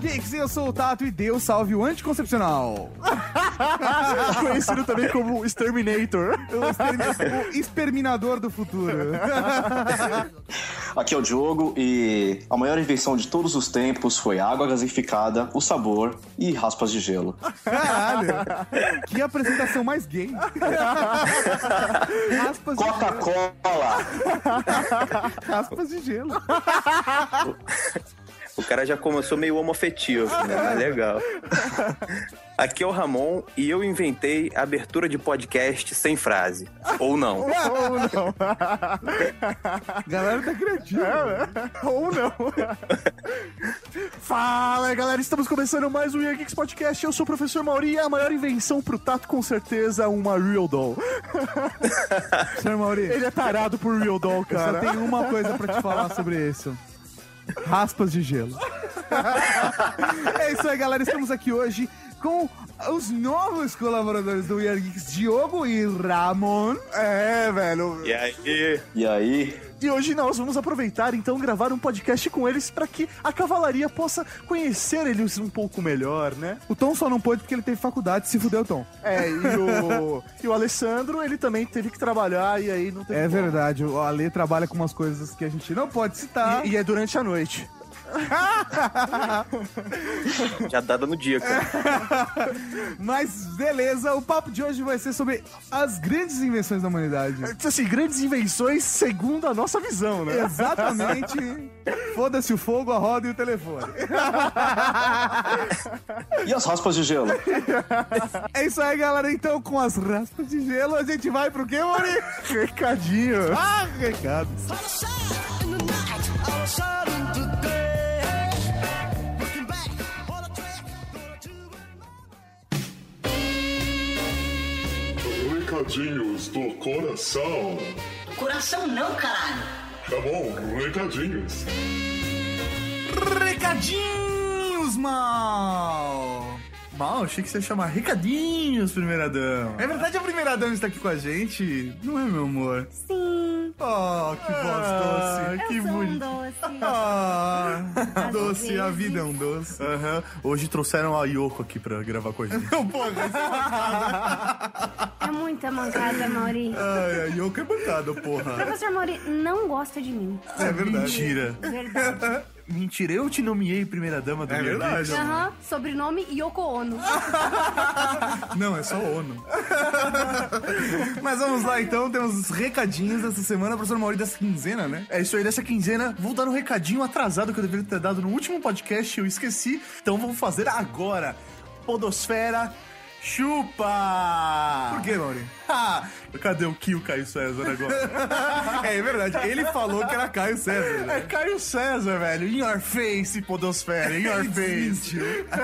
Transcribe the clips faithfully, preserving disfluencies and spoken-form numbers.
Geeks, eu sou o Tato e Deus salve o anticoncepcional. Conhecido também como Exterminator. O, extermin... o exterminador do futuro. Aqui é o Diogo e a maior invenção de todos os tempos foi água gasificada, o sabor e raspas de gelo. Caralho, que apresentação mais gay. Raspas Coca-Cola. de Raspas de gelo. O cara já começou meio homoafetivo, né? Mas legal. Aqui é o Ramon e eu inventei a abertura de podcast sem frase. Ou não. Ou não. Galera tá criativa. É, ou não. Fala, galera. Estamos começando mais um Year Geeks Podcast. Eu sou o professor Mauri e a maior invenção pro Tato, com certeza, uma Real Doll. Senhor Mauri, Ele é tarado por Real Doll, eu cara. só tenho uma coisa pra te falar sobre isso. Raspas de gelo. É isso aí, galera. Estamos aqui hoje com os novos colaboradores do Year Geeks, Diogo e Ramon. É, velho. E aí? E aí? E hoje nós vamos aproveitar, então, gravar um podcast com eles para que a cavalaria possa conhecer eles um pouco melhor, né? O Tom só não pôde porque ele teve faculdade, se fudeu, Tom. É, e o, e o Alessandro, ele também teve que trabalhar e aí não teve É como. verdade, o Ale trabalha com umas coisas que a gente não pode citar. E, e é durante a noite. Já dada no dia, cara. Mas beleza, o papo de hoje vai ser sobre as grandes invenções da humanidade. Assim, grandes invenções segundo a nossa visão, né? Exatamente. Foda-se o fogo, a roda e o telefone. E as raspas de gelo? É isso aí, galera. Então, com as raspas de gelo, a gente vai pro quê, Maurício? Recadinho. Ah, recado. Recadinhos do coração. Coração não, caralho. Tá bom, recadinhos. Recadinhos, mal. Mal, achei que você ia chamar recadinhos, primeira dama. É verdade, a primeira dama está aqui com a gente? Não é, meu amor? Sim, Oh, que voz doce. eu Que sou um bonito. doce. Ah, Às doce, a vezes. vida é um doce. Aham. Hoje trouxeram a Yoko aqui pra gravar com a gente. Porra, É muita mancada, Mauri. ai, a Yoko é bancada, porra. Professor Mauri não gosta de mim. É verdade. Mentira. Verdade. Mentira, eu te nomeei primeira dama do É Year verdade. Geeks. Aham, sobrenome Yoko Ono. Não, é só ONU. Mas vamos lá, então. Temos os recadinhos dessa semana. Professor Mauri, dessa quinzena, né? É isso aí, dessa quinzena. Vou dar um recadinho atrasado que eu deveria ter dado no último podcast, eu esqueci. Então vamos fazer agora. Podosfera chupa! Por quê, Mauri? Ah, cadê o Kio Caio César agora? É, é verdade. Ele falou que era Caio César, É né? Caio César, velho. In your face, Podosfera. In your face.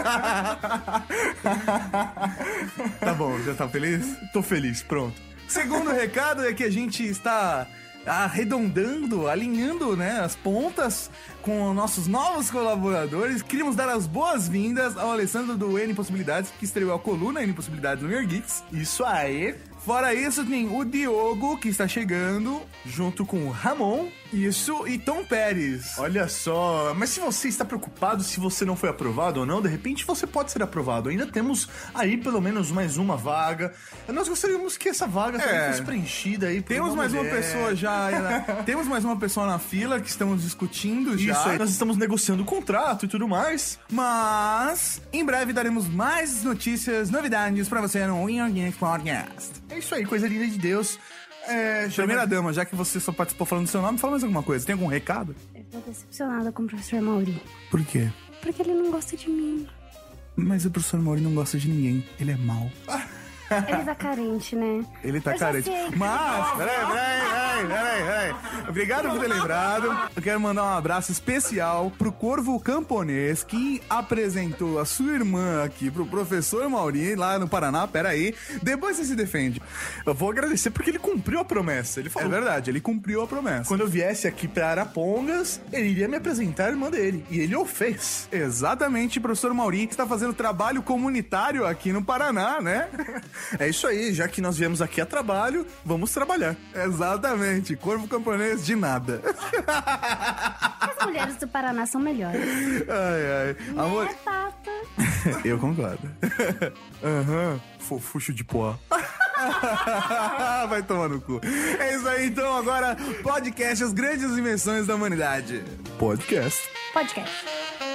Tá bom, já tá feliz? Tô feliz, pronto. Segundo recado é que a gente está arredondando, alinhando, né, as pontas com nossos novos colaboradores. Queríamos dar as boas-vindas ao Alessandro do N Possibilidades, que estreou a coluna N Possibilidades no Year Geeks. Isso aí. Fora isso, tem o Diogo, que está chegando, Junto com o Ramon. isso, e Tom Pérez. Olha só, mas se você está preocupado se você não foi aprovado ou não, de repente você pode ser aprovado. Ainda temos aí pelo menos mais uma vaga. Nós gostaríamos que essa vaga também É. fosse preenchida aí por Temos mais uma mulher. pessoa já, né? Temos mais uma pessoa na fila que estamos discutindo já. Isso aí, nós estamos negociando o contrato e tudo mais. Mas em breve daremos mais notícias, novidades pra você no Year Geeks Podcast. É isso aí, coisa linda de Deus. É, Primeira dama, já que você só participou falando do seu nome, fala mais alguma coisa. Tem algum recado? Eu tô decepcionada com o professor Mauri. Por quê? Porque ele não gosta de mim. Mas o professor Mauri não gosta de ninguém. Ele é mau. Ele tá carente, né? Ele tá Eu já carente. sei. Mas, peraí, peraí, peraí, peraí, peraí. Obrigado por ter lembrado. Eu quero mandar um abraço especial pro Corvo Camponês, que apresentou a sua irmã aqui pro professor Mauri, lá no Paraná. Peraí. Depois você se defende. Eu vou agradecer porque ele cumpriu a promessa. Ele É falou, verdade, ele cumpriu a promessa. quando eu viesse aqui pra Arapongas, ele iria me apresentar a irmã dele. E ele o fez. Exatamente, professor Mauri está fazendo trabalho comunitário aqui no Paraná, né? É isso aí, já que nós viemos aqui a trabalho, vamos trabalhar. Exatamente, Corvo Camponês de nada. As mulheres Ministérios do Paraná são melhores. Ai, ai. Amor, Né, Tata? eu concordo. Aham. Fofuxo de pó. Vai tomar no cu. É isso aí, então. Agora, podcast As Grandes Invenções da Humanidade. Podcast. Podcast.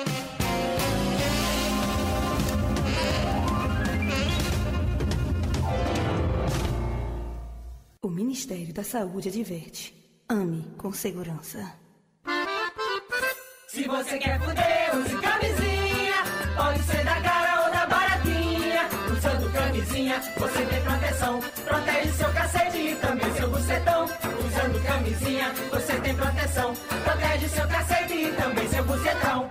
O Ministério da Saúde adverte. Ame com segurança. Se você quer fuder, use camisinha. Pode ser da cara ou da baratinha. Usando camisinha, você tem proteção. Protege seu cacete e também seu bucetão. Usando camisinha, você tem proteção. Protege seu cacete e também seu bucetão.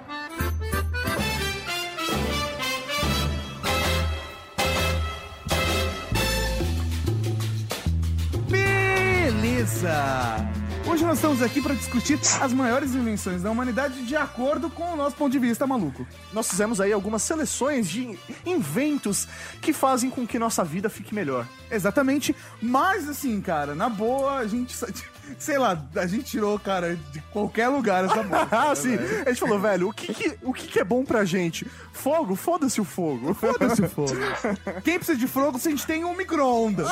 Beleza! Hoje nós estamos aqui para discutir as maiores invenções da humanidade de acordo com o nosso ponto de vista, maluco. Nós fizemos aí algumas seleções de inventos que fazem com que nossa vida fique melhor. Exatamente, mas assim, cara, na boa, a gente, sei lá, a gente tirou, cara, de qualquer lugar essa bosta. Ah, né, sim. velho? A gente falou, velho, o que que, o que que é bom pra gente? Fogo? Foda-se o fogo. Foda-se o fogo. Quem precisa de fogo se a gente tem um micro-ondas?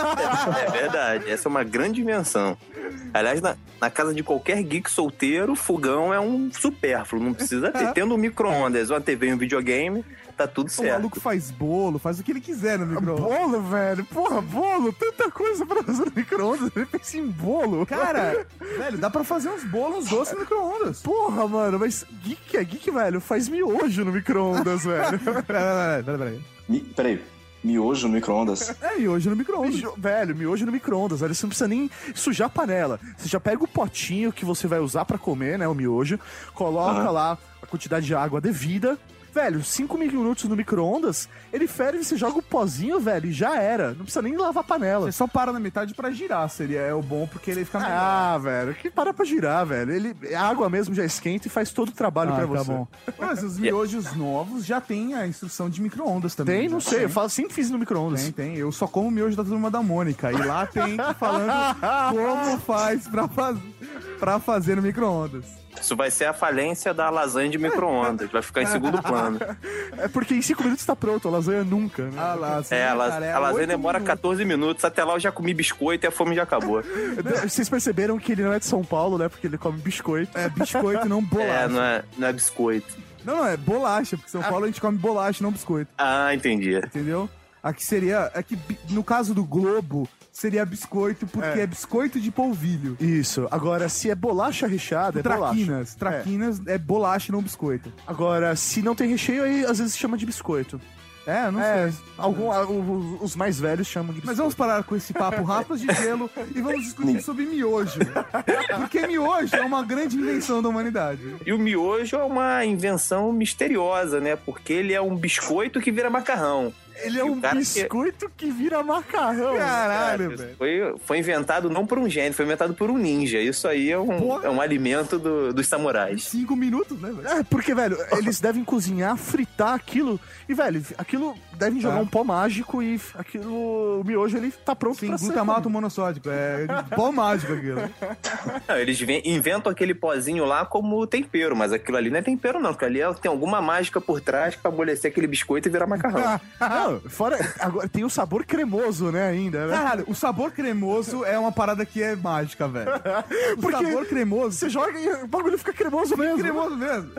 É verdade, essa é uma grande invenção. Aliás, na, na casa de qualquer geek solteiro, fogão é um supérfluo, não precisa ter. Tendo um micro-ondas, uma T V e um videogame, tá tudo O certo. maluco faz bolo, faz o que ele quiser no micro-ondas. Bolo, velho. Porra, bolo. Tanta coisa pra fazer no micro-ondas. Eu pensei em bolo. Cara, velho, dá pra fazer uns bolos doces no micro-ondas. Porra, mano, mas geek é geek, velho. Faz miojo no micro-ondas, velho. Peraí, peraí, peraí, peraí. Mi- Peraí, miojo no micro-ondas? É, e hoje no micro-ondas. Miojo- velho, miojo no micro-ondas, velho. Você não precisa nem sujar a panela. Você já pega o potinho que você vai usar pra comer, né, o miojo, coloca Aham. lá a quantidade de água devida. Velho, cinco minutos no micro-ondas, ele ferve, você joga o pozinho, velho, e já era. Não precisa nem lavar a panela. Você só para na metade pra girar, seria é o bom, porque ele fica melhor. Ah, velho, que para pra girar, velho. Ele, a água mesmo já esquenta e faz todo o trabalho pra tá você. bom. Mas os miojos novos já tem a instrução de micro-ondas também. Tem, não né? sei, eu Tem. falo, sempre fiz no micro-ondas. Tem, tem. Eu só como miojo da Turma da Mônica. E lá tem falando como faz pra, faz... pra fazer no micro-ondas. Isso vai ser a falência da lasanha de micro-ondas, vai ficar em segundo plano. É porque em cinco minutos tá pronto, a lasanha nunca, né? Ah lá, você É, a, vê, la- cara, é a lasanha oito demora minutos. quatorze minutos, até lá eu já comi biscoito e a fome já acabou. Vocês perceberam que ele não é de São Paulo, né? Porque ele come biscoito. É biscoito, não bolacha. É, não é, não é biscoito. Não, não, é bolacha, porque em São Paulo a gente come bolacha, não biscoito. Ah, entendi. Entendeu? Aqui seria. É que bi- no caso do Globo, seria biscoito, porque é, É. biscoito de polvilho. Isso. Agora, se é bolacha recheada, é bolacha. Traquinas. Traquinas é. bolacha, não biscoito. Agora, se não tem recheio, aí às vezes chama de biscoito. É, não É, sei. algum, a- o- os mais velhos chamam de biscoito. Mas vamos parar com esse papo raspas de gelo e vamos discutir sobre miojo. Porque miojo é uma grande invenção da humanidade. E o miojo é uma invenção misteriosa, né? Porque ele é um biscoito que vira macarrão. Ele é E o um cara que- biscoito que... vira macarrão. Caralho, Cara, velho. foi, foi inventado não por um gênio, foi inventado por um ninja. Isso aí é um, Porra. é um alimento do- dos samurais. Cinco minutos, né, velho? É, porque, velho, eles devem cozinhar, fritar aquilo. E, velho, aquilo devem jogar É. um pó mágico e aquilo, o miojo, ele tá pronto Sim, pra ser glutamato comido. monossódico. É pó mágico aquilo. Não, eles ven- inventam aquele pozinho lá como tempero, mas aquilo ali não é tempero, não. Porque ali é- tem alguma mágica por trás pra amolecer aquele biscoito e virar macarrão. Não, fora, agora tem o sabor cremoso, né, ainda, né? Caralho, o sabor cremoso é uma parada que é mágica, velho. O Porque sabor cremoso. Você joga e o bagulho fica cremoso mesmo. cremoso mesmo.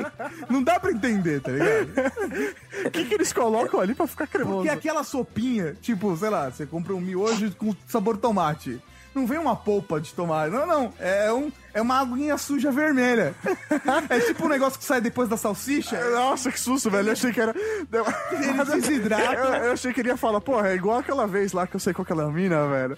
Não dá pra entender, tá ligado? O que, que eles colocam ali pra ficar cremoso? Porque aquela sopinha, tipo, sei lá, você compra um miojo com sabor tomate. Não vem uma polpa de tomate. Não, não. É, um, é uma aguinha suja vermelha. É tipo um negócio que sai depois da salsicha. Nossa, que susto, velho. Eu achei que era... Ele desidrata. Eu, eu achei que ele ia falar, porra, é igual aquela vez lá que eu sei com aquela mina, velho.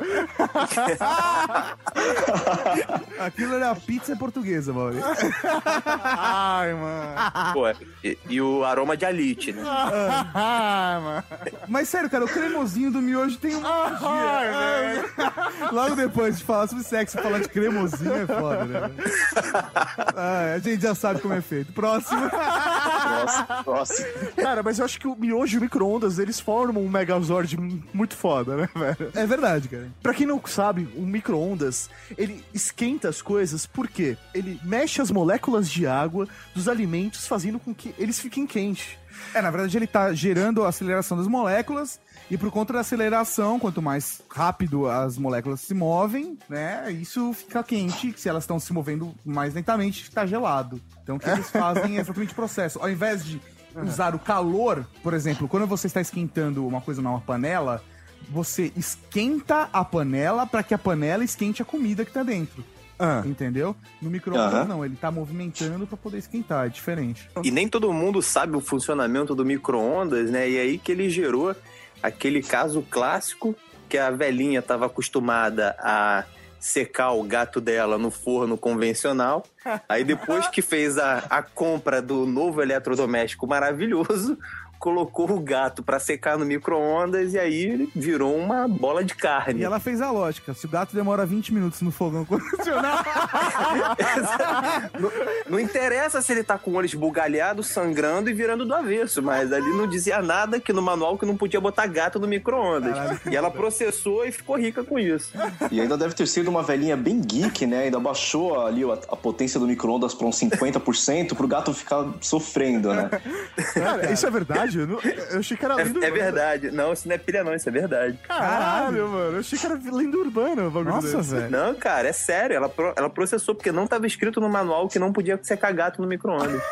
Aquilo era pizza portuguesa, Maurício. Ai, mano. Pô, e, e o aroma de alite, né? Ai, mano. Mas sério, cara, o cremosinho do miojo tem uma magia. Ai, velho. Logo depois de falar sobre sexo, falar de cremosinho é foda, né? Ah, a gente já sabe como é feito. Próximo. Nossa, nossa. Cara, mas eu acho que o miojo e o micro-ondas, eles formam um Megazord muito foda, né, velho? É verdade, cara. Pra quem não sabe, o micro-ondas, ele esquenta as coisas, por quê? Ele mexe as moléculas de água dos alimentos, fazendo com que eles fiquem quentes. É, na verdade ele tá gerando a aceleração das moléculas e por conta da aceleração, quanto mais rápido as moléculas se movem, né, isso fica quente. Se elas estão se movendo mais lentamente, fica gelado. Então o que eles fazem é exatamente o processo. Ao invés de usar o calor, por exemplo, quando você está esquentando uma coisa numa panela, você esquenta a panela para que a panela esquente a comida que tá dentro. Ah. Entendeu? No micro-ondas uhum. não, ele tá movimentando pra poder esquentar, é diferente. E nem todo mundo sabe o funcionamento do micro-ondas, né? E aí que ele gerou aquele caso clássico que a velhinha tava acostumada a secar o gato dela no forno convencional. Aí depois que fez a, a compra do novo eletrodoméstico maravilhoso, colocou o gato pra secar no micro-ondas e aí ele virou uma bola de carne. E ela fez a lógica. Se o gato demora vinte minutos no fogão convencional... não, não interessa se ele tá com o olho esbugalhado, sangrando e virando do avesso, mas ali não dizia nada que no manual que não podia botar gato no micro-ondas. Caralho, e ela processou e ficou rica com isso. E ainda deve ter sido uma velhinha bem geek, né? Ainda baixou ali a, a potência do micro-ondas pra uns cinquenta por cento pro gato ficar sofrendo, né? Cara, isso é verdade? Eu, não, eu achei que era é, lenda é urbana. verdade. Não, isso não é pilha não, isso é verdade. Caralho, mano. Eu achei que era lenda urbana. Nossa, velho. Não, cara, é sério. Ela, pro, ela processou porque não estava escrito no manual que não podia secar gato no micro-ondas.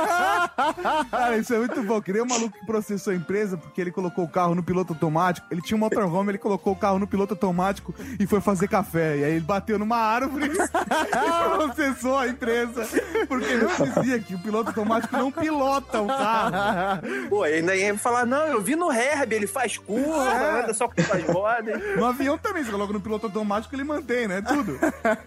Cara, isso é muito bom. Queria um maluco que processou a empresa porque ele colocou o carro no piloto automático. Ele tinha um motorhome, ele colocou o carro no piloto automático e foi fazer café. E aí ele bateu numa árvore e processou a empresa. Porque não dizia que o piloto automático não pilota o carro. Pô, ainda ia falar, não, eu vi no Herb, ele faz curva, é. anda só com as rodas. No avião também, você coloca no piloto automático, ele mantém, né? Tudo.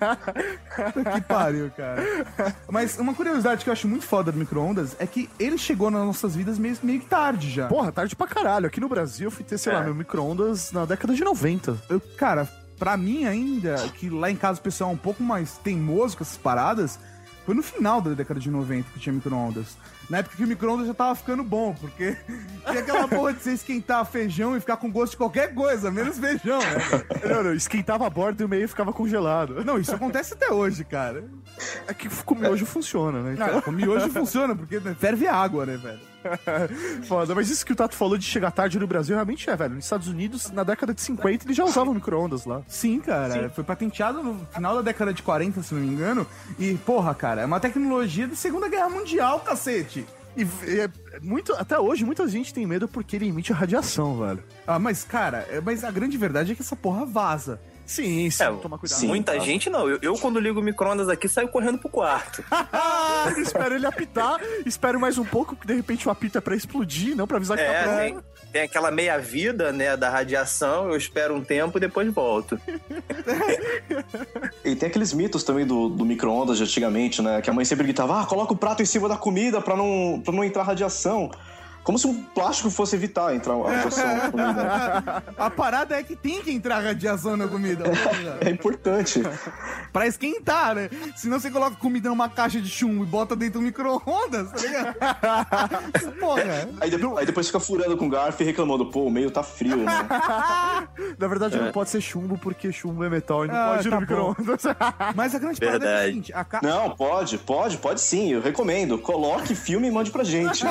Que pariu, cara. Mas uma curiosidade que eu acho muito foda do micro-ondas é que ele chegou nas nossas vidas meio, meio que tarde já. Porra, tarde pra caralho. Aqui no Brasil eu fui ter, sei é. lá, meu micro-ondas na década de noventa. Eu, cara, pra mim ainda, que lá em casa o pessoal é um pouco mais teimoso com essas paradas, foi no final da década de noventa que tinha micro-ondas. Na época que o micro-ondas já tava ficando bom, porque tinha aquela porra de você esquentar feijão e ficar com gosto de qualquer coisa, menos feijão, né? Não, não, esquentava a borda e o meio ficava congelado. Não, isso acontece até hoje, cara. É que com miojo funciona, né? Então... Não, com miojo funciona, porque ferve água, né, velho? Foda, mas isso que o Tato falou de chegar tarde no Brasil realmente é, velho. Nos Estados Unidos, na década de cinquenta, eles já usavam micro-ondas lá. Sim, cara. Sim. Foi patenteado no final da década de quarenta, se não me engano. E, porra, cara, é uma tecnologia de Segunda Guerra Mundial, cacete. E é muito, até hoje, muita gente tem medo porque ele emite radiação, velho. Ah, mas, cara, mas a grande verdade é que essa porra vaza. Sim, sim, é, toma cuidado. Sim, muita tá. gente não. Eu, eu, quando ligo o micro-ondas aqui, saio correndo pro quarto. Espero ele apitar, espero mais um pouco, que de repente o apito é pra explodir, não pra avisar que é, tá tem, tem aquela meia-vida, né, da radiação, eu espero um tempo e depois volto. E tem aqueles mitos também do, do micro-ondas de antigamente, né, que a mãe sempre gritava, ah, coloca o prato em cima da comida pra não, pra não entrar radiação. Como se um plástico fosse evitar entrar a radiação na comida. A parada é que tem que entrar radiação na comida. É importante. Pra esquentar, né? Senão você coloca comida numa caixa de chumbo e bota dentro do micro-ondas, tá ligado? Porra. Aí depois, aí depois fica furando com garfo e reclamando, pô, o meio tá frio, né? Na verdade, é. não pode ser chumbo, porque chumbo é metal e não ah, pode ir tá no micro-ondas. Mas a grande parada é a seguinte... A ca... Não, pode, pode, pode sim, eu recomendo. Coloque, filme e mande pra gente.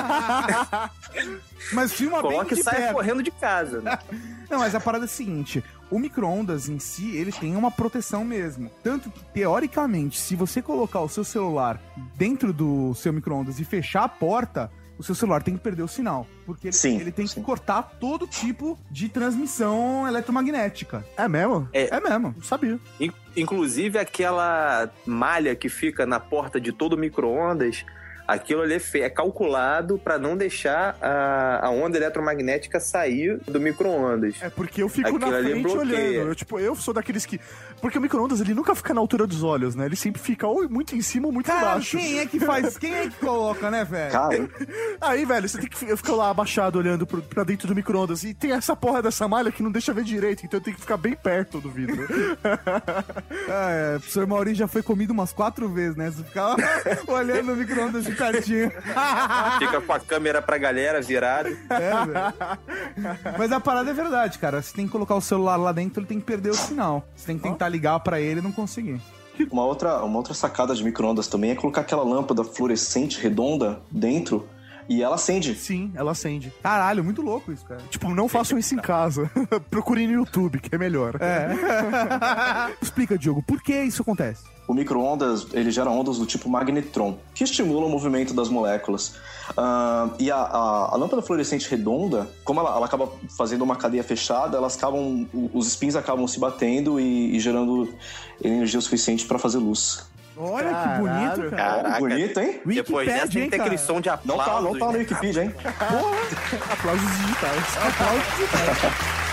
Mas filma bem Coloque de e sai perto. correndo de casa, né? Não, mas a parada é a seguinte, o micro-ondas em si, ele tem uma proteção mesmo. Tanto que, teoricamente, se você colocar o seu celular dentro do seu micro-ondas e fechar a porta, o seu celular tem que perder o sinal. Porque ele, sim, ele tem sim. que cortar todo tipo de transmissão eletromagnética. É mesmo? É, é mesmo. Não sabia. Inclusive, aquela malha que fica na porta de todo micro-ondas, aquilo ali é calculado para não deixar a, a onda eletromagnética sair do micro-ondas. É porque eu fico aquilo na frente olhando. Eu, tipo, eu sou daqueles que... Porque o micro-ondas, ele nunca fica na altura dos olhos, né? Ele sempre fica ou muito em cima ou muito Cara, embaixo. quem é que faz? Quem é que coloca, né, velho? Cara. Aí, velho, você tem que ficar lá abaixado olhando pro, pra dentro do micro-ondas. E tem essa porra dessa malha que não deixa ver direito, então eu tenho que ficar bem perto do vidro. Ah, é, o professor Mauri já foi comido umas quatro vezes, né? Você ficava olhando no micro-ondas de pertinho. Fica com a câmera pra galera virada. É, velho. Mas a parada é verdade, cara. Você tem que colocar o celular lá dentro, ele tem que perder o sinal. Você tem que tentar ligar pra ele e não conseguir. Uma outra, uma outra sacada de micro-ondas também é colocar aquela lâmpada fluorescente redonda dentro e ela acende. Sim, ela acende. Caralho, muito louco isso, cara. Tipo, não façam isso em casa. Procurem no YouTube, que é melhor. É. Explica, Diogo, por que isso acontece? O micro-ondas, ele gera ondas do tipo magnetron, que estimulam o movimento das moléculas. Uh, e a, a, a lâmpada fluorescente redonda, como ela, ela acaba fazendo uma cadeia fechada, elas acabam, os spins acabam se batendo e, e gerando energia o suficiente para para Olha que bonito, cara. Caraca. Bonito, hein? Depois dessa tem que ter aquele som de Não aplausos. tá, não tá no né? Wikipedia, hein? Porra. Aplausos digitais. Aplausos digitais.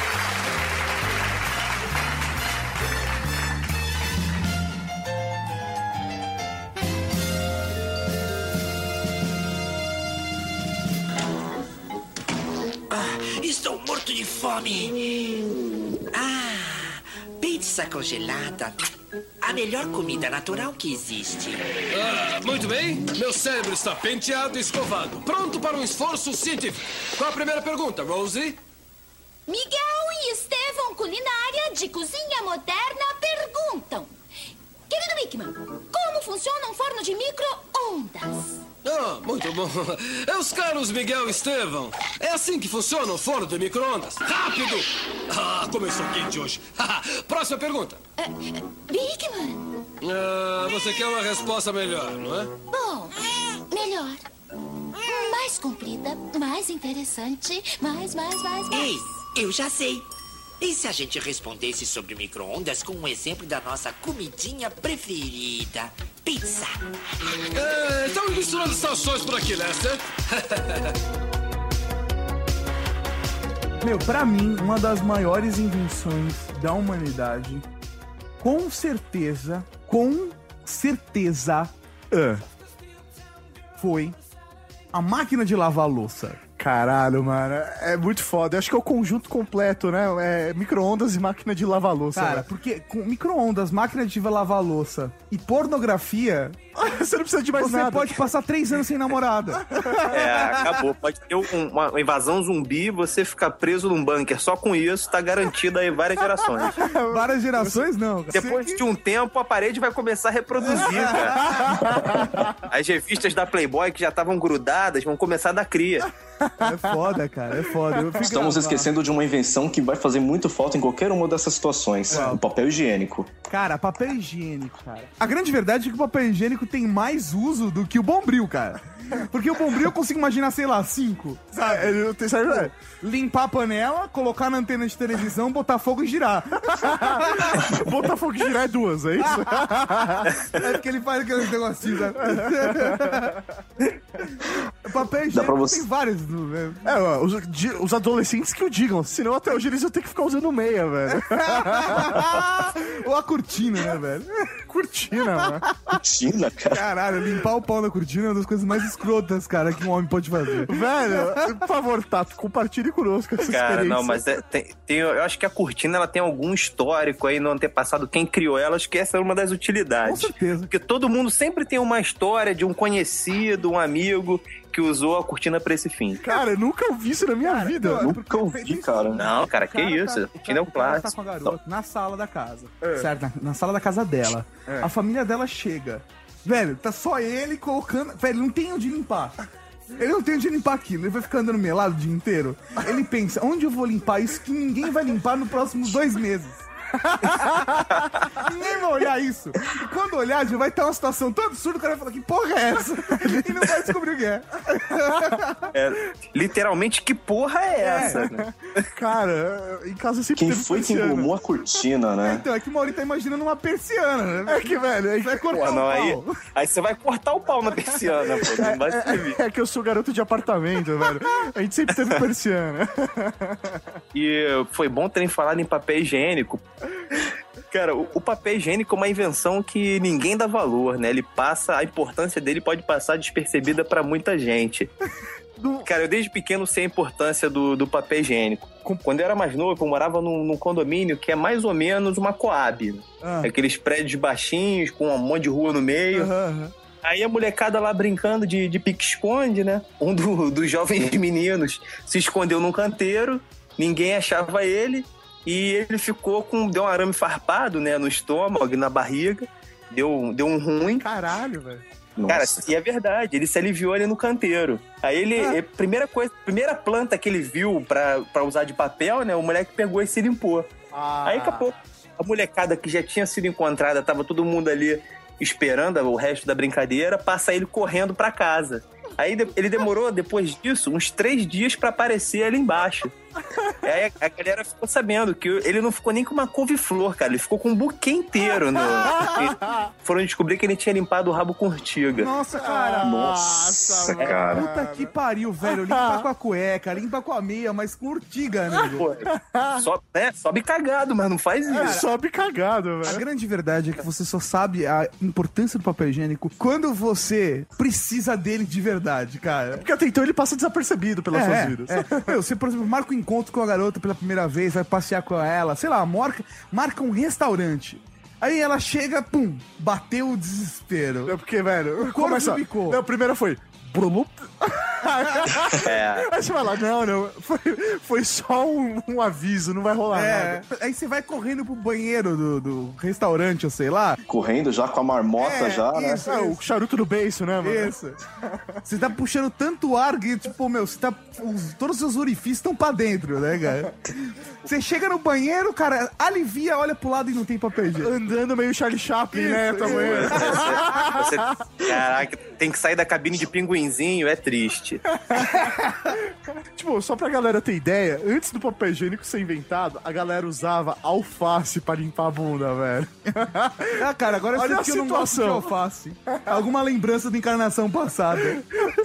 Estou morto de fome. Ah, pizza congelada. A melhor comida natural que existe. Ah, muito bem. Meu cérebro está penteado e escovado. Pronto para um esforço científico. Qual a primeira pergunta, Rosie? Miguel e Estevão, culinária de cozinha moderna, perguntam. Querido Wickman, como funciona um forno de micro-ondas? Ah, muito bom. Meus caros Miguel e Estevão, é assim que funciona o forno de micro-ondas. Rápido! Ah, começou quente hoje. Próxima pergunta. Uh, Wickman? Ah, você quer uma resposta melhor, não é? Bom, melhor. Mais comprida, mais interessante, mais, mais, mais, mais. Ei, eu já sei. E se a gente respondesse sobre micro-ondas com um exemplo da nossa comidinha preferida? Pizza. É, estamos misturando estações por aqui, Lester. Meu, pra mim, uma das maiores invenções da humanidade, com certeza, com certeza, uh, foi a máquina de lavar louça. Caralho, mano, é muito foda. Eu acho que é o conjunto completo, né? É micro-ondas e máquina de lavar louça. Cara, né? porque com micro-ondas, máquina de lavar louça e pornografia, você não precisa de mais você nada. Você pode passar três anos sem namorada. É, acabou. Pode ter um, uma invasão zumbi, você ficar preso num bunker. Só com isso, tá garantido aí várias gerações. Várias gerações, não. Cara. Depois de um tempo, a parede vai começar a reproduzir, cara. As revistas da Playboy, que já estavam grudadas, vão começar a dar cria. É foda, cara, é foda. Eu Estamos gravado. esquecendo de uma invenção que vai fazer muito falta em qualquer uma dessas situações. Uau. O papel higiênico. Cara, papel higiênico, cara. A grande verdade é que o papel higiênico tem mais uso do que o Bombril, cara. Porque o Bombril eu consigo imaginar, sei lá, cinco. Sabe? Ele não tem, sabe, é. Limpar a panela, colocar na antena de televisão, botar fogo e girar. Botar fogo e girar é duas, é isso? É porque ele faz aquele negocinho, sabe? Papel Dá higiênico pra você- tem vários. Né? É, ó, os, di- os adolescentes que o digam, senão até hoje eles vão ter que ficar usando meia, velho. Ou a cortina, né, velho? Cortina, mano. Cortina, cara. Caralho, limpar o pau na cortina é uma das coisas mais escrotas, cara, que um homem pode fazer. Velho, por favor, Tato, compartilhe conosco essa Cara, experiência. não, mas é- tem, tem- eu acho que a cortina ela tem algum histórico aí no antepassado. Quem criou ela, acho que essa é uma das utilidades. Com certeza. Porque todo mundo sempre tem uma história de um conhecido, um amigo que usou a cortina pra esse fim. Cara, eu nunca ouvi isso na minha vida. não, Nunca ouvi, cara. Não, cara, que cara isso? tá- A cortina é um o cara tá clássico. com a garota na sala da casa, certo? Na, na sala da casa dela. A família dela chega. Velho, tá só ele colocando... Velho, ele não tem onde limpar. Ele não tem onde limpar aquilo. Ele vai ficar andando melado o dia inteiro. Ele pensa, onde eu vou limpar isso que ninguém vai limpar nos próximos dois meses? Ninguém vai olhar isso. E quando olhar, já vai estar uma situação tão absurda, o cara vai falar, que porra é essa? E não vai descobrir o que é. É, literalmente, que porra é essa? né? Cara, em casa sempre Quem teve foi que persiana. engomou a cortina, né? Então, é que o Mauri tá imaginando uma persiana, né? É que, velho, é, Vai cortar Pô, não, o aí, pau. aí você vai cortar o pau na persiana, pô. Não vai servir. é, é que eu sou garoto de apartamento, velho. A gente sempre teve persiana. E foi bom terem falado em papel higiênico. Cara, o, o papel higiênico é uma invenção que ninguém dá valor, né? Ele passa, a importância dele pode passar despercebida pra muita gente. Cara, eu desde pequeno sei a importância do, do papel higiênico. Quando eu era mais novo, eu morava num, num condomínio que é mais ou menos uma Coab. Né? Ah. Aqueles prédios baixinhos, com um monte de rua no meio. Aham, aham. Aí a molecada lá brincando de, de pique-esconde, né? Um do, dos jovens meninos se escondeu num canteiro, ninguém achava ele, e ele ficou com... Deu um arame farpado, né? No estômago e na barriga. Deu, deu um ruim. Caralho, velho. Cara, e é verdade, ele se aliviou ali no canteiro. Aí ele, ah. primeira coisa, primeira planta que ele viu pra, pra usar de papel, né? O moleque pegou e se limpou. Ah. Aí, daqui a pouco, a molecada que já tinha sido encontrada, tava todo mundo ali esperando o resto da brincadeira, passa ele correndo pra casa. Aí ele demorou, depois disso, uns três dias pra aparecer ali embaixo. Aí a galera ficou sabendo que ele não ficou nem com uma couve-flor, cara. Ele ficou com um buquê inteiro. No... Foram descobrir que ele tinha limpado o rabo com urtiga. Nossa, cara. Nossa, cara. Puta que pariu, velho. Limpa com a cueca, limpa com a meia, mas com urtiga, né? Pô, só, né? Sobe cagado, mas não faz isso. É, sobe cagado, velho. A grande verdade é que você só sabe a importância do papel higiênico quando você precisa dele de verdade, cara. Porque até então ele passa desapercebido pelas é, suas vidas. É. Meu, você, por exemplo, marca um encontro com a garota pela primeira vez, vai passear com ela, sei lá, marca, marca um restaurante. Aí ela chega, pum, bateu o desespero. É porque, velho, o corpo ficou. Não, a primeira foi... É. Aí você vai lá, não, não, foi, foi só um, um aviso, não vai rolar é. nada. Aí você vai correndo pro banheiro do, do restaurante, eu sei lá. Correndo já com a marmota, é, já, né? Isso, é, o charuto no beiço, né, mano? Isso. Você tá puxando tanto ar que, tipo, meu, você tá, os, todos os seus orifícios estão pra dentro, né, cara? Você chega no banheiro, cara, alivia, olha pro lado e não tem papel higiênico. Andando meio Charlie Chaplin, isso, né, tamanho. Você, você, caraca, tem que sair da cabine de pinguinzinho, é triste. Tipo, só pra galera ter ideia, antes do papel higiênico ser inventado, a galera usava alface pra limpar a bunda, velho. Ah, cara, agora olha eu a sei que eu não gosto de alface. Alguma lembrança da encarnação passada.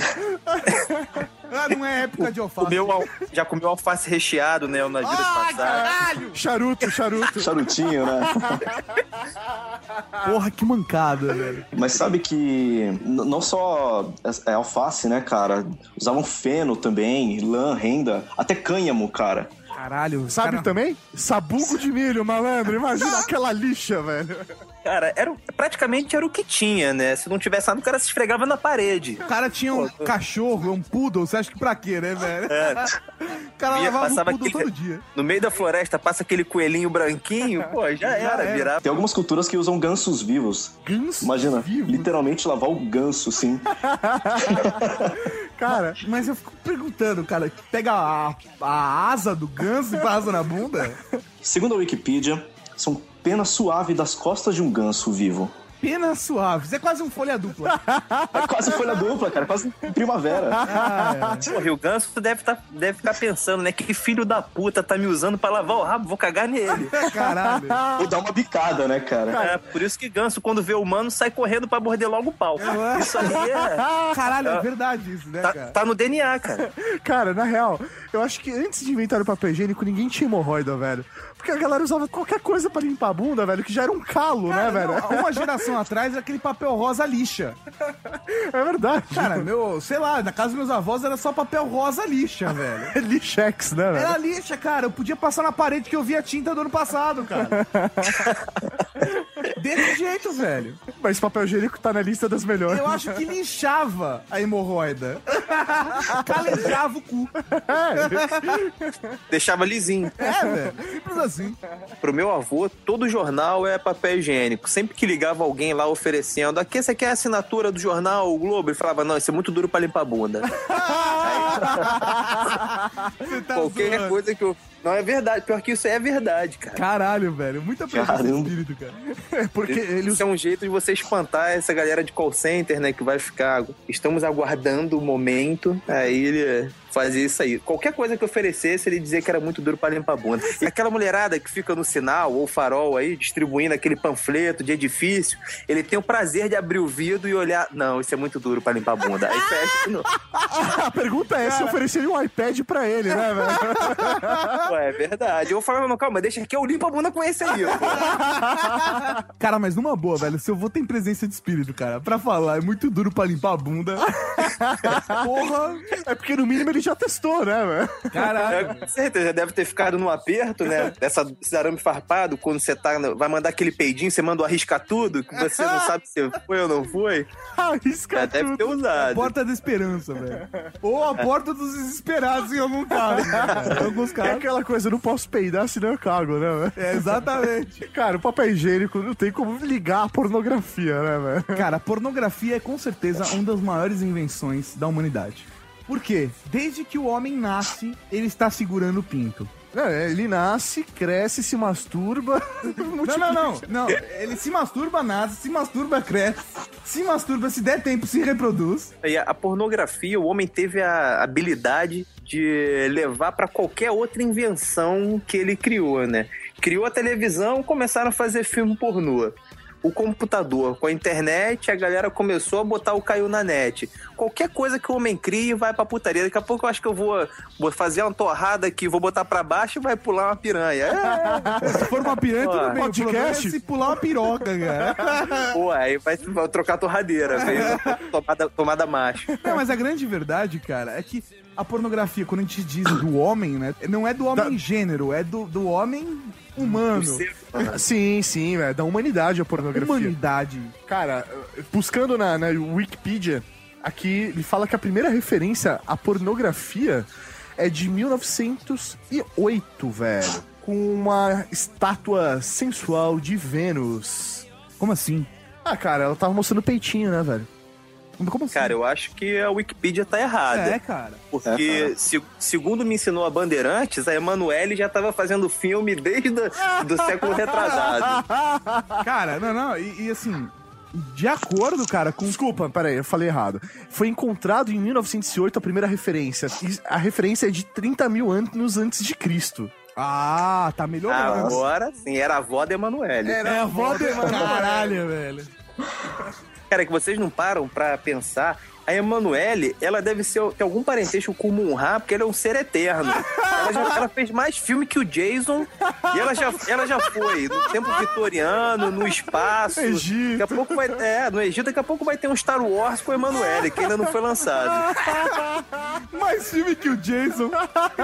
Ah, não é época de alface. Comeu, já comeu alface recheado, né? Nas vidas ah, passadas. Caralho! Charuto, charuto. Charutinho, né? Porra, que mancada, velho. Mas sabe que não só é alface, né, cara? Usavam feno também, lã, renda, até cânhamo, cara. Caralho. Sabe cara... também? Sabugo de milho, malandro. Imagina aquela lixa, velho. Cara, era, praticamente era o que tinha, né? Se não tivesse nada, o cara se esfregava na parede. O cara tinha um Pô, cachorro, um poodle, você acha que pra quê, né, velho? É. O cara Via, lavava passava um poodle aquele, todo dia. No meio da floresta, passa aquele coelhinho branquinho, pô, já, já era, era. Virava. Tem algumas culturas que usam gansos vivos. Gansos Imagina, vivos? literalmente lavar o ganso, sim. Cara, mas eu fico perguntando, cara, pega a, a asa do ganso e passa na bunda? Segundo a Wikipedia, são pena suave das costas de um ganso vivo. Pena suave. Isso é quase um folha dupla. É quase folha dupla, cara. Quase primavera. Ah, é. Porra, e o ganso deve, tá, deve ficar pensando, né? Que filho da puta tá me usando pra lavar o rabo, vou cagar nele. Caralho. Ou dar uma bicada, né, cara? É, por isso que ganso, quando vê o humano, sai correndo pra morder logo o pau. É. Isso aí é... Caralho, é verdade isso, né, tá, cara? Tá no D N A, cara. Cara, na real, eu acho que antes de inventar o papel higiênico, ninguém tinha hemorroida, velho. Porque a galera usava qualquer coisa pra limpar a bunda, velho, que já era um calo, cara, né, velho? Não, uma geração atrás era aquele papel rosa lixa. É verdade. Cara, meu, sei lá, na casa dos meus avós era só papel rosa lixa, velho. Lixex, né, velho? Era lixa, cara. Eu podia passar na parede que eu vi a tinta do ano passado, cara. Desse jeito, velho. Mas papel higiênico tá na lista das melhores. Eu acho que lixava a hemorroida. Calejava o cu. Deixava lisinho. É, velho. Simples assim. Pro meu avô, todo jornal é papel higiênico. Sempre que ligava alguém lá oferecendo, aqui você quer a assinatura do jornal, o Globo? Ele falava, não, isso é muito duro pra limpar a bunda. Aí, tá qualquer zoando. Coisa que eu... Não, é verdade. Pior que isso é verdade, cara. Caralho, velho. Muita presença de espírito, cara. É porque ele... Isso é um jeito de você espantar essa galera de call center, né? Que vai ficar... Estamos aguardando o momento. Aí ele fazia isso aí. Qualquer coisa que oferecesse, ele dizia que era muito duro pra limpar a bunda. E aquela mulherada que fica no sinal ou farol aí, distribuindo aquele panfleto de edifício, ele tem o prazer de abrir o vidro e olhar... Não, isso é muito duro pra limpar a bunda. Aí fecha de novo. A pergunta é se ofereceria um iPad pra ele, né, velho? Ué, é verdade. Eu falava, não, calma, deixa que eu limpo a bunda com esse aí, ó. Cara, mas numa boa, velho, se eu vou ter presença de espírito, cara, pra falar, é muito duro pra limpar a bunda. Porra. É porque no mínimo ele Inclusive já testou, né, velho? Caralho. Com certeza, já deve ter ficado num aperto, né? Essa, esse arame farpado, quando você tá, vai mandar aquele peidinho, você manda arriscar tudo, que você não sabe se foi ou não foi. Arriscar tudo. Deve ter usado. A porta da esperança, velho. Ou a porta dos desesperados em algum caso. Em alguns casos. É aquela coisa, eu não posso peidar, senão eu cago, né, velho? É, exatamente. Cara, o papel higiênico não tem como ligar a pornografia, né, velho? Cara, a pornografia é com certeza uma das maiores invenções da humanidade. Por quê? Desde que o homem nasce, ele está segurando o pinto. Não, ele nasce, cresce, se masturba. Não, não, não, não. Ele se masturba, nasce, se masturba, cresce, se masturba, se der tempo, se reproduz. E a, a pornografia, o homem teve a habilidade de levar para qualquer outra invenção que ele criou, né? Criou a televisão, começaram a fazer filme pornô. O computador, com a internet, a galera começou a botar o caiu na net. Qualquer coisa que o homem crie vai pra putaria. Daqui a pouco eu acho que eu vou, vou fazer uma torrada aqui, vou botar pra baixo e vai pular uma piranha. É. Se for uma piranha, Pô, tudo bem. podcast? É se pular uma piroca, cara. Pô, aí vai, vai trocar a torradeira. Vem tomada, tomada macho. Não, mas a grande verdade, cara, é que a pornografia, quando a gente diz do homem, né, não é do homem da... gênero, é do, do homem humano. Sim, sim, velho. Da humanidade a pornografia. Humanidade. Cara, buscando na, na Wikipedia, aqui ele fala que a primeira referência à pornografia é de mil novecentos e oito, velho. Com uma estátua sensual de Vênus. Como assim? Ah, cara, ela tava mostrando peitinho, né, velho? Como assim? Cara, eu acho que a Wikipedia tá errada. É, cara. Porque, é, cara. Se, segundo me ensinou a Bandeirantes, a Emanuele já tava fazendo filme desde o do século retrasado. Cara, não, não. E, e assim, de acordo, cara, com... Desculpa, peraí, eu falei errado. Foi encontrado em mil novecentos e oito a primeira referência. E a referência é de trinta mil anos antes de Cristo. Ah, tá melhorando. Agora sim, era a avó da Emanuele. Era é a avó da Emanuele. Caralho, velho. Cara, que vocês não param pra pensar, a Emanuele, ela deve ser, ter algum parentesco com o Munra, porque ela é um ser eterno. Ela, já, ela fez mais filme que o Jason, e ela já, ela já foi no tempo vitoriano, no espaço. Egito. Daqui a pouco vai, é, no Egito, daqui a pouco vai ter um Star Wars com a Emanuele, que ainda não foi lançado. Mais filme que o Jason.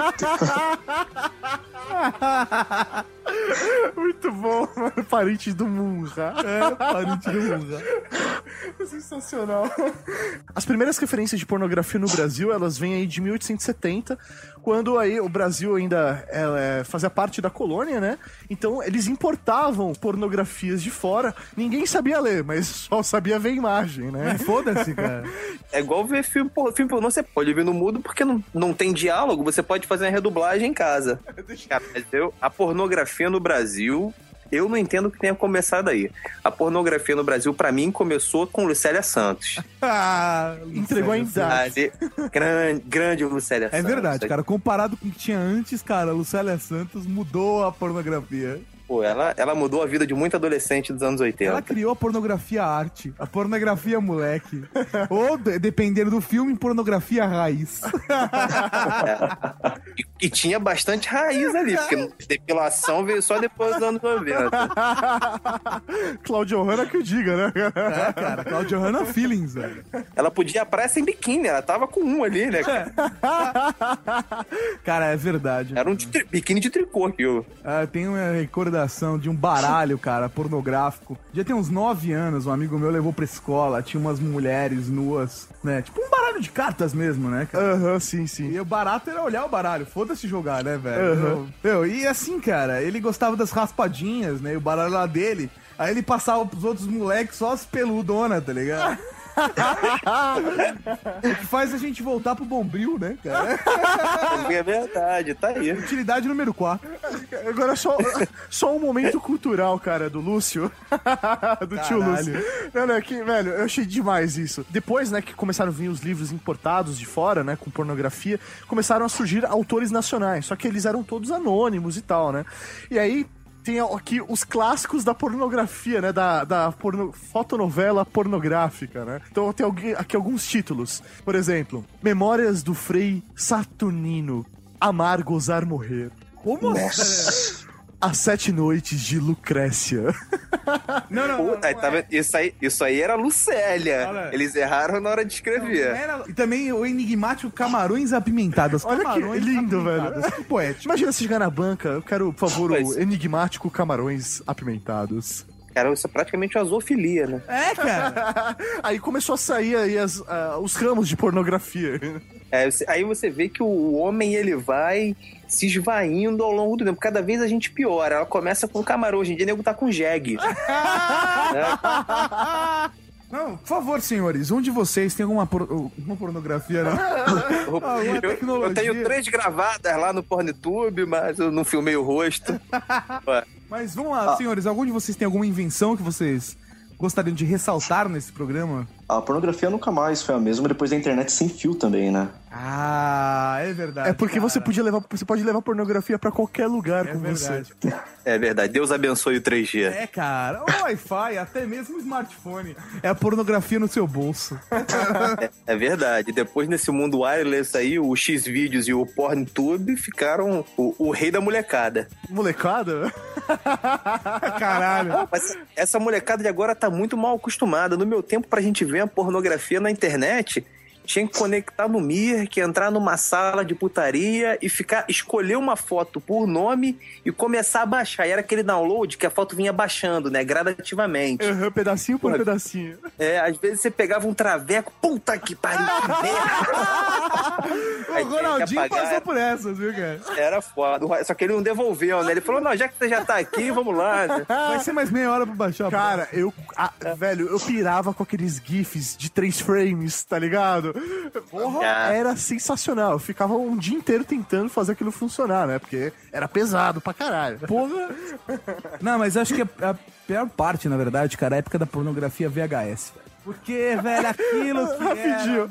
Muito bom, mano. Parente do Munra. É, parente do Munra. Sensacional. As primeiras referências de pornografia no Brasil, elas vêm aí de mil oitocentos e setenta, quando aí o Brasil ainda é, fazia parte da colônia, né? Então eles importavam pornografias de fora. Ninguém sabia ler, mas só sabia ver a imagem, né? É, foda-se, cara. É igual ver filme, filme pornô, você pode ver no mudo porque não, não tem diálogo, você pode fazer uma redublagem em casa. Cara, mas eu, a pornografia no Brasil... Eu não entendo que tenha começado aí. A pornografia no Brasil, pra mim, começou com Lucélia Santos. Ah, entregou a idade. Grande, grande Lucélia é Santos. É verdade, cara. Comparado com o que tinha antes, cara, Lucélia Santos mudou a pornografia. Pô, ela, ela mudou a vida de muito adolescente dos anos oitenta. Ela criou a pornografia arte, a pornografia moleque. Ou, dependendo do filme, pornografia raiz. É. E, e tinha bastante raiz ali, porque depilação veio só depois dos anos noventa. Claudio Hanna que eu diga, né? É, cara, Claudio Hanna feelings, velho. Ela podia ir à praia sem biquíni, ela tava com um ali, né? Cara, é verdade. Era um de tri... biquíni de tricô, aquilo. Ah, tem uma recordação de um baralho, cara, pornográfico. Já tem uns nove anos, um amigo meu levou pra escola, tinha umas mulheres nuas, né? Tipo um baralho de cartas mesmo, né, cara? Aham, uhum, sim, sim. E o barato era olhar o baralho, foda-se jogar, né, velho? Uhum. Eu, e assim, cara, ele gostava das raspadinhas, né? E o baralho lá dele, aí ele passava pros outros moleques só as peludonas, tá ligado? O que faz a gente voltar pro Bombril, né, cara? É verdade, tá aí. Utilidade número quatro. Agora só, só um momento cultural, cara, do Lúcio. Do Caralho. Tio Lúcio. Não, não, que, velho, eu achei demais isso. Depois, né, que começaram a vir os livros importados de fora, né, com pornografia, começaram a surgir autores nacionais, só que eles eram todos anônimos e tal, né? E aí tem aqui os clássicos da pornografia, né? Da, da porno, fotonovela pornográfica, né? Então tem aqui alguns títulos. Por exemplo, Memórias do Frei Saturnino, Amar, Gozar, Morrer. Como assim? As Sete Noites de Lucrécia. Não, não, não, Puta, não tá é. vendo? Isso aí, isso aí era Lucélia. Olha. Eles erraram na hora de Não escrever. era- E também o enigmático Camarões Apimentados. Olha que Camarões lindo, apimentados. velho. Que poético. Imagina se chegar na banca, eu quero, por favor, Pois. o enigmático Camarões Apimentados. Cara, isso é praticamente uma zoofilia, né? É, cara. Aí começou a sair aí as, ah, os ramos de pornografia. É, você- aí você vê que o homem, ele vai se esvaindo ao longo do tempo. Cada vez a gente piora. Ela começa com camarão. Hoje em dia o nego tá com jegue. Não, por favor, senhores, um de vocês tem alguma por- uma pornografia, não? Alguma Eu, eu tecnologia? tenho três gravadas lá no PornTube, mas eu não filmei o rosto. Ué. Mas vamos lá, senhores, algum de vocês tem alguma invenção que vocês gostariam de ressaltar nesse programa? A pornografia nunca mais foi a mesma depois da internet sem fio também, né? Ah, é verdade. É porque cara. você podia levar, você pode levar pornografia pra qualquer lugar É com verdade. você. É verdade. Deus abençoe o três G. É, cara, o Wi-Fi, até mesmo o smartphone, é a pornografia no seu bolso. É verdade. Depois, nesse mundo wireless aí, o Xvideos e o PornTube ficaram o, o rei da molecada. Molecada? Caralho. Pô, mas essa molecada de agora tá muito mal acostumada. No meu tempo, pra gente ver a pornografia na internet, tinha que conectar no Mirk, entrar numa sala de putaria e ficar, escolher uma foto por nome e começar a baixar. E era aquele download que a foto vinha baixando, né? Gradativamente. Uhum, pedacinho por Pô, pedacinho. É, às vezes você pegava um traveco, puta que pariu, que merda. Aí O tinha que Ronaldinho apagar. passou por essas, viu, cara? Era foda. Só que ele não devolveu, né? Ele falou, não, já que você já tá aqui, vamos lá. Né? Vai ser mais meia hora pra baixar. Cara, eu. ah, velho, eu pirava com aqueles GIFs de três frames, tá ligado? Porra, Ah. era sensacional. Eu ficava um dia inteiro tentando fazer aquilo funcionar, né? Porque era pesado pra caralho. Porra. Não, mas acho que a, a pior parte, na verdade, cara, é a época da pornografia V H S. velho. Porque, velho, aquilo que Rapidinho.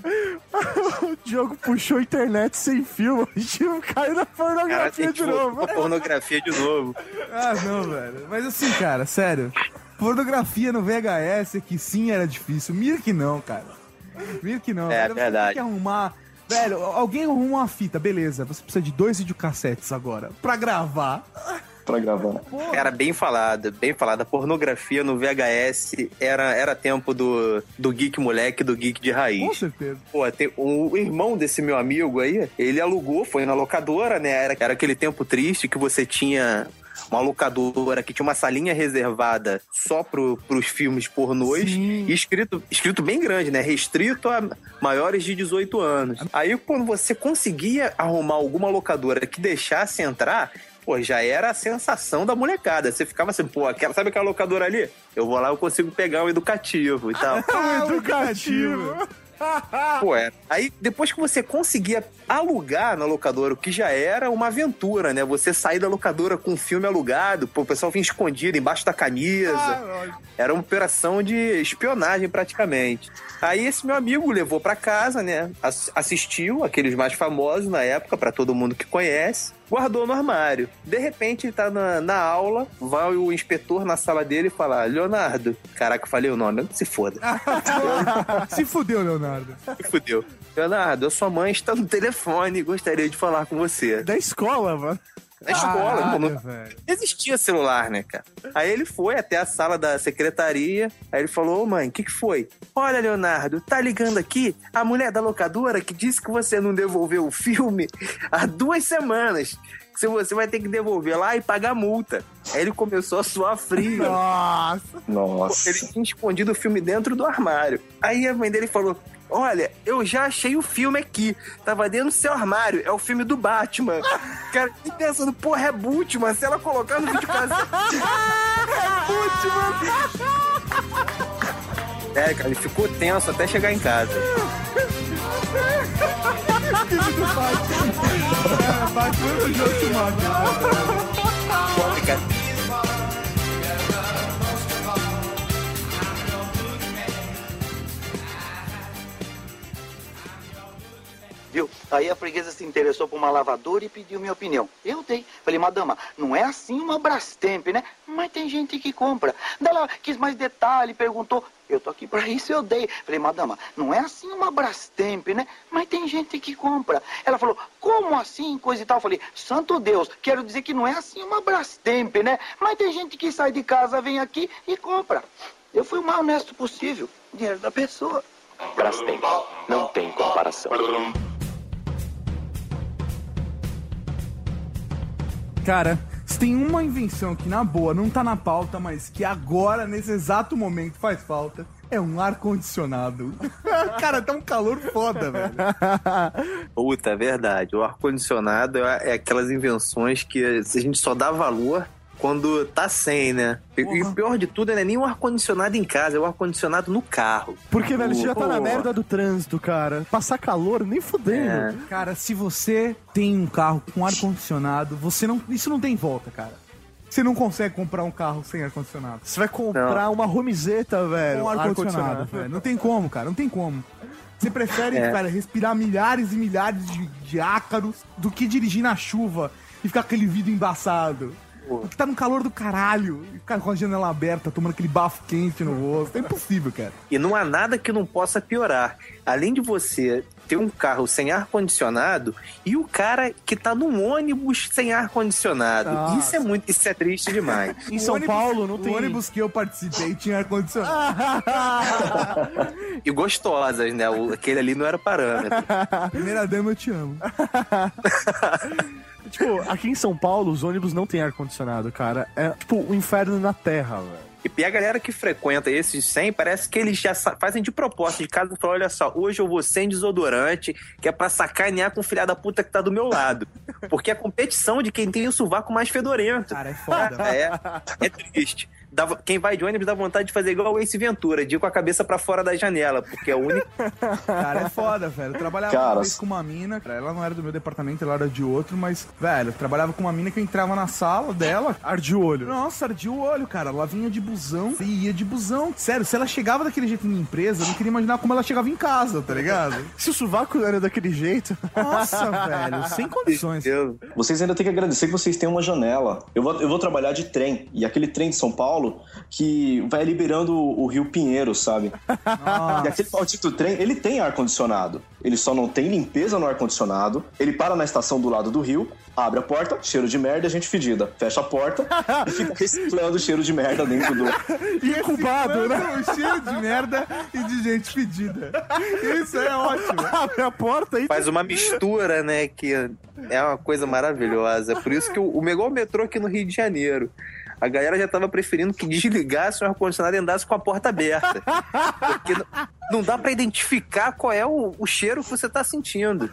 O Diogo puxou a internet sem fio, o Diogo caiu na Cara, pornografia tem de novo. pornografia de novo. era... Ah, não, velho. Mas assim, cara, sério. Pornografia no V H S, que sim era difícil. Mirk não, cara. Mirk não. É, velho. Você verdade. tem que arrumar... Velho, alguém arruma uma fita, beleza. Você precisa de dois videocassetes agora pra gravar. Pra gravar. Era bem falada, bem falada. A pornografia no V H S era, era tempo do, do geek moleque, do geek de raiz. Com certeza. Pô, tem, o irmão desse meu amigo aí, ele alugou, foi na locadora, né? Era, era aquele tempo triste que você tinha uma locadora que tinha uma salinha reservada só pro, pros filmes pornôs. Sim. E escrito, escrito bem grande, né? Restrito a maiores de dezoito anos. Aí, quando você conseguia arrumar alguma locadora que deixasse entrar, pô, já era a sensação da molecada. Você ficava assim, pô, aquela, sabe aquela locadora ali? Eu vou lá, eu consigo pegar um educativo e tal. Ah, educativo. Pô, é. Aí, depois que você conseguia alugar na locadora, o que já era uma aventura, né? Você sair da locadora com um filme alugado, pô, o pessoal vinha escondido embaixo da camisa. Era uma operação de espionagem, praticamente. Aí, esse meu amigo levou pra casa, né? Ass- assistiu aqueles mais famosos na época, pra todo mundo que conhece. Guardou no armário. De repente, ele tá na, na aula, vai o inspetor na sala dele e fala: Leonardo. Caraca, eu falei o nome, se foda. Se fudeu, Leonardo. Se fudeu. Leonardo, a sua mãe está no telefone e gostaria de falar com você. Da escola, mano. Na escola, Caralho, pô, não velho. existia celular, né, cara? Aí ele foi até a sala da secretaria, aí ele falou: ô mãe, o que que foi? Olha, Leonardo, tá ligando aqui a mulher da locadora que disse que você não devolveu o filme há duas semanas. Se você vai ter que devolver lá e pagar multa. Aí ele começou a suar frio. Nossa. Nossa. Ele tinha escondido o filme dentro do armário. Aí a mãe dele falou: olha, eu já achei o filme aqui. Tava dentro do seu armário. É o filme do Batman. Cara, e pensando, porra, é Batman. Se ela colocar no vídeo caseiro. É, cara, ele ficou tenso até chegar em casa. É, Batman do João Schumacher. Porra, cara. viu? Aí a freguesa se interessou por uma lavadora e pediu minha opinião. Eu dei. Falei, madama, não é assim uma Brastemp, né? Mas tem gente que compra. Daí ela quis mais detalhe, perguntou. Eu tô aqui pra isso, eu dei. Falei, madama, não é assim uma Brastemp, né? Mas tem gente que compra. Ela falou, como assim, coisa e tal? Eu falei, santo Deus, quero dizer que não é assim uma Brastemp, né? Mas tem gente que sai de casa, vem aqui e compra. Eu fui o mais honesto possível. Dinheiro da pessoa. Brastemp, não tem comparação. Cara, se tem uma invenção que, na boa, não tá na pauta, mas que agora, nesse exato momento, faz falta, é um ar-condicionado. Cara, tá um calor foda, velho. Puta, é verdade. O ar-condicionado é aquelas invenções que a gente só dá valor quando tá sem, né? E, e o pior de tudo não é nem o ar-condicionado em casa, é o ar-condicionado no carro. Porque, velho, você já tá na merda do trânsito, cara. Passar calor, nem fudendo. É. Cara, se você tem um carro com ar-condicionado, você não... Isso não tem volta, cara. Você não consegue comprar um carro sem ar-condicionado. Você vai comprar não. uma romizeta, velho. Com ar-condicionado, ar velho. Não tem como, cara. Não tem como. Você prefere, é. cara, respirar milhares e milhares de, de ácaros do que dirigir na chuva e ficar com aquele vidro embaçado. Porque tá no calor do caralho. E ficar com a janela aberta, tomando aquele bafo quente no rosto. É impossível, cara. E não há nada que não possa piorar. Além de você ter um carro sem ar-condicionado e o cara que tá num ônibus sem ar-condicionado. Nossa. Isso é muito, isso é triste demais. Em São ônibus, Paulo não tem... O ônibus que eu participei tinha ar-condicionado. E gostosas, né? Aquele ali não era parâmetro. Primeira dama, eu te amo. Tipo, aqui em São Paulo, os ônibus não tem ar-condicionado, cara. É, tipo, o inferno na terra, velho. E a galera que frequenta esses cem, parece que eles já fazem de propósito de casa. Falam, olha só, hoje eu vou sem desodorante, que é pra sacanear com o filha da puta que tá do meu lado. Porque é a competição de quem tem o sovaco mais fedorento. Cara, é foda. É, é triste. Dá, quem vai de ônibus dá vontade de fazer igual o Ace Ventura, de ir com a cabeça pra fora da janela, porque é o único... Cara, é foda, velho. Eu trabalhava Caras. uma vez com uma mina, ela não era do meu departamento, ela era de outro, mas, velho, eu trabalhava com uma mina que eu entrava na sala dela, ardia o olho. Nossa, ardia o olho, cara. Ela vinha de busão e ia de busão. Sério, se ela chegava daquele jeito na empresa, eu não queria imaginar como ela chegava em casa, tá ligado? Se o sovaco era daquele jeito... Nossa, velho, sem condições. Vocês ainda têm que agradecer que vocês têm uma janela. Eu vou, eu vou trabalhar de trem, e aquele trem de São Paulo... que vai liberando o Rio Pinheiro, sabe? Nossa. E aquele maldito trem, ele tem ar-condicionado. Ele só não tem limpeza no ar-condicionado. Ele para na estação do lado do rio, abre a porta, cheiro de merda, gente fedida. Fecha a porta e fica reciclando o cheiro de merda dentro do... Incubado, né? O cheiro de merda e de gente fedida. Isso é ótimo. Abre a porta e... Faz uma mistura, né? Que é uma coisa maravilhosa. Por isso que o, o igual o metrô aqui no Rio de Janeiro. A galera já tava preferindo que desligasse o ar-condicionado e andasse com a porta aberta. Porque não, não dá pra identificar qual é o, o cheiro que você tá sentindo.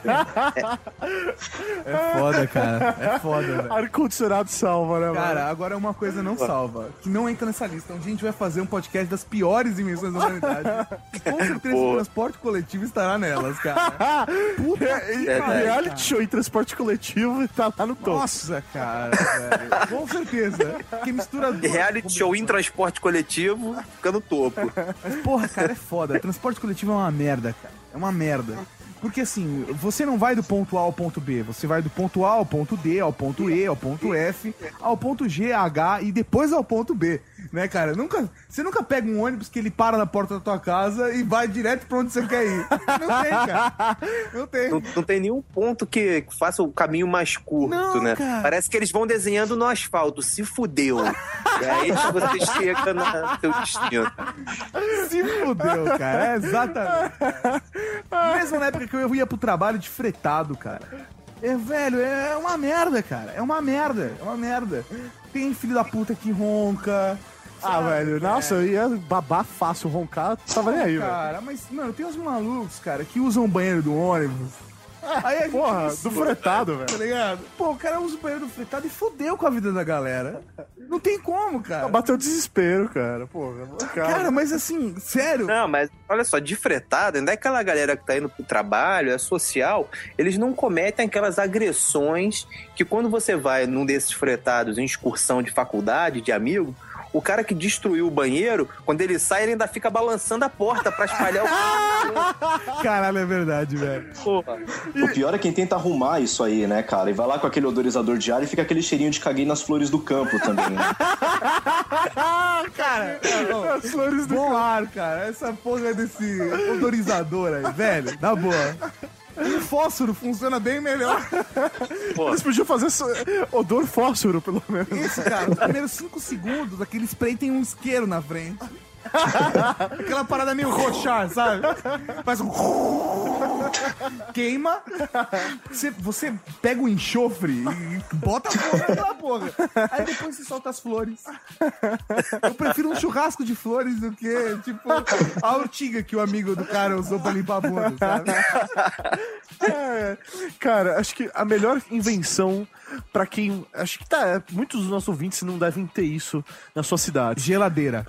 É, é foda, cara. É foda, velho. Ar-condicionado salva, né, mano? Cara, agora uma coisa não salva, que não entra nessa lista. Um dia a gente vai fazer um podcast das piores invenções da humanidade. E com certeza Pô. o transporte coletivo estará nelas, cara. Puta, é, é, reality é, show em transporte coletivo tá lá no topo. Nossa, cara, velho. Com certeza. Que mistura duas. Reality show em transporte coletivo fica no topo. Mas, porra, cara, é foda. Transporte coletivo é uma merda, cara. É uma merda. Porque assim, você não vai do ponto A ao ponto B, você vai do ponto A ao ponto D, ao ponto E, ao ponto F, ao ponto G, H e depois ao ponto B, né, cara? Nunca, você nunca pega um ônibus que ele para na porta da tua casa e vai direto pra onde você quer ir. Não tem, cara. Não tem. Não, não tem nenhum ponto que faça o caminho mais curto, não, né? Cara. Parece que eles vão desenhando no asfalto, se fudeu. E aí você chega no seu destino. Se fudeu, cara. É exatamente. Mesmo na época que eu ia pro trabalho de fretado, cara. É, velho, é uma merda, cara. É uma merda, é uma merda. Tem filho da puta que ronca. Ah, sabe, velho, nossa, é. eu ia babar fácil, roncar, tava nem aí, cara, velho. Cara, mas, mano, tem uns malucos, cara, que usam o banheiro do ônibus. Aí a Porra, gente, do fretado, velho. Tá ligado? Pô, o cara usa o banheiro do fretado e fodeu com a vida da galera. Não tem como, cara. Bateu desespero, cara. Porra, cara. cara, mas assim, sério. Não, mas olha só, de fretado, ainda é aquela galera que tá indo pro trabalho, é social, eles não cometem aquelas agressões que quando você vai num desses fretados em excursão de faculdade, de amigo, o cara que destruiu o banheiro, quando ele sai, ele ainda fica balançando a porta pra espalhar o... Caralho, é verdade, velho. Porra. O pior é quem tenta arrumar isso aí, né, cara? E vai lá com aquele odorizador de ar e fica aquele cheirinho de caguei nas flores do campo também, né? Cara, as flores do bom ar, cara. Essa porra desse odorizador aí, velho, na boa. Um fósforo funciona bem melhor. Pô. Eles podiam fazer odor fósforo, pelo menos. Isso, cara. Os primeiros cinco segundos, aquele spray tem um isqueiro na frente. Aquela parada meio rochar, sabe? Faz um... Queima. Você, você pega o enxofre e bota a porra naquela porra. Aí depois você solta as flores. Eu prefiro um churrasco de flores do que, tipo, a ortiga que o amigo do cara usou pra limpar a bunda, sabe? É, cara, acho que a melhor invenção pra quem... Acho que tá... Muitos dos nossos ouvintes não devem ter isso na sua cidade. Geladeira.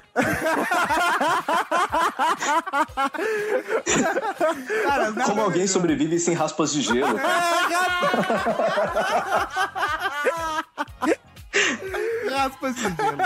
Cara, como alguém sobrevive sem raspas de gelo? Raspas de gelo.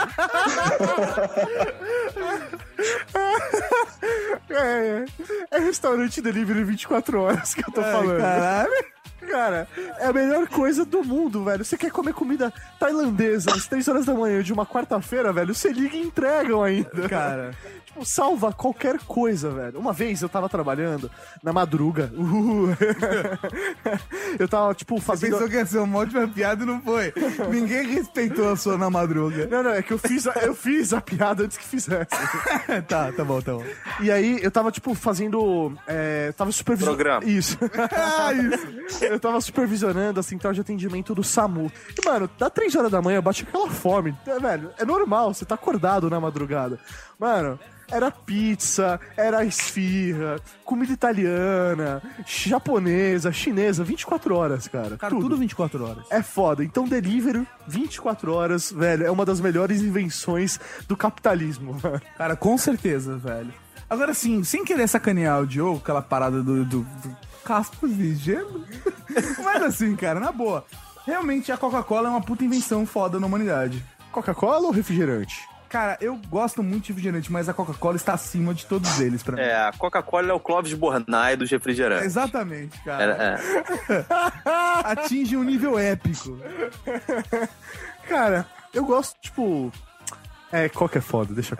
É, é, é restaurante delivery vinte e quatro horas que eu tô Ai, falando. Caralho. Cara, é a melhor coisa do mundo, velho. Você quer comer comida tailandesa às três horas da manhã de uma quarta-feira, velho? Você liga e entregam ainda. Cara, tipo, salva qualquer coisa, velho. Uma vez eu tava trabalhando na madruga. Uh, eu tava, tipo, fazendo... Você pensou que ia ser uma ótima piada e não foi. Ninguém respeitou a sua na madruga. Não, não, é que eu fiz a, eu fiz a piada antes que fizesse. Tá, tá bom, tá bom. E aí, eu tava, tipo, fazendo... É, tava supervisionando... Programa. Isso. Ah, isso. Eu tava supervisionando a central de atendimento do SAMU. E, mano, dá três horas da manhã, bate aquela fome. É, velho, é normal, você tá acordado na madrugada. Mano... Era pizza, era esfirra, comida italiana, japonesa, chinesa, vinte e quatro horas, cara. Cara, tudo, tudo vinte e quatro horas. É foda. Então, delivery, vinte e quatro horas, velho, é uma das melhores invenções do capitalismo, mano. Cara, com certeza, velho. Agora, sim, sem querer sacanear o Diogo, aquela parada do, do, do caspas de gelo. Mas assim, cara, na boa. Realmente, a Coca-Cola é uma puta invenção foda na humanidade. Coca-Cola ou refrigerante? Cara, eu gosto muito de refrigerante, mas a Coca-Cola está acima de todos eles pra mim. É, a Coca-Cola é o Clóvis Bornai dos refrigerantes. Exatamente, cara. É, é. Atinge um nível épico. Cara, eu gosto, tipo... É, Coca é foda, deixa eu...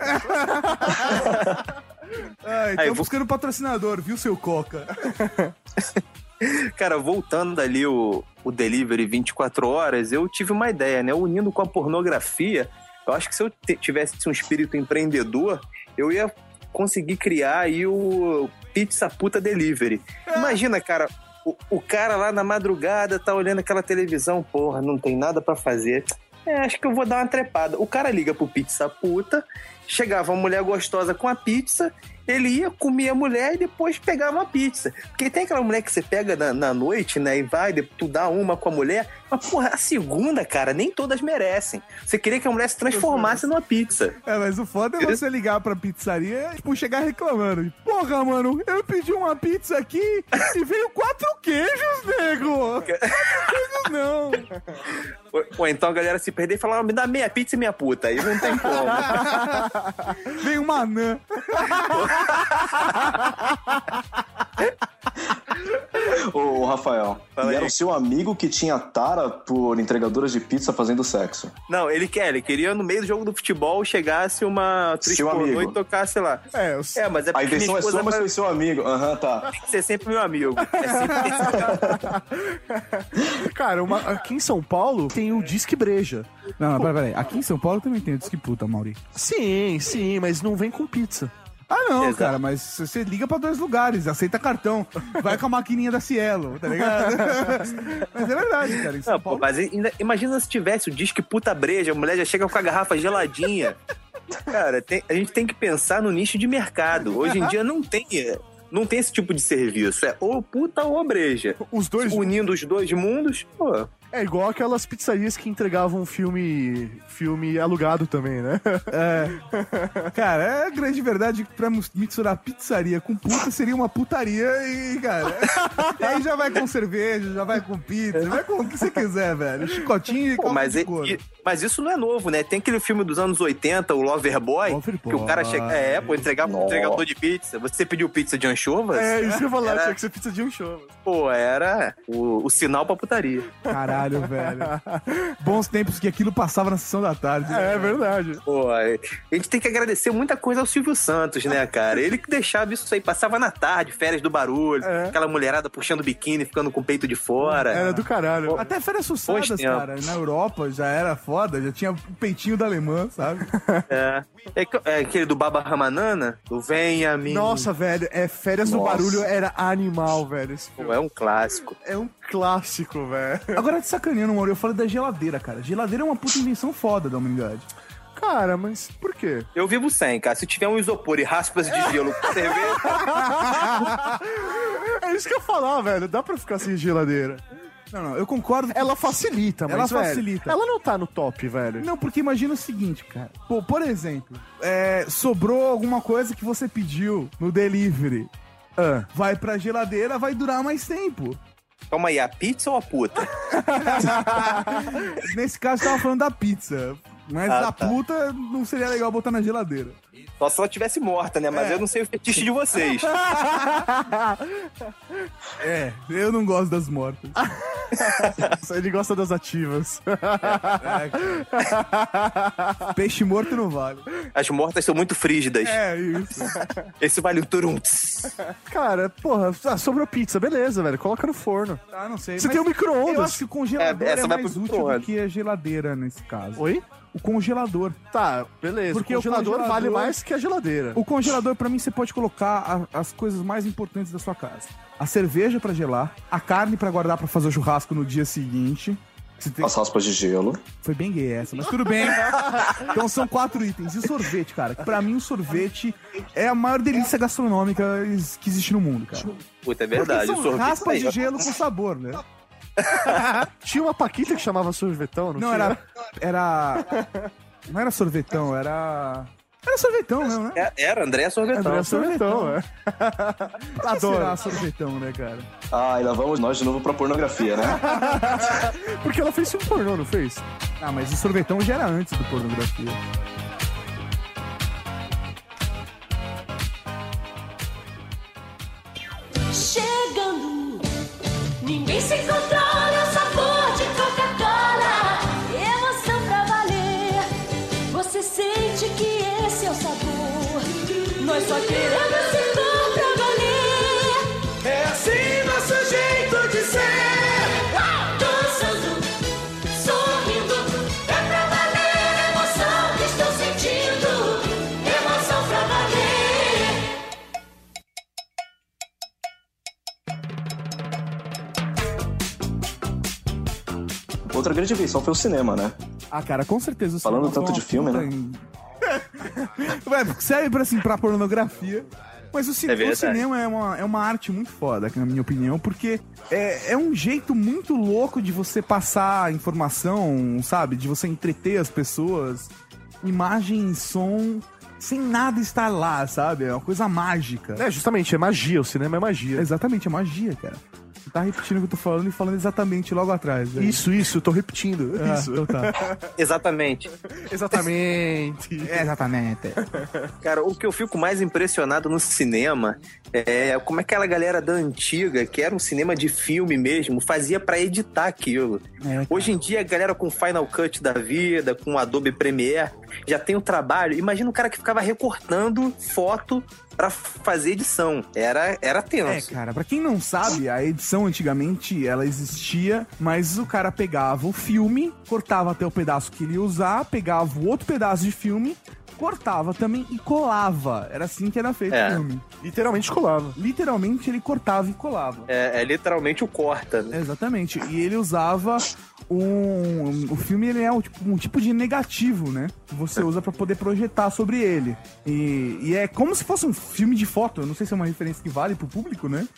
Ai, tô Aí, buscando vou... patrocinador, viu, seu Coca? Cara, voltando ali o, o delivery vinte e quatro horas, eu tive uma ideia, né? Unindo com a pornografia... Eu acho que se eu tivesse um espírito empreendedor, eu ia conseguir criar aí o Pizza Puta Delivery. Imagina, cara, o, o cara lá na madrugada tá olhando aquela televisão, porra, não tem nada pra fazer. É, acho que eu vou dar uma trepada. O cara liga pro Pizza Puta, chegava uma mulher gostosa com a pizza, ele ia, comia a mulher e depois pegava a pizza. Porque tem aquela mulher que você pega na, na noite, né, e vai, tu dá uma com a mulher, mas porra, a segunda, cara, nem todas merecem. Você queria que a mulher se transformasse numa pizza. É, mas o foda é você ligar pra pizzaria e, tipo, chegar reclamando. Porra, mano, eu pedi uma pizza aqui e veio quatro queijos, nego! Quatro queijos não! Ou, ou então a galera se perder e falar, me dá meia pizza e minha puta. Aí não tem como. Vem uma anã. Ô, Rafael, e era o seu amigo que tinha tara por entregadoras de pizza fazendo sexo? Não, ele quer, ele queria no meio do jogo do futebol chegasse uma atriz pornô e tocasse lá. É, eu... é, mas é a intenção é sua, mas foi seu amigo. Aham, uhum, tá. Tem que ser sempre meu amigo. É sempre esse cara, uma, aqui em São Paulo tem o Disque Breja. Não, não, peraí, peraí. Aqui em São Paulo também tem o Disque Puta, Mauri. Sim, sim, mas não vem com pizza. Ah, não, Exato. Cara, mas você liga pra dois lugares, aceita cartão, vai com a maquininha da Cielo, tá ligado? Mas é verdade, cara. Em São não, Paulo... pô, mas ainda, imagina se tivesse o Disque Puta Breja, a mulher já chega com a garrafa geladinha. Cara, tem, a gente tem que pensar no nicho de mercado. Hoje em dia não tem... Não tem esse tipo de serviço. É ou puta ou breja. Os dois... Unindo os dois mundos, pô... É igual aquelas pizzarias que entregavam filme, filme alugado também, né? É. Cara, é a grande verdade que pra misturar pizzaria com puta seria uma putaria e, cara... E aí já vai com cerveja, já vai com pizza, vai com o que você quiser, velho. Chicotinho e Pô, mas, e, e, mas isso não é novo, né? Tem aquele filme dos anos oitenta, o Loverboy, Loverboy. que o cara chega... É, pô, entregar pro entregador de pizza. Você pediu pizza de anchovas? É, isso que eu ia falar, era... tinha que ser pizza de anchovas. Pô, era o, o sinal pra putaria. Caralho, velho. Bons tempos que aquilo passava na sessão da tarde. Né? É verdade. Pô, a gente tem que agradecer muita coisa ao Silvio Santos, né, cara? Ele que deixava isso aí, passava na tarde, férias do barulho, é. aquela mulherada puxando biquíni, ficando com o peito de fora. Era do caralho. Pô, até férias suçadas, cara. Na Europa já era foda, já tinha o peitinho da alemã, sabe? É. É, é aquele do Baba Ramanana, do Venha Mim. Nossa, velho, é Férias Nossa. do Barulho era animal, velho. Esse Pô, é um clássico. É um clássico, velho. Agora, de sacaneando, Mauro, eu falo da geladeira, cara. Geladeira é uma puta invenção foda da humanidade. Cara, mas por quê? Eu vivo sem, cara. Se tiver um isopor e raspas de gelo com cerveja... É isso que eu ia falar, velho. Dá pra ficar sem geladeira. Não, não, eu concordo. Que... Ela facilita, mas, Ela velho, facilita. Ela não tá no top, velho. Não, porque imagina o seguinte, cara. Pô, por exemplo, é, sobrou alguma coisa que você pediu no delivery. Ah. Vai pra geladeira, vai durar mais tempo. Calma aí, a pizza ou a puta? Nesse caso, eu tava falando da pizza. Mas ah, a tá. puta não seria legal botar na geladeira. Só se ela tivesse morta, né? Mas é. eu não sei o fetiche de vocês. É, eu não gosto das mortas. Ele gosta das ativas. É, é. Peixe morto não vale. As mortas são muito frígidas. É, isso. Esse vale um turum. Cara, porra, ah, sobrou pizza, beleza, velho. Coloca no forno. Ah, não sei. Você tem um micro-ondas. Eu acho que o congelador é, é mais útil do que a geladeira nesse caso. Oi? O congelador. Tá, beleza. Porque o congelador, o congelador vale mais que a geladeira. O congelador, pra mim, você pode colocar a, as coisas mais importantes da sua casa. A cerveja pra gelar, a carne pra guardar pra fazer o churrasco no dia seguinte. Tem... As raspas de gelo. Foi bem gay essa, mas tudo bem. Então são quatro itens. E o sorvete, cara. Que pra mim o sorvete é a maior delícia gastronômica que existe no mundo, cara. Puta, é verdade. Porque são o sorvete raspas aí, de gelo com sabor, né? Tinha uma paquita que chamava sorvetão, não, não tinha? Era, era... Não era sorvetão, era... Era sorvetão, não, né? Era, André Sorvetão. André Sorvetão, é. Adoro. Será sorvetão, né, cara? Ah, e lá vamos nós de novo pra pornografia, né? Porque ela fez filme pornô, não fez? Ah, mas o sorvetão já era antes do pornografia. Chegando, ninguém se controla, é o sabor de Coca-Cola. Emoção pra valer, você sente que esse é o sabor. Nós só queremos se for pra valer. É assim nosso jeito de ser. Dançando, sorrindo, é pra valer a emoção que estou sentindo. Emoção pra valer. Outra grande invenção foi o cinema, né? Ah, cara, com certeza. O Falando tanto de filme, né? Em... Ué, serve pra, assim, pra pornografia. Mas o, ci... é o cinema é uma, é uma arte muito foda, na minha opinião, porque é, é um jeito muito louco de você passar informação, sabe? De você entreter as pessoas. Imagem, som, sem nada estar lá, sabe? É uma coisa mágica. É, justamente, é magia. O cinema é magia. Exatamente, é magia, cara. Você tá repetindo o que eu tô falando e falando exatamente logo atrás. Né? Isso, isso, eu tô repetindo. Ah, isso. Então tá. Exatamente. Exatamente. É, exatamente. Cara, o que eu fico mais impressionado no cinema é como aquela galera da antiga, que era um cinema de filme mesmo, fazia pra editar aquilo. É, hoje em dia, a galera com Final Cut da vida, com Adobe Premiere, já tem o trabalho. Imagina o cara que ficava recortando foto pra fazer edição. Era, era tenso. É, cara, pra quem não sabe, a edição antigamente, ela existia, mas o cara pegava o filme, cortava até o pedaço que ele ia usar, pegava o outro pedaço de filme, cortava também e colava. Era assim que era feito é. o filme. Literalmente colava. Literalmente ele cortava e colava. É, é literalmente o corta, né? Exatamente. E ele usava um... O filme, ele é um tipo, um tipo de negativo, né? Que você usa pra poder projetar sobre ele. E, e é como se fosse um filme de foto. Eu não sei se é uma referência que vale pro público, né?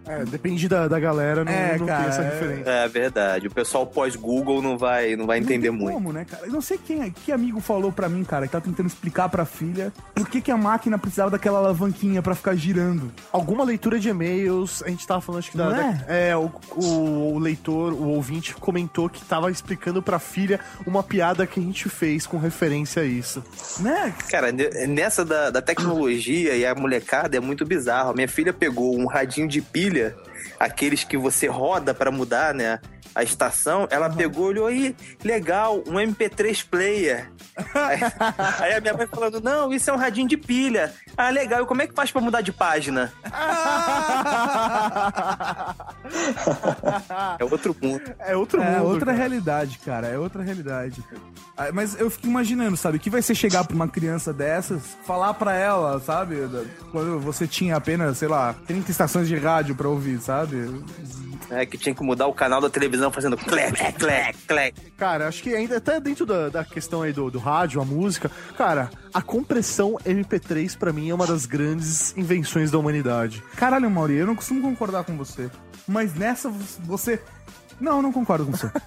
É, depende da, da galera, não, É, não cara, tem essa é- referência. É verdade. O pessoal pós-Google não vai, não vai entender não tem muito. como, né, cara? Eu não sei quem, que amigo falou pra mim, cara, que tá tentando explicar pra filha por que, que a máquina precisava daquela alavanquinha pra ficar girando. Alguma leitura de e-mails, a gente tava falando, acho que da... Não é? da- é, o, o, o leitor, o ouvinte comentou que tava explicando pra filha uma piada que a gente fez com referência a isso. Né? Cara, ne- nessa da, da tecnologia e a molecada é muito bizarro. A minha filha pegou um radinho de pilha, aqueles que você roda pra mudar, né, a estação. Ela pegou e olhou, aí, legal, um M P três player. Aí, aí a minha mãe falando, não, isso é um radinho de pilha. Ah, legal, e como é que faz pra mudar de página? É outro mundo. É outro É mundo. outra cara. realidade, cara. É outra realidade. Ah, mas eu fico imaginando, sabe? O que vai ser chegar pra uma criança dessas, falar pra ela, sabe? da- Quando você tinha apenas, sei lá, trinta estações de rádio pra ouvir, sabe? É, que tinha que mudar o canal da televisão fazendo clec, clec, clec. Cara, acho que ainda até dentro da, da questão aí do, do rádio, a música, cara, a compressão M P três pra mim é uma das grandes invenções da humanidade. Caralho, Mauri, eu não costumo concordar com você. Mas nessa você. Não, eu não concordo com você.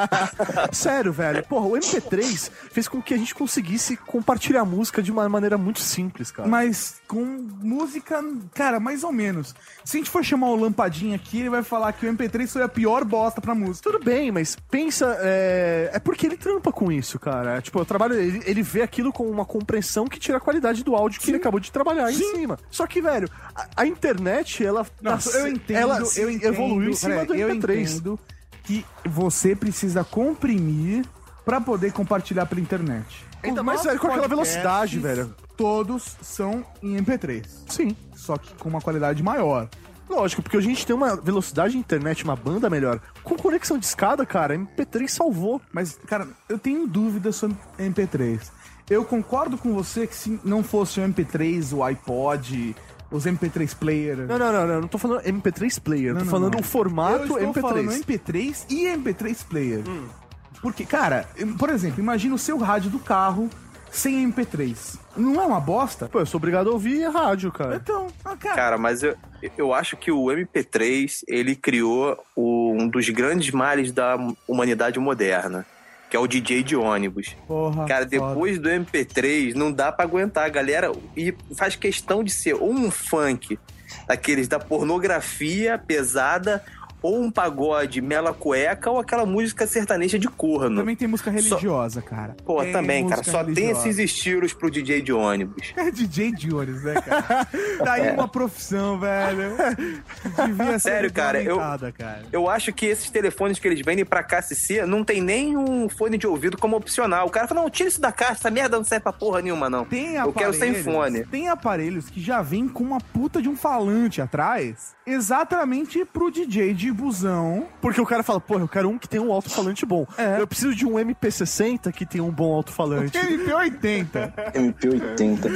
Sério, velho. Porra, o M P três fez com que a gente conseguisse compartilhar música de uma maneira muito simples, cara. Mas com música, cara, mais ou menos. Se a gente for chamar o Lampadinha aqui, ele vai falar que o M P três foi a pior bosta pra música. Tudo bem, mas pensa, é, é porque ele trampa com isso, cara. Tipo, eu trabalho, ele, ele vê aquilo com uma compreensão que tira a qualidade do áudio que Sim. ele acabou de trabalhar Sim. em cima. Só que, velho, a, a internet, ela, Nossa, nasce- eu entendo, ela eu entendo, evoluiu em cima peraí, do eu M P três. entendo que você precisa comprimir pra poder compartilhar pela internet. Ainda Os mais, nossos velho, com aquela podcasts, velocidade, velho. Todos são em M P três. Sim. Só que com uma qualidade maior. Lógico, porque hoje a gente tem uma velocidade de internet, uma banda melhor. Com conexão de escada, cara, M P três salvou. Mas, cara, eu tenho dúvidas sobre M P três. Eu concordo com você que se não fosse o M P três, o iPod, os M P três player... Não, não, não, não, não tô falando M P três player, Não, tô não, falando não. o formato eu estou M P três. falando M P três e M P três player. Hum. Porque, cara, por exemplo, imagina o seu rádio do carro sem M P três. Não é uma bosta? Pô, eu sou obrigado a ouvir rádio, cara. Então, ah, cara... Cara, mas eu, eu acho que o M P três, ele criou o- um dos grandes males da humanidade moderna, que é o D J de ônibus. Porra, Cara, depois foda. do M P três, não dá pra aguentar. A galera e faz questão de ser ou um funk, daqueles da pornografia pesada, ou um pagode mela cueca, ou aquela música sertaneja de corno. Também tem música religiosa, cara. Pô, Tem também, cara. música Só tem religiosa. esses estilos pro D J de ônibus. É D J de ônibus, né, cara? Tá aí uma profissão, velho. Devia ser Sério, cara, eu, regulamentada, cara. eu acho que esses telefones que eles vendem pra K C C não tem nem um fone de ouvido como opcional. O cara fala, não, tira isso da caixa, essa merda não serve pra porra nenhuma, não. Tem eu quero sem fone. Tem aparelhos que já vêm com uma puta de um falante atrás, exatamente pro D J de busão. Porque o cara fala, porra, eu quero um que tem um alto-falante bom. É. Eu preciso de um M P sessenta que tem um bom alto-falante. M P oitenta. M P oitenta.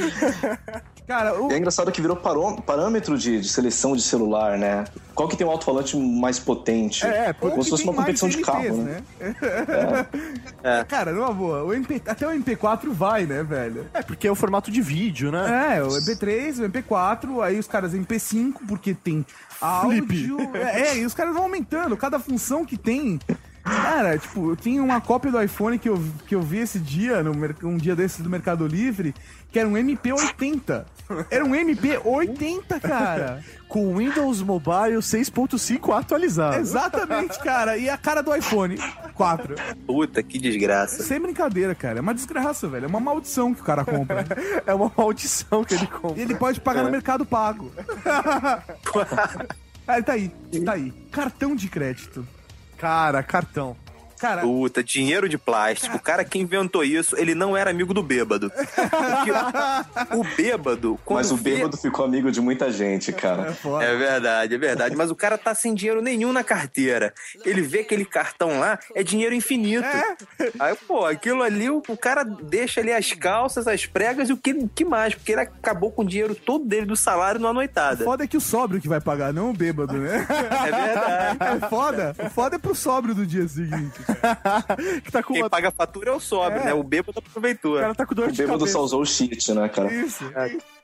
Cara, o... E é engraçado que virou parô- parâmetro de, de seleção de celular, né? Qual que tem um alto-falante mais potente? É, é, como se fosse uma competição de carro, né? É. Cara, numa boa, o M P... até o M P quatro vai, né, velho? É, porque é o formato de vídeo, né? É, o M P três, o M P quatro, aí os caras M P cinco, porque tem áudio... É, é, e os caras vão aumentando, cada função que tem... Cara, tipo, eu tinha uma cópia do iPhone que eu, que eu vi esse dia, no, mer- um dia desses do Mercado Livre, que era um M P oitenta. Era um M P oitenta, cara. Com Windows Mobile seis ponto cinco atualizado. Exatamente, cara. E a cara do iPhone quatro. Puta, que desgraça. Sem brincadeira, cara. É uma desgraça, velho. É uma maldição que o cara compra. É uma maldição que ele compra. E ele pode pagar É. no Mercado Pago. Ah, ele tá aí, tá aí. Cartão de crédito. Cara, cartão. Cara, Puta, dinheiro de plástico. O cara que inventou isso, ele não era amigo do bêbado. Porque o bêbado... quando Mas o vê- bêbado ficou amigo de muita gente, cara. É verdade, é verdade. Mas o cara tá sem dinheiro nenhum na carteira. Ele vê aquele cartão lá, é dinheiro infinito. Aí, pô, aquilo ali, o, o cara deixa ali as calças, as pregas e o que, que mais? Porque ele acabou com o dinheiro todo dele do salário numa noitada. foda é que o sóbrio que vai pagar, não o bêbado, né? É verdade. É foda. O foda é pro sóbrio do dia seguinte. que tá com Quem uma... paga a fatura é o sóbrio, É. né? O bêbado aproveitou. O cara tá com dor O de bêbado cabeça. só usou o cheat, né, cara? Isso.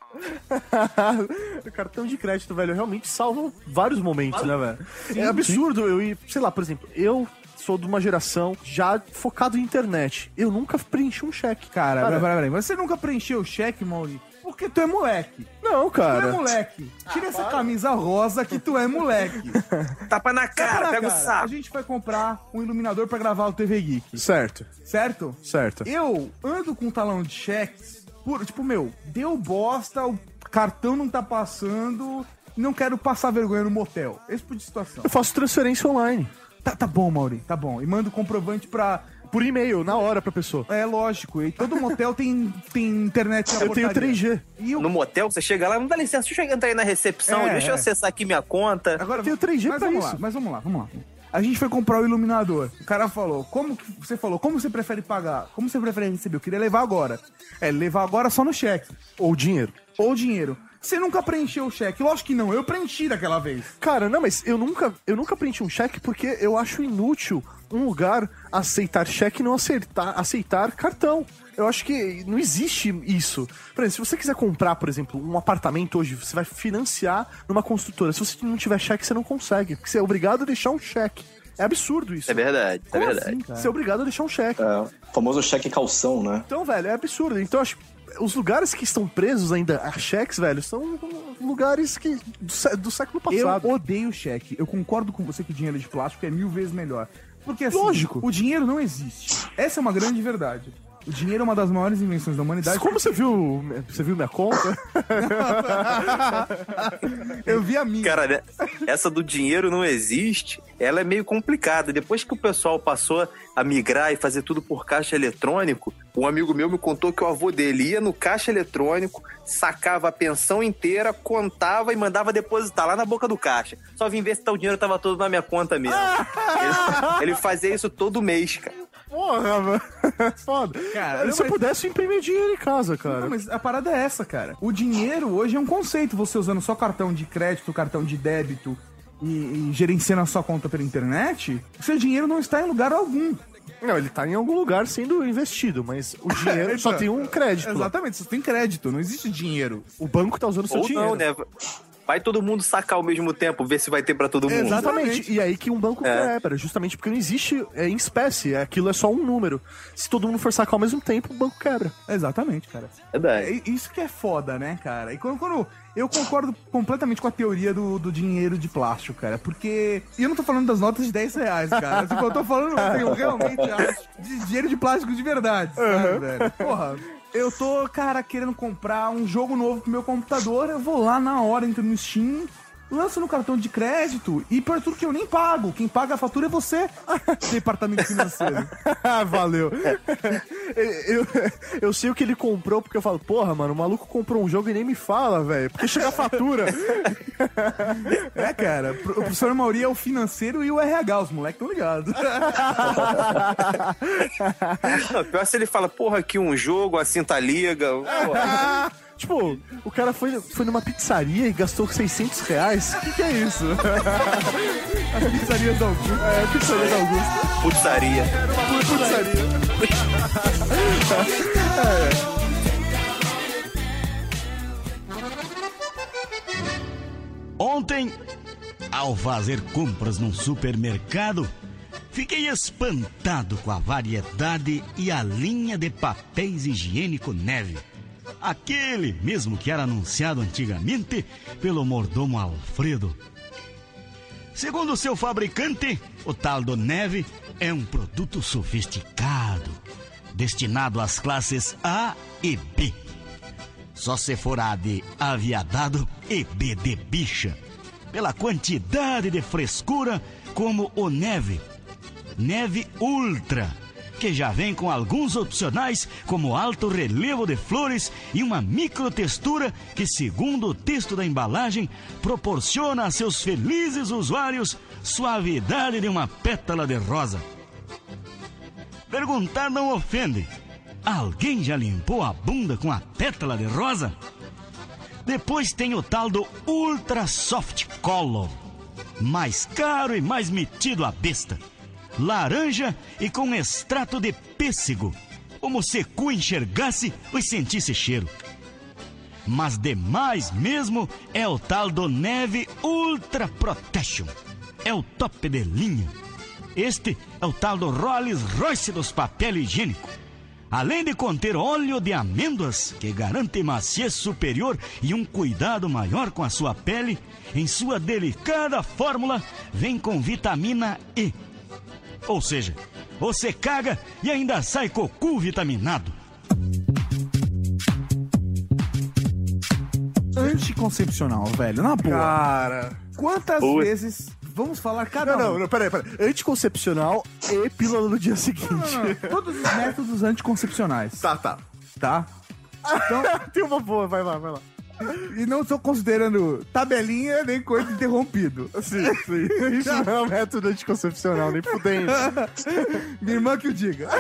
Cartão de crédito, velho, realmente salva vários momentos, né, velho? Sim, é absurdo sim. eu ir, sei lá, por exemplo, eu sou de uma geração já focado em internet. Eu nunca preenchi um cheque. Cara, cara peraí, peraí. Você nunca preencheu o cheque, Mauri? Porque tu é moleque. Não, cara. Tu é moleque. Tira ah, essa para. camisa rosa que tu é moleque. Tapa na cara, Tapa na pega cara. o saco. A gente vai comprar um iluminador pra gravar o T V Geek. Certo. Certo? Certo. Eu ando com um talão de cheques, por, tipo, meu, deu bosta, o cartão não tá passando, não quero passar vergonha no motel. Esse tipo de situação. Eu faço transferência online. Tá, tá bom, Mauri, tá bom. E manda o comprovante pra... Por e-mail, na hora pra pessoa. É, lógico. E todo motel tem, tem internet na Eu tenho três G. E eu... No motel, você chega lá, não dá licença, deixa eu entrar aí na recepção, é, deixa é. eu acessar aqui minha conta. Agora, eu tenho três G mas pra vamos isso. Lá, mas vamos lá, vamos lá. A gente foi comprar o iluminador. O cara falou, como que... Você falou, como você prefere pagar? Como você prefere receber? Eu queria levar agora. É, levar agora só no cheque. Ou dinheiro. Ou dinheiro. Você nunca preencheu o cheque? Lógico que não, eu preenchi daquela vez. Cara, não, mas eu nunca, eu nunca preenchi um cheque porque eu acho inútil um lugar aceitar cheque e não aceitar, aceitar cartão. Eu acho que não existe isso. Por exemplo, se você quiser comprar, por exemplo, um apartamento hoje, você vai financiar numa construtora. Se você não tiver cheque, você não consegue, porque você é obrigado a deixar um cheque. É absurdo isso. É verdade, Como é verdade. Assim, você é obrigado a deixar um cheque. É, o famoso cheque calção, né? Então, velho, é absurdo. Então, acho os lugares que estão presos ainda a cheques, velho, são lugares que do, do século passado. Eu odeio cheque. Eu concordo com você que o dinheiro de plástico é mil vezes melhor. Porque, assim, lógico, o dinheiro não existe. Essa é uma grande verdade. O dinheiro é uma das maiores invenções da humanidade. Como você viu, você viu minha conta? Eu vi a minha. Cara, essa do dinheiro não existe, ela é meio complicada. Depois que o pessoal passou a migrar e fazer tudo por caixa eletrônico, um amigo meu me contou que o avô dele ia no caixa eletrônico, sacava a pensão inteira, contava e mandava depositar lá na boca do caixa. Só vim ver se tá, o dinheiro tava todo na minha conta mesmo. ele, ele fazia isso todo mês, cara. Porra, mano. Foda. Cara, se eu mas... pudesse imprimir dinheiro em casa, cara. Não, mas a parada é essa, cara. O dinheiro hoje é um conceito. Você usando só cartão de crédito, cartão de débito e, e gerenciando a sua conta pela internet, o seu dinheiro não está em lugar algum. Não, ele tá em algum lugar sendo investido, mas o dinheiro então, só tem um crédito. Exatamente, só tem crédito, não existe dinheiro. O banco tá usando o seu Ou dinheiro. Não, né? Vai todo mundo sacar ao mesmo tempo, ver se vai ter pra todo mundo. Exatamente. E aí que um banco é. quebra, justamente porque não existe é, em espécie, aquilo é só um número. Se todo mundo for sacar ao mesmo tempo, o banco quebra. Exatamente, cara. É isso que é foda, né, cara? E quando, quando eu concordo completamente com a teoria do, do dinheiro de plástico, cara, porque... E eu não tô falando das notas de dez reais, cara. Tipo, eu tô falando, assim, eu realmente acho de dinheiro de plástico de verdade, sabe, uhum. velho? Porra... Eu tô, cara, querendo comprar um jogo novo pro meu computador, eu vou lá na hora, entro no Steam, lanço no cartão de crédito e por tudo que eu nem pago. Quem paga a fatura é você, departamento financeiro. Valeu. Eu, eu sei o que ele comprou porque eu falo, porra, mano, o maluco comprou um jogo e nem me fala, velho, porque chega a fatura. É, cara, o professor Mauri é o financeiro e o R H, os moleques tão ligados. Não, pior se ele fala, porra, aqui um jogo, assim tá liga. Porra. Tipo, o cara foi, foi numa pizzaria e gastou seiscentos reais. O que, que é isso? A pizzaria da Augusta. É, a pizzaria da Augusta. Pizzaria. Pizzaria. é. Ontem, ao fazer compras num supermercado, fiquei espantado com a variedade e a linha de papéis higiênico Neve. Aquele mesmo que era anunciado antigamente pelo mordomo Alfredo. Segundo seu fabricante, o tal do Neve é um produto sofisticado, destinado às classes A e B. Só se for A de aviadado e B de bicha, pela quantidade de frescura como o Neve. Neve Ultra, que já vem com alguns opcionais como alto relevo de flores e uma microtextura que, segundo o texto da embalagem, proporciona a seus felizes usuários suavidade de uma pétala de rosa. Perguntar não ofende. Alguém já limpou a bunda com a pétala de rosa? Depois tem o tal do Ultra Soft Color, mais caro e mais metido à besta. Laranja e com extrato de pêssego, como se cu enxergasse ou sentisse cheiro. Mas demais mesmo é o tal do Neve Ultra Protection. É o top de linha. Este é o tal do Rolls Royce dos papel higiênico. Além de conter óleo de amêndoas, que garante maciez superior e um cuidado maior com a sua pele, em sua delicada fórmula vem com vitamina E. Ou seja, você caga e ainda sai cocô vitaminado. Anticoncepcional, velho, na boa. Cara, quantas Boa. vezes vamos falar cada não, um? Não, não, peraí, peraí. Anticoncepcional e pílula no dia seguinte. Não, não, não. Todos os métodos anticoncepcionais. Tá, tá. Tá? Então, tem uma boa, vai lá, vai lá. E não tô considerando tabelinha nem coisa interrompido. Sim, sim. Isso não é um método anticoncepcional, nem fudendo. Minha irmã que o diga.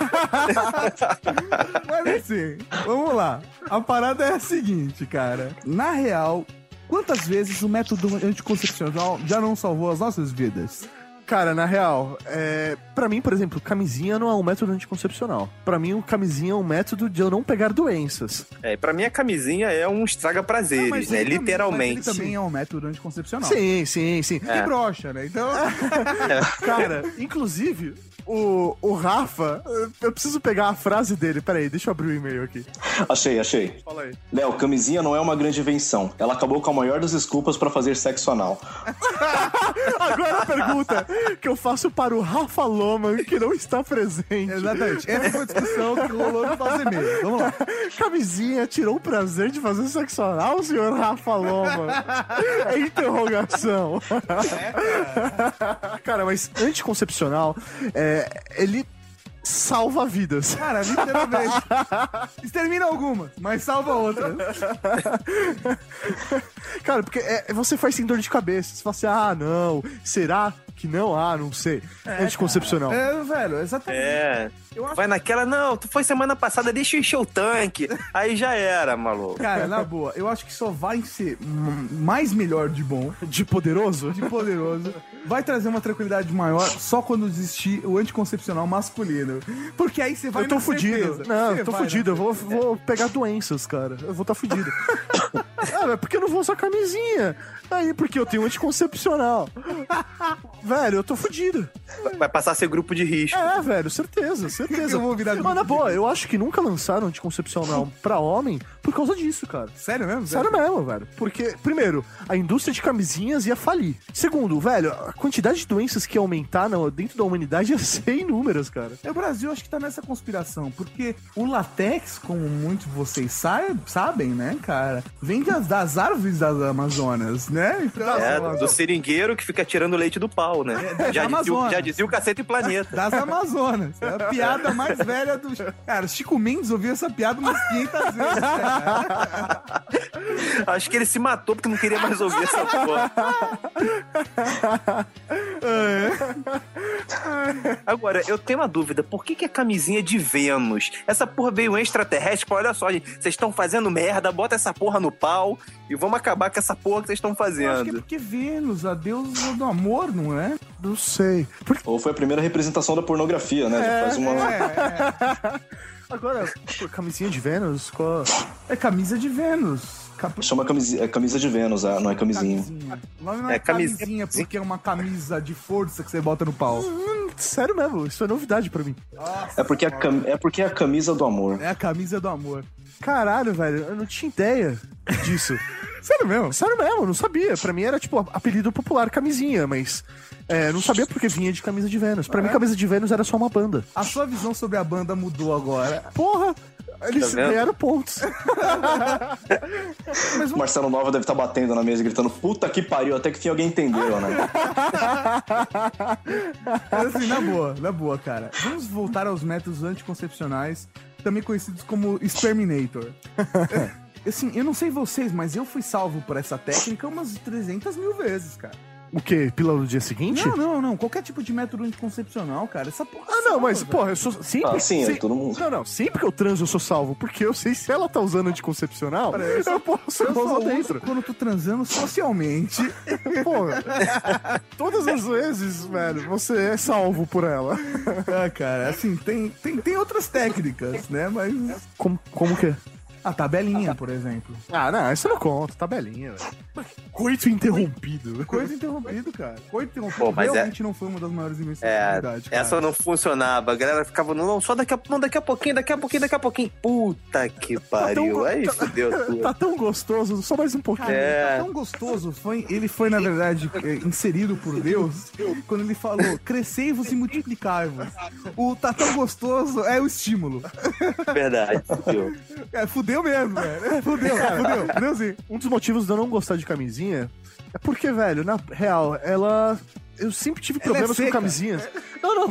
Mas assim, vamos lá. A parada é a seguinte, cara. Na real, quantas vezes o método anticoncepcional já não salvou as nossas vidas? Cara, na real, é... pra mim, por exemplo, camisinha não é um método anticoncepcional. Pra mim, o camisinha é um método de eu não pegar doenças. É, pra mim a camisinha é um estraga-prazeres, Não, mas né? ele também- Literalmente. mas ele também é um método anticoncepcional. Sim, sim, sim. E brocha, né? Então... Cara, inclusive, o, o Rafa, eu preciso pegar a frase dele. Peraí, deixa eu abrir o e-mail aqui. Achei, achei. Fala aí. Léo, camisinha não é uma grande invenção. Ela acabou com a maior das desculpas pra fazer sexo anal. Agora a pergunta que eu faço para o Rafa Loma, que não está presente. Exatamente. Essa foi a discussão que rolou no Faz e-mail. Vamos lá. Camisinha tirou o prazer de fazer sexo anal, senhor Rafa Loma? É interrogação. Cara, mas anticoncepcional, é, ele salva vidas. Cara, literalmente. Extermina algumas, mas salva outras. Cara, porque é, você faz sem dor de cabeça. Você fala assim, ah, não, será que não? Ah, não sei. É, Anticoncepcional. É, velho, exatamente. É. Vai naquela, não, tu foi semana passada, deixa eu encher o tanque. Aí já era, maluco. Cara, na boa, eu acho que só vai ser m- mais melhor de bom, De poderoso? de poderoso, vai trazer uma tranquilidade maior só quando existir o anticoncepcional masculino. Porque aí você vai Eu tô na fudido. certeza. Não, Você eu tô vai fudido. na Eu vou, vou pegar doenças, cara. Eu vou estar tá fudido. Ah, é porque eu não vou usar camisinha. Aí, porque eu tenho anticoncepcional. Velho, eu tô fudido. Vai passar a ser grupo de risco. É, velho, certeza, certeza. Eu vou virar Mas na boa, eu acho que nunca lançaram anticoncepcional pra homem por causa disso, cara. Sério mesmo? Sério mesmo, velho. Porque, primeiro, a indústria de camisinhas ia falir. Segundo, velho, a quantidade de doenças que ia aumentar no- dentro da humanidade ia ser inúmeras, cara. O Brasil acho que tá nessa conspiração, porque o latex, como muitos de vocês sa- sabem, né, cara, vem das, das árvores das Amazonas, né? Então, É, do seringueiro que fica tirando leite do pau, né? É, das já, dizia, o- Amazonas. já dizia o Cacete e Planeta. Das Amazonas. É a piada mais velha do... Cara, Chico Mendes ouviu essa piada umas quinhentas vezes, né, cara? Acho que ele se matou porque não queria mais ouvir essa porra. Agora, eu tenho uma dúvida. Por que, que é camisinha de Vênus? Essa porra veio um extraterrestre. Olha só, gente, vocês estão fazendo merda, bota essa porra no pau e vamos acabar com essa porra que vocês estão Eu acho que é fazendo. porque Vênus, a deusa do amor, não é? Não sei. Ou foi a primeira representação da pornografia, né? É, Faz uma... Agora, pô, camisinha de Vênus? Qual... É camisa de Vênus. Cap... Chama camisa, é camisa de Vênus, ah, não é camisinha. Camisinha. O nome não é, É camisinha. camisinha porque é uma camisa de força que você bota no pau. Hum, sério mesmo, isso é novidade pra mim. É porque, a cam... é porque é a camisa do amor. É a camisa do amor. Caralho, velho, eu não tinha ideia disso. Sério mesmo? Sério mesmo, eu não sabia. Pra mim era, tipo, apelido popular camisinha, mas... É, não sabia porque vinha de camisa de Vênus. Pra Ah, mim, é? camisa de Vênus era só uma banda. A sua visão sobre a banda mudou agora. Porra! Eles Tá vendo? ganharam pontos. Mas O Marcelo Nova deve estar batendo na mesa, gritando, puta que pariu, até que enfim alguém entendeu, né? Mas assim, na boa, na boa, cara. Vamos voltar aos métodos anticoncepcionais, também conhecidos como Sperminator. É, assim, eu não sei vocês, mas eu fui salvo por essa técnica umas trezentas mil vezes, cara. O quê? Pílula no dia seguinte? Não, não, não. Qualquer tipo de método anticoncepcional, cara. Essa porra. Ah, não, salva, mas, velho. porra, eu sou sempre... Ah, sim, é sempre- todo mundo. Não, não, sempre que eu transo eu sou salvo, porque eu sei se ela tá usando anticoncepcional, Cara, eu eu, só- posso Eu usar só uso dentro. quando eu tô transando socialmente. Porra, todas as vezes, velho, você é salvo por ela. Ah, cara, assim, tem, tem, tem outras técnicas, né? Mas. Como, como que é? A tabelinha, por exemplo. Ah, não, isso eu não conta, tabelinha, velho. Coito interrompido. Coito interrompido, cara. Coito interrompido Pô, mas realmente é... não foi uma das maiores invenções é, da humanidade, cara. Essa não funcionava. A galera ficava, não, só daqui a, não, daqui a pouquinho, daqui a pouquinho, daqui a pouquinho. Puta que pariu. Tá Aí tão, fudeu tá, tudo. Tá tão gostoso, só mais um pouquinho. É. Tá tão gostoso. Foi, ele foi, na verdade, inserido por Deus quando ele falou, crescei-vos e multiplicai-vos. O tá tão gostoso é o estímulo. Verdade, fudeu. É, fudeu mesmo, velho. Fudeu, fudeu, fudeu sim. Um dos motivos de eu não gostar de camisinha é porque, velho, na real, ela... Eu sempre tive problemas é com camisinhas. Não, não.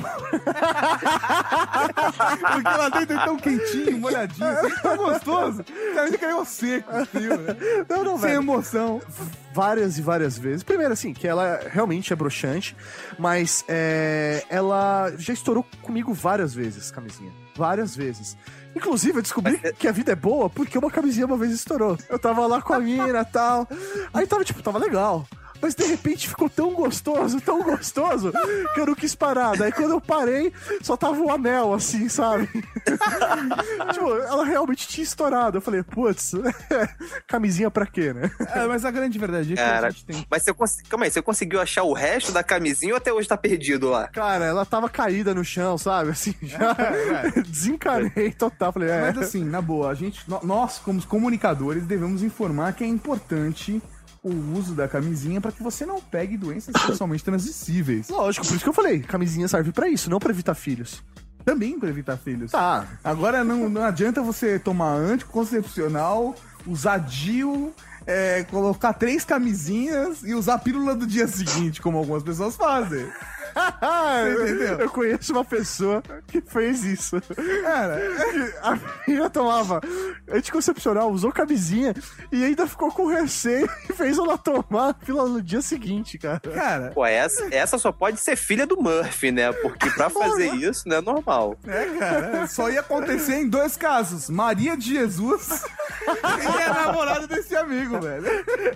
Porque lá dentro é tão quentinho, molhadinho, é tão gostoso. A gente caiu seco, frio, né? Não, não, sem velho. emoção. Várias e várias vezes. Primeiro, assim, que ela realmente é broxante, mas é, ela já estourou comigo várias vezes, camisinha. Várias vezes. Inclusive, eu descobri que a vida é boa porque uma camisinha uma vez estourou. Eu tava lá com a mina e tal. Aí tava, tipo, tava legal. Mas de repente ficou tão gostoso, tão gostoso, que eu não quis parar. Daí quando eu parei, só tava o anel, assim, sabe? Tipo, ela realmente tinha estourado. Eu falei, putz, camisinha pra quê, né? É, mas a grande verdade é que Cara, a gente tem... mas você, cons... Calma aí, você conseguiu achar o resto da camisinha ou até hoje tá perdido lá? Cara, ela tava caída no chão, sabe? Assim, já é, é. desencanei total. Falei, é. Mas assim, na boa, a gente, nós, como comunicadores, devemos informar que é importante o uso da camisinha pra que você não pegue doenças sexualmente transmissíveis. Lógico, por isso que eu falei, camisinha serve pra isso, não pra evitar filhos. Também pra evitar filhos. Tá. Agora não, não adianta você tomar anticoncepcional, usar D I U, é, colocar três camisinhas e usar a pílula do dia seguinte, como algumas pessoas fazem. Você entendeu? Eu conheço uma pessoa que fez isso. Cara, a menina tomava anticoncepcional, usou camisinha e ainda ficou com receio e fez ela tomar a pílula no dia seguinte, cara. Cara. Pô, essa, essa só pode ser filha do Murphy, né? Porque pra fazer isso não é normal. É, cara. Só ia acontecer em dois casos: Maria de Jesus e a namorada desse amigo, velho.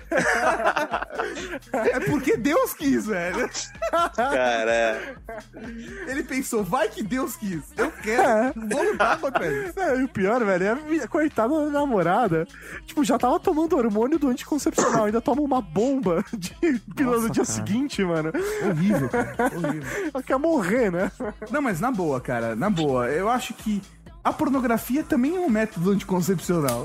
É porque Deus quis, velho. Cara. Ele pensou, vai que Deus quis. Eu quero. Vou lutar contra isso. É, e o pior, velho, é a minha coitada da namorada. Tipo, já tava tomando hormônio do anticoncepcional, ainda toma uma bomba de pílula no dia cara. seguinte, mano. Horrível, cara. Horrível. Ela quer morrer, né? Não, mas na boa, cara, na boa, eu acho que a pornografia também é um método anticoncepcional.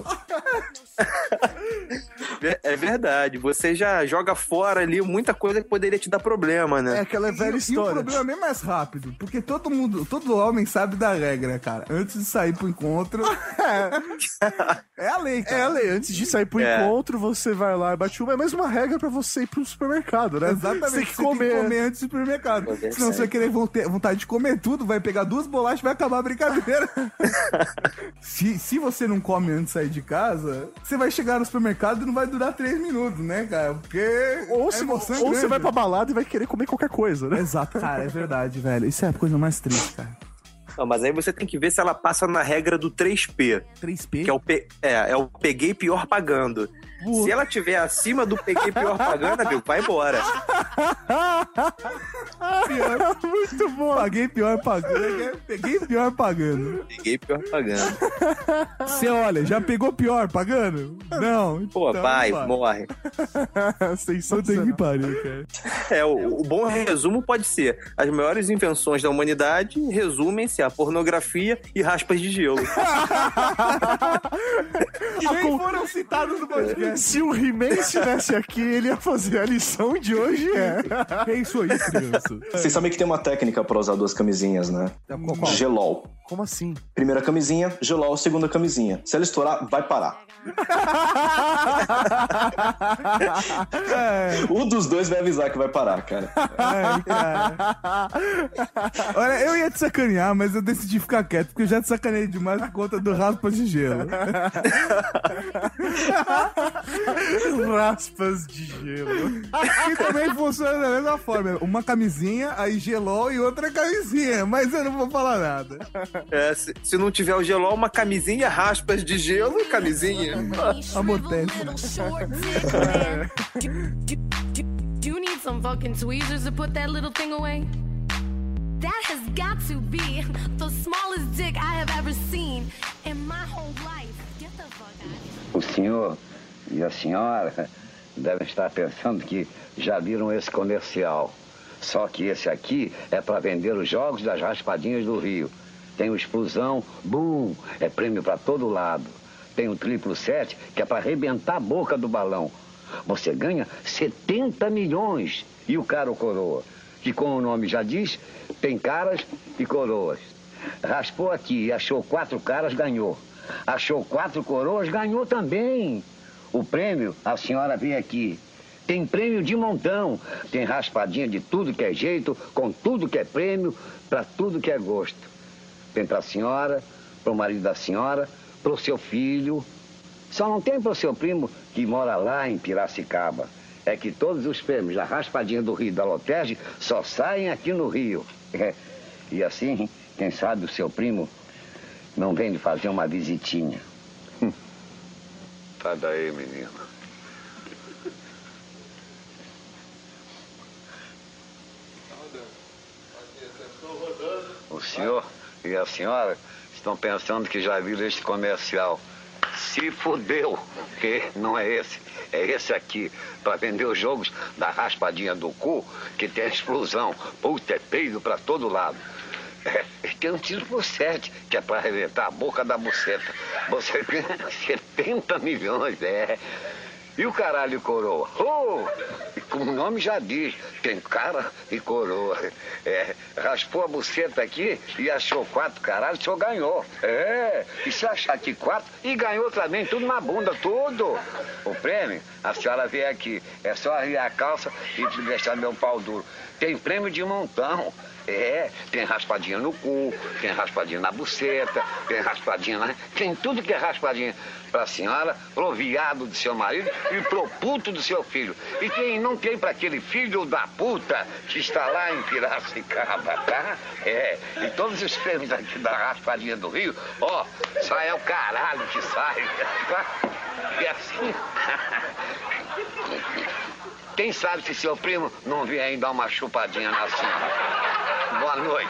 É verdade, você já joga fora ali muita coisa que poderia te dar problema, né? É aquela velha e, história. E o problema é bem mais rápido, porque todo mundo, todo homem sabe da regra, cara. Antes de sair pro encontro, é, é a lei, cara. É a lei, antes de sair pro é. encontro, você vai lá e bate uma, é mais uma regra pra você ir pro supermercado, né? Exatamente, você tem que você comer, tem que comer antes do supermercado. Poder Senão você vai querer ter vontade de comer tudo, vai pegar duas bolachas e vai acabar a brincadeira. se, se você não come antes de sair de casa, você vai chegar no supermercado e não vai durar três minutos, né, cara? Porque ou, se, ou você vai pra balada e vai querer comer qualquer coisa, né? Exato, cara, é verdade, velho. Isso é a coisa mais triste, cara. Não, mas aí você tem que ver se ela passa na regra do três P. três P? Que é o, pe... é, é o peguei pior pagando. Se ela tiver acima do peguei pior pagando, amigo, vai embora. Pior. Muito bom. Paguei pior pagando. Peguei pior pagando. Peguei pior pagando. Você olha, já pegou pior pagando? Não. Pô, então, vai, morre. Sensacional. Que pariu, cara. É, o, o bom resumo pode ser: as maiores invenções da humanidade resumem-se a pornografia e raspas de gelo. Que nem foram citados no podcast. Se o He-Man estivesse aqui, ele ia fazer a lição de hoje. É, é isso aí, criança. Vocês sabem que tem uma técnica pra usar duas camisinhas, né? Qual? Gelol. Como assim? Primeira camisinha, gelol, segunda camisinha. Se ela estourar, vai parar. É. Um dos dois vai avisar que vai parar, cara. É, cara. Olha, eu ia te sacanear, mas eu decidi ficar quieto, porque eu já te sacaneei demais por conta do raspas de gelo. Raspas de gelo. E também funciona da mesma forma. Uma camisinha, aí gelol e outra camisinha. Mas eu não vou falar nada. É, se, se não tiver o gelol, uma camisinha, raspas de gelo e camisinha. Amortece. Do you need some fucking tweezers to put that little thing away? That has got to be the smallest dick I have ever seen in my whole life. Get the fuck out. O senhor e a senhora devem estar pensando que já viram esse comercial. Só que esse aqui é para vender os jogos das raspadinhas do Rio. Tem o explosão, bum, é prêmio para todo lado. Tem o triplo sete, que é para arrebentar a boca do balão. Você ganha setenta milhões. E o cara ou coroa, que como o nome já diz, tem caras e coroas. Raspou aqui e achou quatro caras, ganhou. Achou quatro coroas, ganhou também. O prêmio, a senhora vê aqui. Tem prêmio de montão. Tem raspadinha de tudo que é jeito, com tudo que é prêmio, para tudo que é gosto. Tem para a senhora, para o marido da senhora, para o seu filho. Só não tem para o seu primo que mora lá em Piracicaba. É que todos os prêmios da raspadinha do Rio da Lotege só saem aqui no Rio. É. E assim, quem sabe o seu primo não vem de fazer uma visitinha. Hum. Tá daí, menino. O senhor e a senhora estão pensando que já viram este comercial. Se fudeu, porque não é esse, é esse aqui, para vender os jogos da raspadinha do cu, que tem a explosão. Puta, é peido pra todo lado. É, tem um tiro por sete, que é para arrebentar a boca da buceta. Você ganha setenta milhões, é. E o caralho e coroa? Oh, como o nome já diz, tem cara e coroa. É, raspou a buceta aqui e achou quatro caralho, o senhor ganhou. É, e se achar aqui quatro, e ganhou também, tudo na bunda, tudo. O prêmio, a senhora vê aqui, é só arriar a calça e deixar meu pau duro. Tem prêmio de montão. É, tem raspadinha no cu, tem raspadinha na buceta, tem raspadinha na... Tem tudo que é raspadinha pra senhora, pro viado do seu marido e pro puto do seu filho. E quem não tem pra aquele filho da puta que está lá em Piracicaba, tá? É, e todos os prêmios aqui da raspadinha do Rio, ó, só é o caralho que sai, tá? E assim... Quem sabe se seu primo não vier aí dar uma chupadinha na senhora. Boa noite.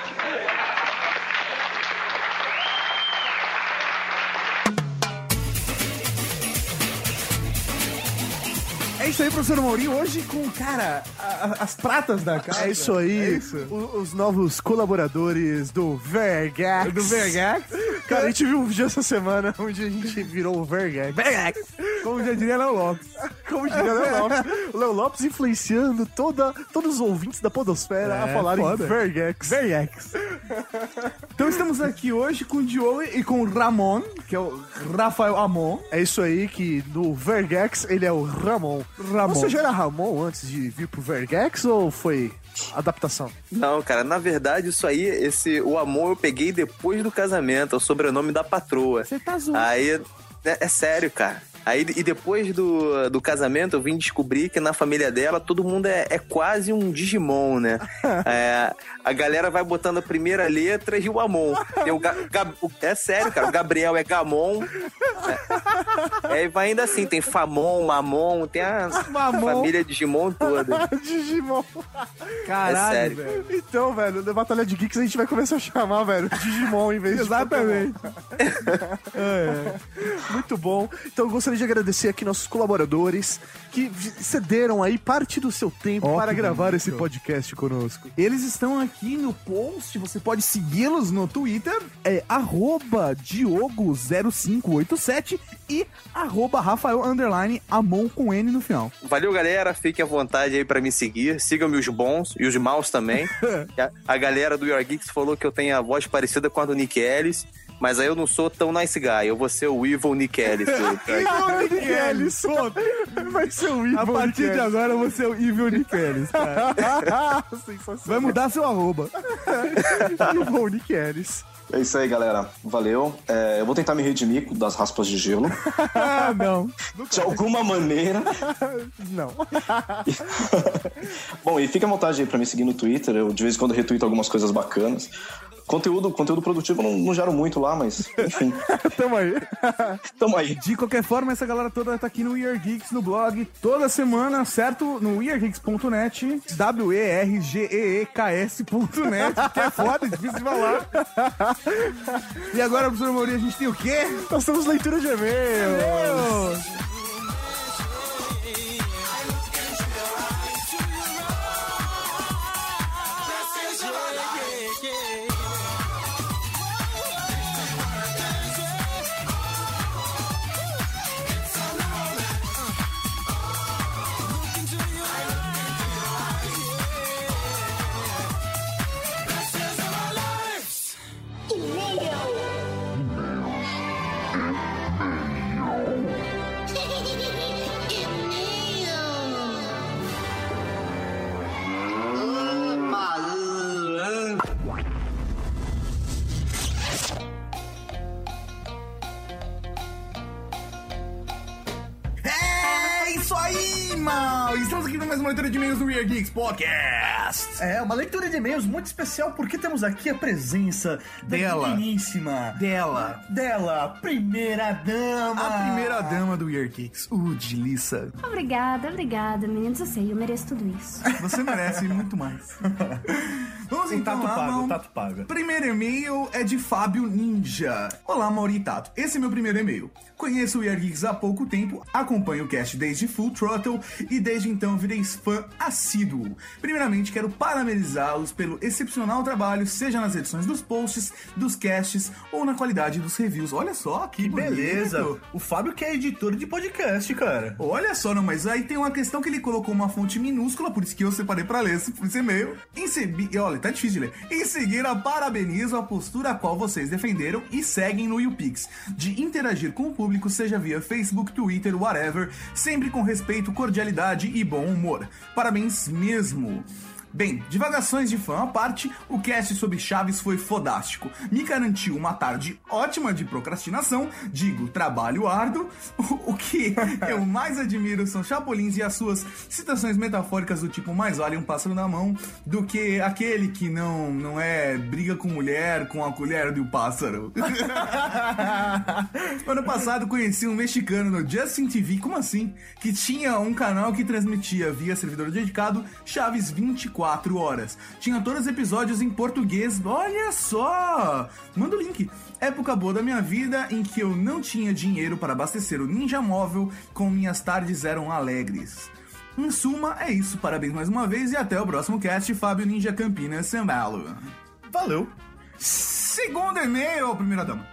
É isso aí, professor Maurinho. Hoje com, cara, a, a, as pratas da casa. É isso aí. É isso. O, os novos colaboradores do Vergax. Do Vergax. Cara, a gente viu um vídeo essa semana onde a gente virou o Vergax. Vergax. Como já diria Léo Lopes. Como diria Léo Lopes. O Léo Lopes influenciando toda, todos os ouvintes da podosfera é, a falarem foda. Vergax. Vergax. Então estamos aqui hoje com o Diogo e com o Ramon, que é o Rafael Amon. É isso aí, que no Vergax ele é o Ramon. Ramon. Você já era Ramon antes de vir pro Vergax ou foi adaptação? Não, cara, na verdade isso aí, esse, o Amon eu peguei depois do casamento, é o sobrenome da patroa. Você tá zoando. Aí, é, é sério, cara. Aí, e depois do, do casamento, eu vim descobrir que na família dela todo mundo é, é quase um Digimon, né? É, a galera vai botando a primeira letra e o Amon. Tem o Ga, Ga, o, é sério, cara. O Gabriel é Gamon. É, é, e vai ainda assim. Tem Famon, Mamon, tem a Mamon. Família Digimon toda. Digimon. Caralho, é sério. Velho. Então, velho, na Batalha de Geeks a gente vai começar a chamar, velho, Digimon em vez de... Exatamente. é. Muito bom. Então eu gostaria de agradecer aqui nossos colaboradores que cederam aí parte do seu tempo oh, para gravar bonito. Esse podcast conosco. Eles estão aqui no post, você pode segui-los no Twitter, é arroba Diogo zero cinco oito sete e arroba Rafael underline Amon com N no final. Valeu, galera, fiquem à vontade aí pra me seguir, sigam-me os bons e os maus também. a, a galera do Your Geeks falou que eu tenho a voz parecida com a do Nick Ellis, mas aí eu não sou tão nice guy, eu vou ser o Evil Nick Ellis. Evil Nick Ellis, vai ser o Evil. A partir Nick de agora eu vou ser o Evil Nick Ellis, cara. Vai mudar seu arroba. Evil Nick Ellis. É isso aí, galera. Valeu. É, eu vou tentar me redimir das raspas de gelo. Ah, não. De alguma maneira. Não. Bom, e fica à vontade aí pra me seguir no Twitter. Eu de vez em quando retuito algumas coisas bacanas. Conteúdo, conteúdo produtivo não, não gero muito lá, mas enfim. Tamo aí. Tamo aí. De qualquer forma, essa galera toda tá aqui no We Are Geeks, no blog, toda semana, certo? No we are geeks ponto net, W E R G E E K S ponto net, que é foda, é difícil de falar. E agora, professor Mauri, a gente tem o quê? Nós temos leitura de e-mails. Estamos aqui com mais uma leitura de e-mails do We Are Geeks Podcast. É, uma leitura de e-mails muito especial porque temos aqui a presença dela, digníssima, dela, dela, primeira dama. A primeira dama do We Are Geeks, Udilissa. Obrigada, obrigada, meninos. Eu sei, eu mereço tudo isso. Você merece muito mais. Vamos o então tato lá, paga, não. o tato paga. Primeiro e-mail é de Fábio Ninja. Olá, Mauri e Tato. Esse é meu primeiro e-mail. Conheço o We Are Geeks há pouco tempo, acompanho o cast desde Full Throttle e desde então virei fã assíduo. Primeiramente, quero parabenizá-los pelo excepcional trabalho, seja nas edições dos posts, dos casts ou na qualidade dos reviews. Olha só, que, que bonito. Beleza. O Fábio que é editor de podcast, cara. Olha só, não, mas aí tem uma questão que ele colocou uma fonte minúscula, por isso que eu separei pra ler esse, esse e-mail. Em seguida, olha, tá difícil de ler. Em seguida, parabenizo a postura a qual vocês defenderam e seguem no YouPix, de interagir com o público, seja via Facebook, Twitter, whatever, sempre com respeito, cordialidade e bom humor. Parabéns mesmo. Bem, divagações de fã à parte, o cast sobre Chaves foi fodástico. Me garantiu uma tarde ótima de procrastinação, digo, trabalho árduo. O, o que eu mais admiro são Chapulins e as suas citações metafóricas do tipo mais vale um pássaro na mão do que aquele que não, não é briga com mulher com a colher do pássaro. Ano passado conheci um mexicano no Justin T V, como assim? Que tinha um canal que transmitia via servidor dedicado Chaves vinte e quatro horas. Tinha todos os episódios em português. Olha só! Manda o link. Época boa da minha vida em que eu não tinha dinheiro para abastecer o Ninja Móvel, com minhas tardes eram alegres. Em suma, é isso. Parabéns mais uma vez e até o próximo cast. Fábio Ninja Campinas, São Paulo. Valeu. Segundo e-mail, primeira dama.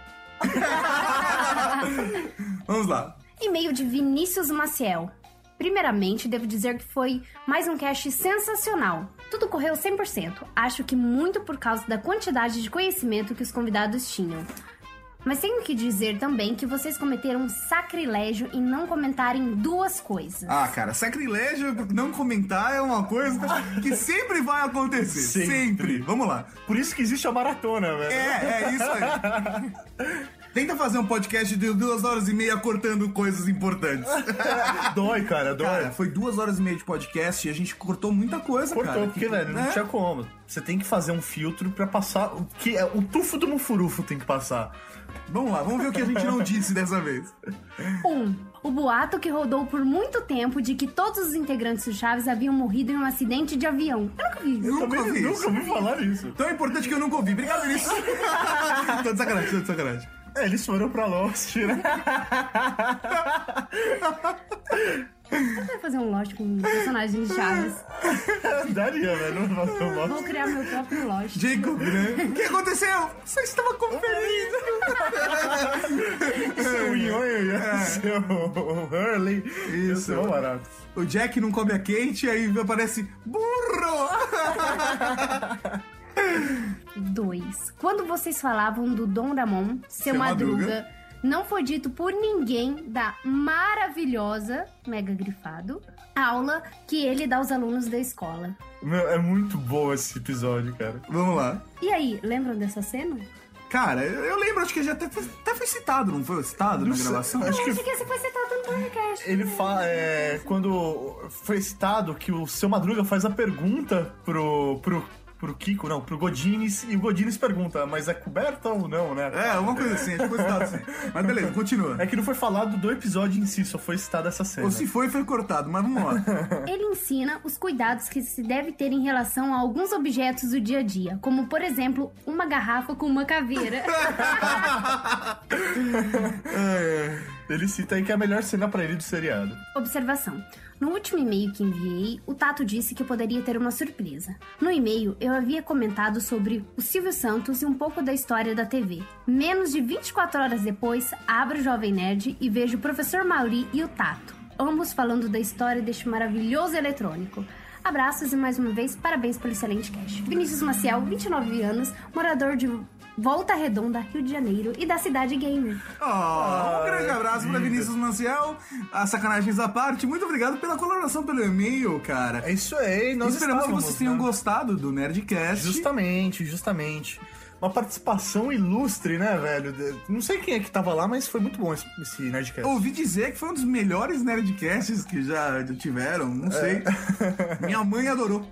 Vamos lá. E-mail de Vinícius Maciel. Primeiramente, devo dizer que foi mais um cast sensacional. Tudo correu cem por cento. Acho que muito por causa da quantidade de conhecimento que os convidados tinham. Mas tenho que dizer também que vocês cometeram um sacrilégio em não comentarem duas coisas. Ah, cara, sacrilégio não comentar é uma coisa que sempre vai acontecer. Sempre. sempre. Vamos lá. Por isso que existe a maratona, velho. É, é isso aí. Tenta fazer um podcast de duas horas e meia cortando coisas importantes. Dói, cara, dói. Cara, foi duas horas e meia de podcast e a gente cortou muita coisa, cortou, cara. Cortou, porque, velho, não é? tinha como. Você tem que fazer um filtro pra passar... O, que é, o tufo do mufurufo tem que passar. Vamos lá, vamos ver o que a gente não disse dessa vez. Um, o boato que rodou por muito tempo de que todos os integrantes do Chaves haviam morrido em um acidente de avião. Eu nunca vi isso. Eu nunca também, vi nunca isso. ouvi falar isso. Tão importante que eu nunca ouvi. Obrigado, Vinícius. Tô de sacanagem, tô de sacanagem. É, eles foram pra Lost, né? Eu quero fazer um Lost com personagens de Chaves. Daria, velho. Não fazer um Lost. Vou criar meu próprio Lost. Jacob, né? O que aconteceu? Só estava conferindo. O Nhonho ia ser o Hurley. Isso. É barato. O Jack não come a Kate, aí aparece burro. Dois. Quando vocês falavam do Dom Ramon, seu, seu Madruga, Madruga, não foi dito por ninguém da maravilhosa, mega grifado, aula que ele dá aos alunos da escola. Meu, é muito bom esse episódio, cara. Vamos lá. E aí, lembram dessa cena? Cara, eu lembro, acho que já até, até foi citado, não foi citado não na gravação? Eu acho que, acho que esse foi citado no podcast. Ele fala, é, quando foi citado que o seu Madruga faz a pergunta pro... pro pro Kiko, não, pro Godines, e o Godines pergunta, mas é coberta ou não, né? É, uma coisa assim, é coisa assim. Mas beleza, continua. É que não foi falado do episódio em si, só foi citada essa cena. Ou se foi, foi cortado, mas vamos lá. Ele ensina os cuidados que se deve ter em relação a alguns objetos do dia a dia, como, por exemplo, uma garrafa com uma caveira. Ele cita aí que é a melhor cena pra ele do seriado. Observação. No último e-mail que enviei, o Tato disse que eu poderia ter uma surpresa. No e-mail, eu havia comentado sobre o Silvio Santos e um pouco da história da T V. Menos de vinte e quatro horas depois, abro o Jovem Nerd e vejo o professor Mauri e o Tato, ambos falando da história deste maravilhoso eletrônico. Abraços e mais uma vez, parabéns pelo excelente cast. Vinícius Maciel, vinte e nove anos, morador de Volta Redonda, Rio de Janeiro e da Cidade Gamer. Oh, um grande abraço para Vinícius Maciel. A sacanagens à parte, muito obrigado pela colaboração pelo e-mail, cara. É isso aí, nós Esperamos que vocês tenham né? gostado do Nerdcast. Justamente, justamente. Uma participação ilustre, né, velho? Não sei quem é que tava lá, mas foi muito bom esse, esse Nerdcast. Ouvi dizer que foi um dos melhores Nerdcasts que já tiveram, não sei. É. Minha mãe adorou.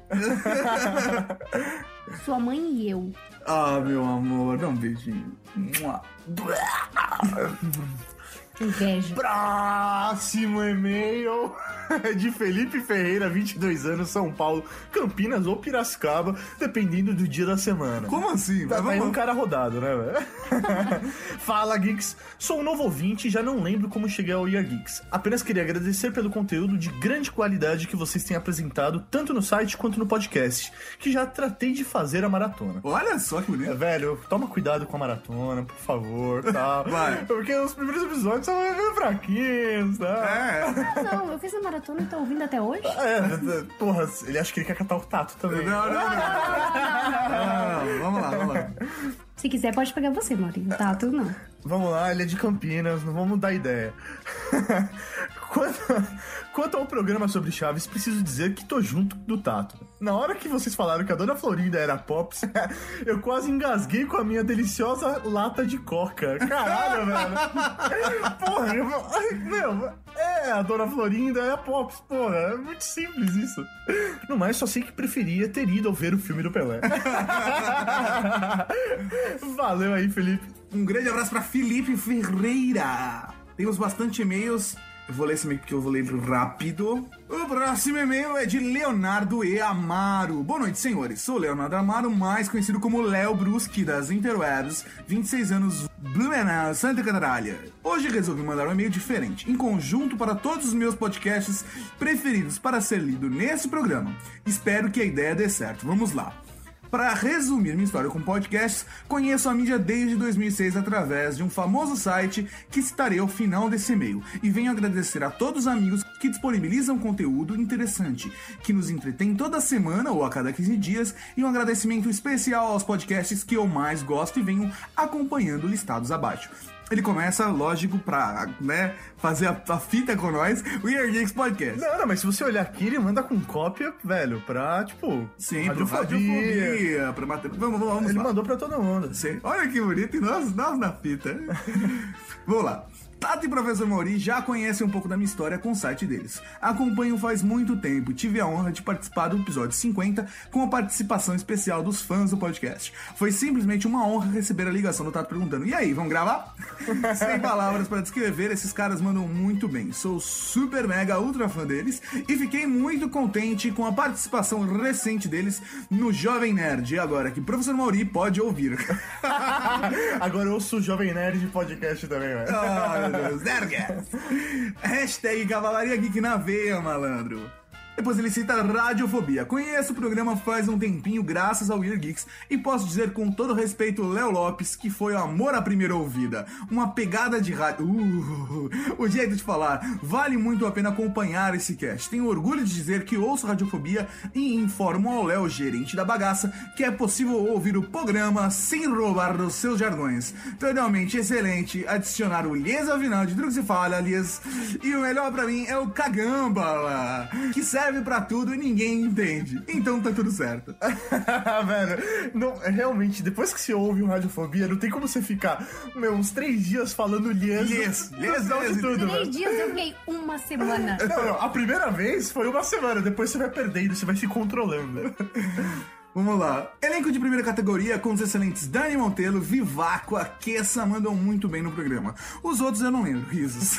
Sua mãe e eu. Ah, meu amor, dá um beijinho. Inveja. Próximo e-mail de Felipe Ferreira, vinte e dois anos, São Paulo, Campinas ou Piracicaba, dependendo do dia da semana. Como assim? Tá aí um cara rodado, né, velho? Fala, Geeks. Sou um novo ouvinte e já não lembro como cheguei ao Year Geeks. Apenas queria agradecer pelo conteúdo de grande qualidade que vocês têm apresentado, tanto no site quanto no podcast, que já tratei de fazer a maratona. Olha só que bonito. É, velho, toma cuidado com a maratona, por favor, tá? Vai. Porque os primeiros episódios são meio fraquinhos, tá? É. Não, não, eu fiz a maratona e tô ouvindo até hoje. É, porra, ele acha que ele quer catar o Tato também. Não, não, não. não, não. Vamos lá, vamos lá. Se quiser, pode pegar você, Maurinho. Tato, não. Vamos lá, ele é de Campinas, não vamos dar ideia. Quanto, quanto ao programa sobre Chaves, preciso dizer que tô junto do Tato. Na hora que vocês falaram que a Dona Florinda era Pops, eu quase engasguei com a minha deliciosa lata de coca. Caralho, velho. Porra, eu, meu, é, a Dona Florinda é a Pops, porra. É muito simples isso. No mais, só sei que preferia ter ido ao ver o filme do Pelé. Valeu aí, Felipe. Um grande abraço pra Felipe Ferreira. Temos bastante e-mails. Eu vou ler esse e-mail porque eu vou ler rápido. O próximo e-mail é de Leonardo E. Amaro. Boa noite, senhores. Sou Leonardo Amaro, mais conhecido como Léo Bruschi das Interwebs, vinte e seis anos, Blumenau, Santa Catarina. Hoje resolvi mandar um e-mail diferente, em conjunto para todos os meus podcasts preferidos para ser lido nesse programa. Espero que a ideia dê certo. Vamos lá. Para resumir minha história com podcasts, conheço a mídia desde dois mil e seis através de um famoso site que citarei ao final desse e-mail. E venho agradecer a todos os amigos que disponibilizam conteúdo interessante, que nos entretém toda semana ou a cada quinze dias, e um agradecimento especial aos podcasts que eu mais gosto e venho acompanhando listados abaixo. Ele começa, lógico, pra, né, fazer a, a fita com nós, o Year Geeks Podcast. Não, não, mas se você olhar aqui, ele manda com cópia, velho, pra, tipo... Sim, radiofobia, radiofobia pra matar... Vamos, vamos, Ele lá. mandou pra todo mundo. Sim. Olha que bonito, e nós, nós na fita. Vamos lá. Tato e Professor Mauri já conhecem um pouco da minha história com o site deles. Acompanho faz muito tempo e tive a honra de participar do episódio cinquenta com a participação especial dos fãs do podcast. Foi simplesmente uma honra receber a ligação do Tato perguntando: e aí, vamos gravar? Sem palavras para descrever, esses caras mandam muito bem. Sou super mega ultra fã deles e fiquei muito contente com a participação recente deles no Jovem Nerd. E agora que o Professor Mauri pode ouvir. Agora eu ouço o Jovem Nerd de podcast também, velho. Oh, Nerdcast. Hashtag Cavalaria Geek na veia, malandro. Depois ele cita Radiofobia. Conheço o programa faz um tempinho graças ao Year Geeks e posso dizer com todo respeito Léo Lopes que foi o amor à primeira ouvida. Uma pegada de rádio... Uh, o jeito de falar. Vale muito a pena acompanhar esse cast. Tenho orgulho de dizer que ouço Radiofobia e informo ao Léo, gerente da bagaça, que é possível ouvir o programa sem roubar dos seus jargões. Totalmente excelente. Adicionar o Lies ao final de tudo que se fala, Lies. E o melhor pra mim é o Cagamba, que serve pra tudo e ninguém entende. Então tá tudo certo. Velho, não, realmente, depois que você ouve um Radiofobia, não tem como você ficar, meu, uns três dias falando lies. Lies, lies, lies. De tudo, Três velho. dias eu fiquei uma semana. Não, não, a primeira vez foi uma semana, depois você vai perdendo, você vai se controlando. Vamos lá. Elenco de primeira categoria com os excelentes Dani Monteiro, Vivaco, Aqueça mandam muito bem no programa. Os outros eu não lembro, risos.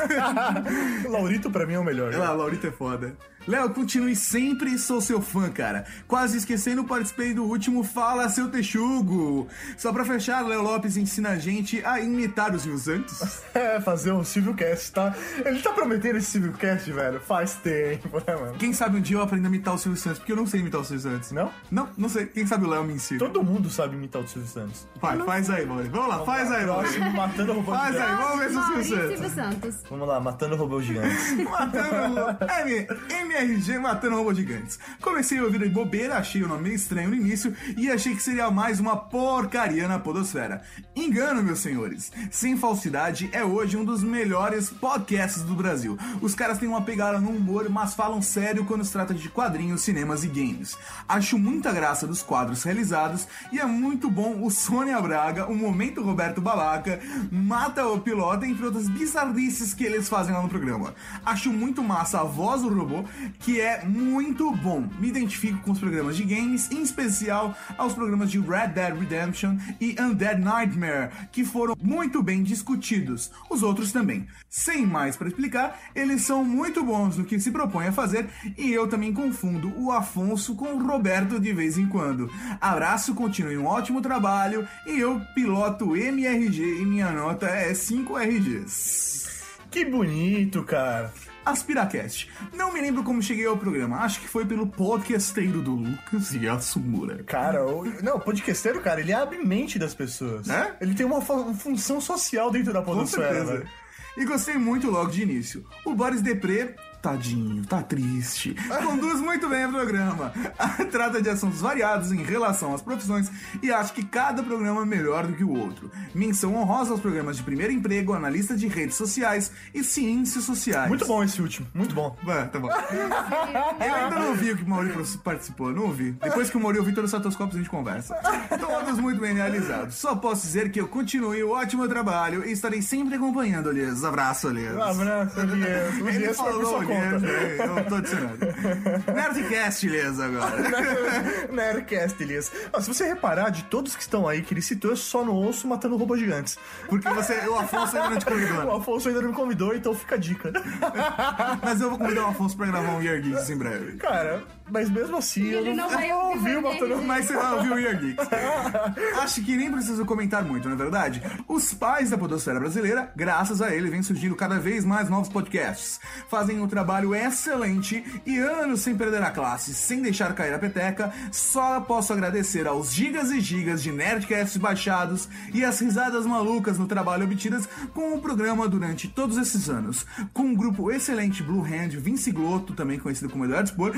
Laurito pra mim é o melhor. Ah, Laurito é foda. Léo, continue sempre, sou seu fã, cara. Quase esquecendo, participei do último Fala Seu Texugo. Só pra fechar, Léo Lopes ensina a gente a imitar os Silvio Santos. É, fazer um Silvio Cast, tá? Ele tá prometendo esse Silvio Cast, velho, faz tempo, né, mano? Quem sabe um dia eu aprendo a imitar o Silvio Santos, porque eu não sei imitar o Silvio Santos. Não? Não, não sei. Quem sabe o Léo me ensina. Todo mundo sabe imitar o Silvio Santos. Vai, faz aí, Mauri. Vamos lá, Vamos faz lá, aí, Mauri. Matando robôs Faz gigantes. aí, vamos ver se o Silvio Santos. Silvio Santos. Vamos lá, matando robôs gigantes. Matando M, M R G matando robôs gigantes. Comecei a ouvir de bobeira, achei o nome meio estranho no início e achei que seria mais uma porcaria na podosfera. Engano, meus senhores. Sem falsidade, é hoje um dos melhores podcasts do Brasil. Os caras têm uma pegada no humor, mas falam sério quando se trata de quadrinhos, cinemas e games. Acho muita graça dos quadros realizados e é muito bom o Sônia Braga, o Momento Roberto Babaca, Mata o Pilota, entre outras bizarrices que eles fazem lá no programa. Acho muito massa a voz do robô, que é muito bom. Me identifico com os programas de games, em especial aos programas de Red Dead Redemption e Undead Nightmare, que foram muito bem discutidos. Os outros também. Sem mais para explicar, eles são muito bons no que se propõe a fazer e eu também confundo o Afonso com o Roberto de vez em quando. Abraço, continue um ótimo trabalho e eu piloto M R G e minha nota é cinco R Gs. Que bonito, cara. Aspiracast. Não me lembro como cheguei ao programa. Acho que foi pelo podcasteiro do Lucas e Asumura. Cara, o, não, o podcasteiro, cara, ele abre mente das pessoas. É? Ele tem uma, uma função social dentro da podosfera, velho. E gostei muito logo de início. O Boris Depré, tadinho, tá triste, conduz muito bem o programa. Trata de assuntos variados em relação às profissões e acho que cada programa é melhor do que o outro. Menção honrosa aos programas de Primeiro Emprego, Analista de Redes Sociais e Ciências Sociais. Muito bom esse último, muito bom. Vai, tá bom. Eu ainda não vi o que o Mauri participou, não ouvi. Depois que o Mauri ouvir todos os satoscópios, a gente conversa. Todos muito bem realizados. Só posso dizer que eu continue o ótimo trabalho e estarei sempre acompanhando, Elias. Abraço, Elias. Um abraço, Elias. Ele falou, Elias, eu tô adicionando. Nerdcast, Elias, agora. Nerdcast, Elias. Ah, se você reparar, de todos que estão aí que ele citou, eu só não ouço Matando Robôs Gigantes. Porque você, o Afonso ainda não te convidou. O Afonso ainda não me convidou, então fica a dica. Mas eu vou convidar o Afonso pra gravar um Year Geeks em breve. Cara, mas mesmo assim, ele eu não vai ouvir o Matando. Mas você vai ouvir o Year Geeks. Acho que nem preciso comentar muito, não é verdade? Os pais da podosfera brasileira, graças a ele, vem surgindo cada vez mais novos podcasts. Fazem um trabalho excelente e anos sem perder a classe, sem deixar cair a peteca. Só posso agradecer aos gigas e gigas de Nerdcasts baixados e as risadas malucas no trabalho obtidas com o programa durante todos esses anos. Com um grupo excelente Blue Hand, Vince Glotto, também conhecido como Eduardo Spor,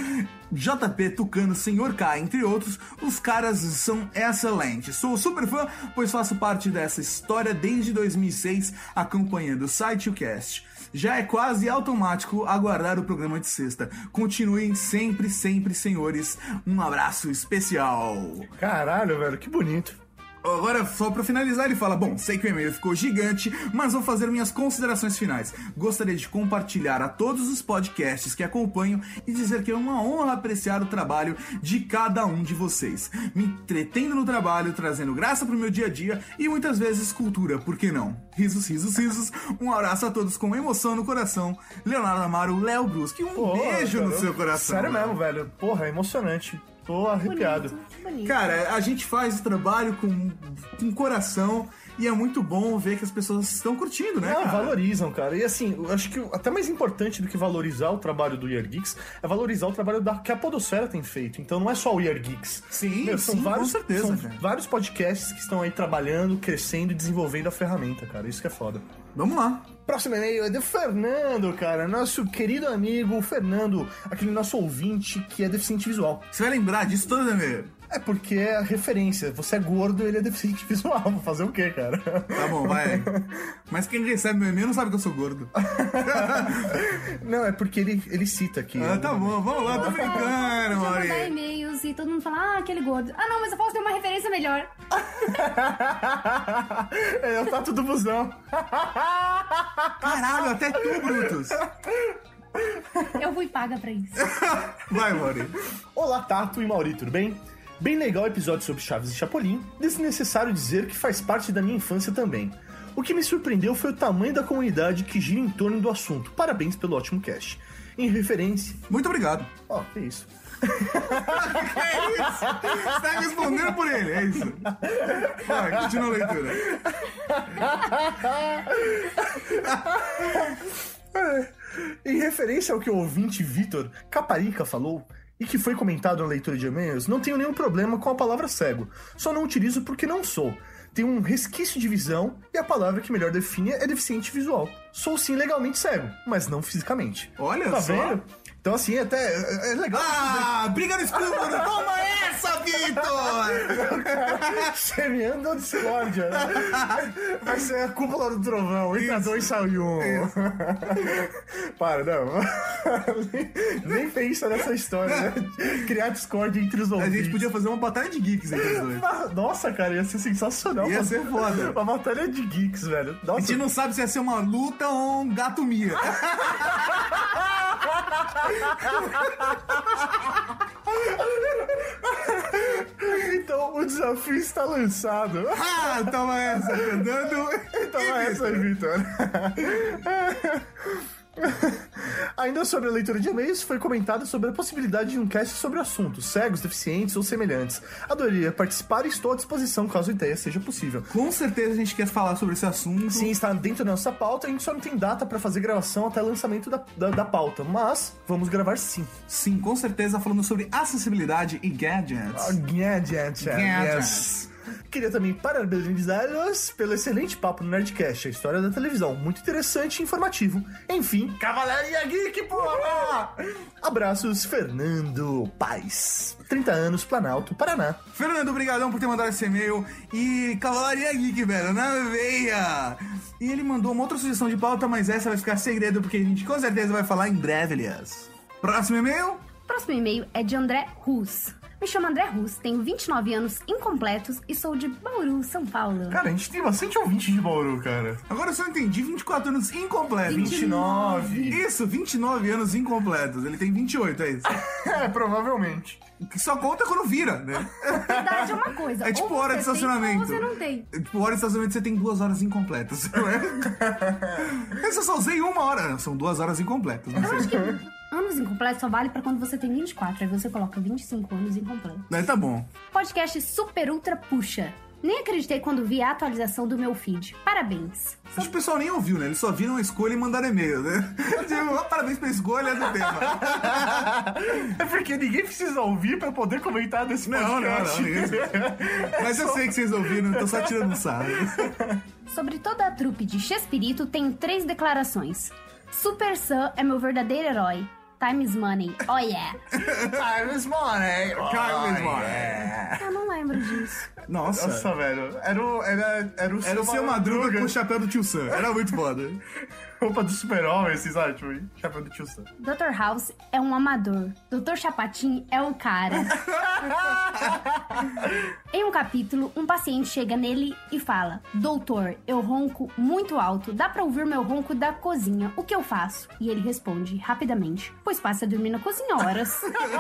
J P Tucano, Senhor K, entre outros, os caras são excelentes. Sou super fã, pois faço parte dessa história desde dois mil e seis, acompanhando o site e o cast. Já é quase automático aguardar o programa de sexta. Continuem sempre, sempre, senhores. Um abraço especial. Caralho, velho, que bonito. Agora, só pra finalizar, ele fala: bom, sei que o e-mail ficou gigante, mas vou fazer minhas considerações finais. Gostaria de compartilhar a todos os podcasts que acompanho e dizer que é uma honra apreciar o trabalho de cada um de vocês. Me entretendo no trabalho, trazendo graça pro meu dia a dia e muitas vezes cultura, por que não? Risos, risos, risos. Um abraço a todos com emoção no coração. Leonardo Amaro, Léo Bruschi, um Pô, beijo cara, no seu coração. Sério mesmo, velho. Porra, é emocionante. Tô arrepiado. Bonito, bonito. Cara, a gente faz o trabalho com, com coração e é muito bom ver que as pessoas estão curtindo, né? Não, cara? valorizam, cara. E assim, eu acho que até mais importante do que valorizar o trabalho do Year Geeks é valorizar o trabalho da, que a podosfera tem feito. Então não é só o Year Geeks. Sim, Meu, são sim, vários, com certeza. São cara. vários podcasts que estão aí trabalhando, crescendo e desenvolvendo a ferramenta, cara. Isso que é foda. Vamos lá. Próximo e-mail é do Fernando, cara. Nosso querido amigo Fernando, aquele nosso ouvinte que é deficiente visual. Você vai lembrar disso todo, e-mail? É porque é a referência. Você é gordo, ele é deficiente visual. Vou fazer o quê, cara? Tá bom, vai. Mas quem recebe meu e-mail não sabe que eu sou gordo. Não, é porque ele, ele cita aqui. Ah, tá bom. Vamos lá, tô brincando, Mauri. mandar e-mails e todo mundo fala, ah, aquele gordo. Ah, não, mas eu posso ter uma referência melhor. É o Tato do Busão. Caralho, até tu, Brutus. Eu fui paga pra isso. Vai, Mauri. Olá, Tato e Mauri, tudo bem? Bem legal o episódio sobre Chaves e Chapolin, desnecessário dizer que faz parte da minha infância também. O que me surpreendeu foi o tamanho da comunidade que gira em torno do assunto. Parabéns pelo ótimo cast. Em referência... Muito obrigado. Ó, oh, que isso. É isso? Você tá respondendo por ele, é isso. Vai, continua a leitura. Em referência ao que o ouvinte Vitor Caparica falou, e que foi comentado na leitura de e-mails, não tenho nenhum problema com a palavra cego. Só não utilizo porque não sou. Tenho um resquício de visão e a palavra que melhor define é deficiente visual. Sou sim legalmente cego, mas não fisicamente. Olha tá só. Vendo? Então assim, até é legal. Ah, briga no escuro! Toma essa, Vitor! Semeando a discórdia. Vai ser a cúpula do trovão. Entra dois, sai um. Para, não. Nem pensa nessa história, né? Criar discórdia entre os ouvintes. A gente podia fazer uma batalha de geeks entre os dois. Nossa, cara, ia ser sensacional. Ia ser foda. Uma batalha de geeks, velho. Nossa. A gente não sabe se ia ser uma luta ou um gato mia. Então o desafio está lançado. Ah, toma essa, Fernando. Toma essa, Vitor. Ainda sobre a leitura de e-mails, foi comentado sobre a possibilidade de um cast sobre assuntos cegos, deficientes ou semelhantes. Adoraria participar e estou à disposição caso a ideia seja possível. Com certeza a gente quer falar sobre esse assunto. Sim, está dentro da nossa pauta. A gente só não tem data para fazer gravação até o lançamento da, da, da pauta, mas vamos gravar sim. Sim, com certeza, falando sobre acessibilidade e gadgets. Oh, gadgets, Gadgets. Yes. Queria também parabenizá-los pelo excelente papo no Nerdcast, a história da televisão, muito interessante e informativo. Enfim, Cavalaria Geek, porra! Abraços, Fernando Paz, trinta anos, Planalto, Paraná. Fernando, obrigadão por ter mandado esse e-mail. E Cavalaria Geek, velho, na veia! E ele mandou uma outra sugestão de pauta, mas essa vai ficar segredo, porque a gente com certeza vai falar em breve, aliás. Próximo e-mail? Próximo e-mail é de André Rus. Me chamo André Rus, tenho vinte e nove anos incompletos e sou de Bauru, São Paulo. Cara, a gente tem bastante ouvinte de Bauru, cara. Agora eu só entendi, vinte e quatro anos incompletos. vinte e nove. Isso, vinte e nove anos incompletos. Ele tem vinte e oito, é isso? É, provavelmente. Que só conta quando vira, né? Verdade é uma coisa. É tipo ou hora de estacionamento. Tem, ou você não tem. É tipo hora de estacionamento, você tem duas horas incompletas. Não é? Eu só usei uma hora. São duas horas incompletas. Não Eu sei. acho que anos incompletos só vale pra quando você tem vinte e quatro. Aí você coloca vinte e cinco anos incompletos. Aí tá bom. Podcast Super Ultra Puxa. Nem acreditei quando vi a atualização do meu feed. Parabéns. Acho que o pessoal nem ouviu, né? Eles só viram a escolha e mandaram e-mail, né? Tipo, parabéns pela escolha do tema. É porque ninguém precisa ouvir pra poder comentar desse podcast. Não, não, não. Mas eu sei que vocês ouviram, então só tirando sarro. Sobre toda a trupe de Chespirito, tenho três declarações. Super Sam é meu verdadeiro herói. Time is money. Oh yeah. Time is money. Oh, Time is money. Yeah. Eu não lembro disso. Nossa. Nossa, velho. Era o, era, era o Era o seu Madruga com o chapéu do tio Sam. Era muito foda. Roupa do super-homem, vocês acham? Tipo, chapéu do tio Sam. doutor House é um amador. doutor Chapatin é o cara. Em um capítulo, um paciente chega nele e fala: Doutor, eu ronco muito alto. Dá pra ouvir meu ronco da cozinha. O que eu faço? E ele responde rapidamente: Pois passe a dormir na cozinha horas.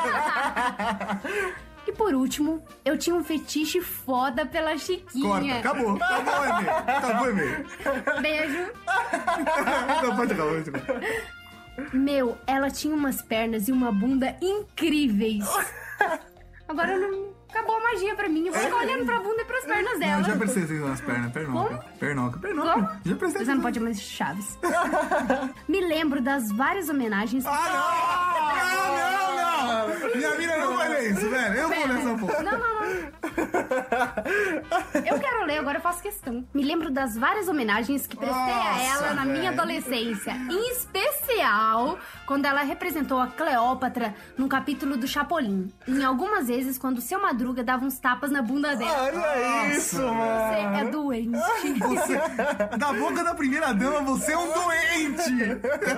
E por último, eu tinha um fetiche foda pela Chiquinha. Corta, acabou. Acabou o e-mail. Acabou o e-mail. Beijo. Não, pode acabar, pode acabar. Meu, ela tinha umas pernas e uma bunda incríveis. Agora não... acabou a magia pra mim. Eu vou ficar olhando pra bunda e pras pernas dela. Não, já prestei atenção nas pernas. Pernoca. Como? Pernoca, pernoca. Como? Já prestei Você não pode mais Chaves. Me lembro das várias homenagens... Ah, não! Não, não, não! Minha mina não vai ler isso, velho. Eu vou ler essa porra. Não, não, não. Eu quero ler, agora eu faço questão. Me lembro das várias homenagens que prestei Nossa, a ela na velho. minha adolescência. Em especial, quando ela representou a Cleópatra num capítulo do Chapolin. Em algumas vezes, quando o seu Madruga dava uns tapas na bunda dela. Olha Nossa, isso, Você mano. é doente. Você, da boca da primeira dama, você é um doente!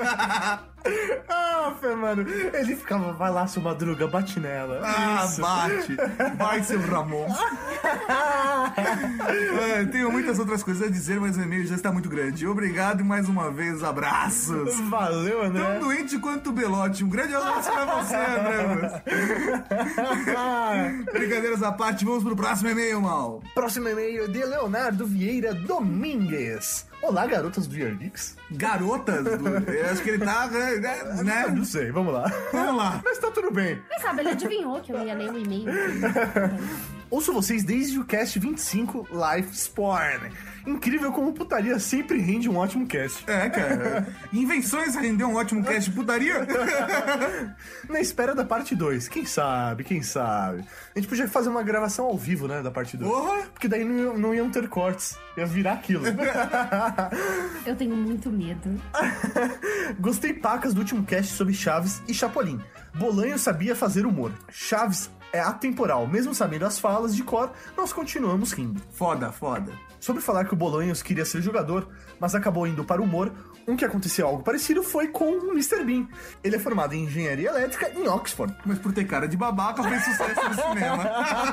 Ah, Fê, mano. Ele ficava, vai lá, seu Madruga, bate nela. Ah, Isso. bate! Vai, seu Ramon! É, tenho muitas outras coisas a dizer, mas o e-mail já está muito grande. Obrigado e mais uma vez, abraços. Valeu, André. Tão doente quanto o Belote. Um grande abraço pra você, André. Brincadeiras à parte, vamos pro próximo e-mail, mal. Próximo e-mail de Leonardo Vieira Domingues. Olá, garotas do Year Geeks. Garotas? Do... Eu acho que ele tá, né? Não sei, vamos lá. Vamos lá. Mas tá tudo bem. Quem sabe, ele adivinhou que eu ia ler o e-mail. Ouço vocês desde o cast vinte e cinco, Life Spawn. Incrível como putaria sempre rende um ótimo cast. É, cara. Invenções rendeu um ótimo cast de putaria? Na espera da parte dois. Quem sabe, quem sabe. A gente podia fazer uma gravação ao vivo, né, da parte dois. Porra! Porque daí não, iam- não iam ter cortes. Ia virar aquilo. Eu tenho muito medo. Gostei pacas do último cast sobre Chaves e Chapolin. Bolanho sabia fazer humor. Chaves é atemporal. Mesmo sabendo as falas de cor, nós continuamos rindo. Foda, foda. Sobre falar que o Bolanhos queria ser jogador, mas acabou indo para o humor, um que aconteceu algo parecido foi com o mister Bean. Ele é formado em engenharia elétrica em Oxford. Mas por ter cara de babaca, fez sucesso no cinema.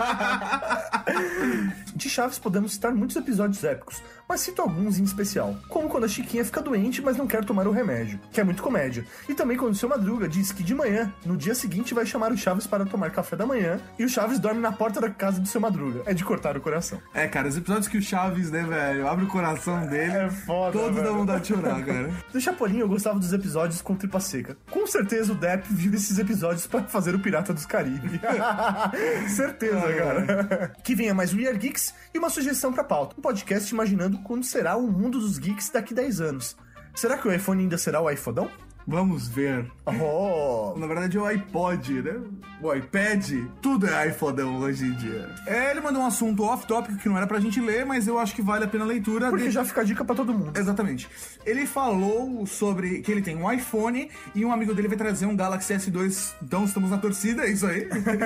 De Chaves podemos citar muitos episódios épicos, mas cito alguns em especial. Como quando a Chiquinha fica doente, mas não quer tomar o remédio, que é muito comédia. E também quando o seu Madruga diz que de manhã, no dia seguinte, vai chamar o Chaves para tomar café da manhã, e o Chaves dorme na porta da casa do seu Madruga. É de cortar o coração. É, cara, os episódios que o Chaves, né, velho, abre o coração dele. É foda, Todos velho. dão vontade de chorar, cara. Do Chapolin eu gostava dos episódios com tripa seca. Com certeza o Depp viu esses episódios para fazer o Pirata dos Caribe. Certeza, cara. Que venha mais um Year Geeks e uma sugestão pra pauta. Um podcast imaginando quando será o mundo dos geeks daqui dez anos. Será que o iPhone ainda será o iPhodão? Vamos ver. Oh. Na verdade é o iPod, né? O iPad, tudo é iPhodão hoje em dia. É, ele mandou um assunto off-topic que não era pra gente ler, mas eu acho que vale a pena a leitura. Porque de... já fica a dica pra todo mundo. Exatamente. Ele falou sobre que ele tem um iPhone e um amigo dele vai trazer um Galaxy S dois. Então estamos na torcida, é isso aí.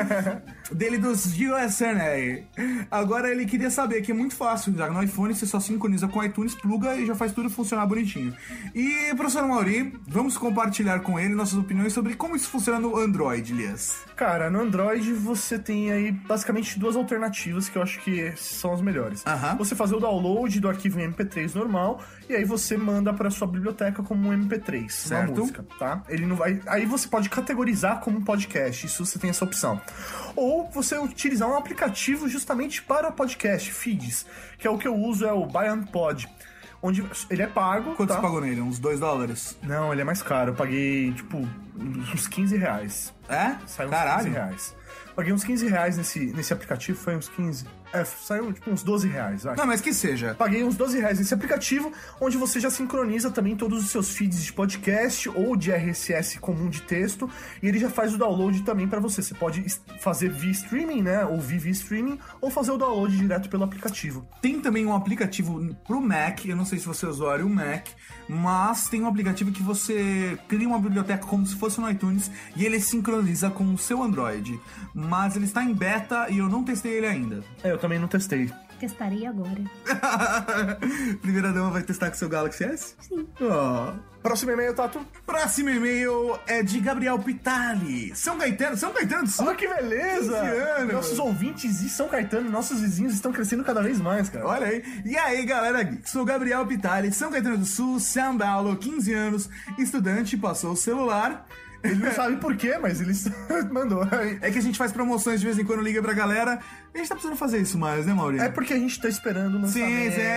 Dele dos U S N A. Agora ele queria saber que é muito fácil, já no iPhone você só sincroniza com o iTunes, pluga e já faz tudo funcionar bonitinho. E, professor Mauri, vamos compartilhar com ele nossas opiniões sobre como isso funciona no Android, Elias. Cara, no Android você tem aí basicamente duas alternativas que eu acho que são as melhores. Aham. Você fazer o download do arquivo em M P três normal e aí você manda pra sua biblioteca como um M P três, Certo. uma música, tá? Ele não vai. Aí você pode categorizar como um podcast, isso você tem essa opção. Ou você utilizar um aplicativo justamente para podcast, Feeds, que é o que eu uso, é o ByandPod. Onde ele é pago. Quanto tá? você pagou nele? Uns dois dólares? Não, ele é mais caro. Eu paguei, tipo, uns quinze reais. É? Saiu uns Caralho. quinze reais. Paguei uns quinze reais nesse, nesse aplicativo, foi uns quinze. É, saiu tipo uns doze reais, vai. Não, mas que seja. Paguei uns doze reais nesse aplicativo, onde você já sincroniza também todos os seus feeds de podcast ou de R S S comum de texto, e ele já faz o download também pra você. Você pode es- fazer via streaming, né, ou via streaming, ou fazer o download direto pelo aplicativo. Tem também um aplicativo pro Mac, eu não sei se você é usuário Mac, mas tem um aplicativo que você cria uma biblioteca como se fosse no iTunes e ele sincroniza com o seu Android. Mas ele está em beta e eu não testei ele ainda. É, eu também não testei. Testarei agora. Primeira dama vai testar com seu Galaxy S? Sim. Oh. Próximo e-mail, Tato. Próximo e-mail é de Gabriel Pitali. São Caetano, São Caetano do Sul. Olha que beleza! quinze anos. Nossos ouvintes de São Caetano, nossos vizinhos estão crescendo cada vez mais, cara. Olha aí. E aí, galera geek? Sou Gabriel Pitali, São Caetano do Sul, São Paulo, quinze anos, estudante, passou o celular. Ele não sabe por quê, mas ele mandou. É que a gente faz promoções de vez em quando, liga pra galera. A gente tá precisando fazer isso mais, né, Maurício? É porque a gente tá esperando o lançamento. Sim, sim.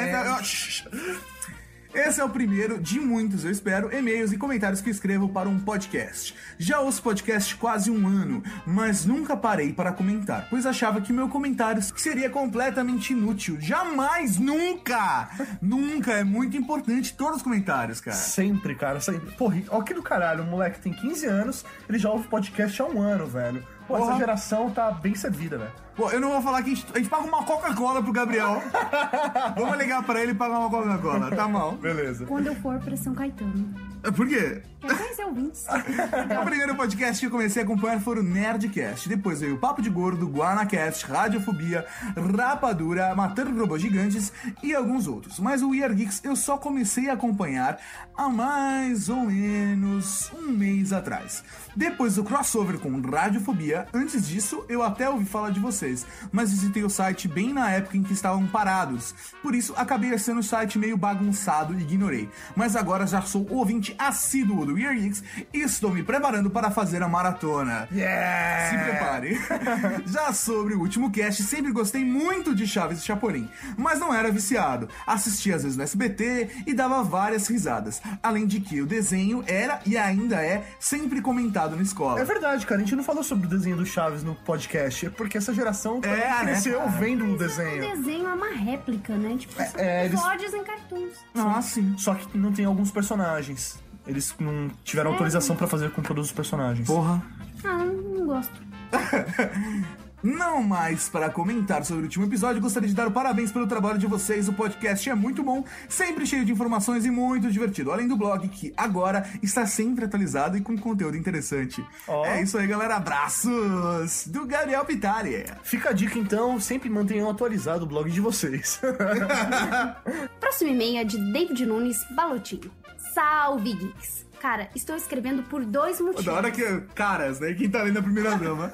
É... Esse é o primeiro de muitos, eu espero, e-mails e comentários que escrevo para um podcast. Já ouço podcast quase um ano, mas nunca parei para comentar, pois achava que meu comentário seria completamente inútil. Jamais, nunca! Nunca, é muito importante todos os comentários, cara. Sempre, cara, sempre. Porra, ó que do caralho, o moleque tem quinze anos, ele já ouve podcast há um ano, velho. Pô, Porra. essa geração tá bem servida, velho. Pô, eu não vou falar que a gente, a gente paga uma Coca-Cola pro Gabriel. Vamos ligar pra ele e pagar uma Coca-Cola, tá mal? Beleza. Quando eu for pra São Caetano. Por quê? Quer conhecer ouvintes? O primeiro podcast que eu comecei a acompanhar foi o Nerdcast. Depois veio o Papo de Gordo, Guanacast, Radiofobia, Rapadura, Matando Robôs Gigantes e alguns outros. Mas o We Are Geeks eu só comecei a acompanhar há mais ou menos um mês atrás. Depois do crossover com Radiofobia, antes disso eu até ouvi falar de vocês. vocês, mas visitei o site bem na época em que estavam parados. Por isso, acabei sendo um site meio bagunçado e ignorei. Mas agora já sou ouvinte assíduo do Weird Geeks e estou me preparando para fazer a maratona. Yeah! Se prepare. Já sobre o último cast, sempre gostei muito de Chaves e Chapolin, mas não era viciado. Assistia às vezes no S B T e dava várias risadas. Além de que o desenho era e ainda é sempre comentado na escola. É verdade, cara. A gente não falou sobre o desenho do Chaves no podcast. É porque essa geração é, cresceu né, vendo o Mas desenho. O desenho é uma réplica, né? Tipo, são é, eles- episódios em cartoons. Ah, sim. Só que não tem alguns personagens. Eles não tiveram É. autorização pra fazer com todos os personagens. Porra. Ah, não, não gosto. Não mais para comentar sobre o último episódio, gostaria de dar parabéns pelo trabalho de vocês. O podcast é muito bom, sempre cheio de informações e muito divertido. Além do blog, que agora está sempre atualizado e com conteúdo interessante. Oh. É isso aí, galera. Abraços do Gabriel Pitari. Fica a dica, então, sempre mantenham atualizado o blog de vocês. Próximo e-mail é de David Nunes Balotinho. Salve, Geeks! Cara, estou escrevendo por dois motivos. Da hora que... Caras, né? Quem tá lendo a primeira dama.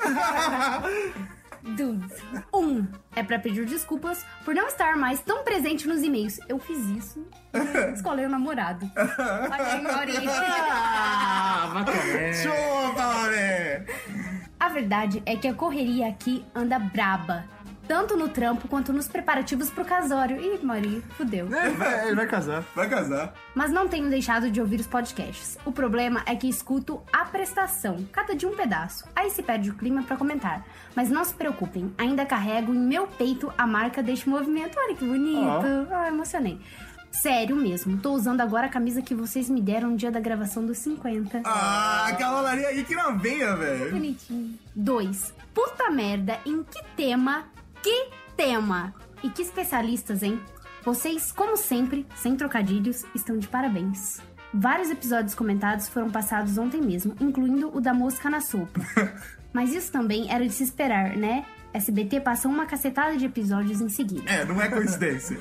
Dudes. Um, é pra pedir desculpas por não estar mais tão presente nos e-mails. Eu fiz isso e escolhi o namorado. Olha aí, Mauri. Ah, bacana. Chupa, Mauri. A verdade é que a correria aqui anda braba. Tanto no trampo quanto nos preparativos pro casório. Ih, Mauri, fudeu. É, vai- ele vai casar. Vai casar. Mas não tenho deixado de ouvir os podcasts. O problema é que escuto a prestação, cada dia um pedaço. Aí se perde o clima pra comentar. Mas não se preocupem, ainda carrego em meu peito a marca deste movimento. Olha que bonito. Ah, emocionei. Sério mesmo, tô usando agora a camisa que vocês me deram no dia da gravação dos cinquenta. Ah, cavalaria aí que não venha, velho. Bonitinho. Dois. Puta merda, em que tema? Que tema? E que especialistas, hein? Vocês, como sempre, sem trocadilhos, estão de parabéns. Vários episódios comentados foram passados ontem mesmo, incluindo o da mosca na sopa. Mas isso também era de se esperar, né? S B T passou uma cacetada de episódios em seguida. É, não é coincidência.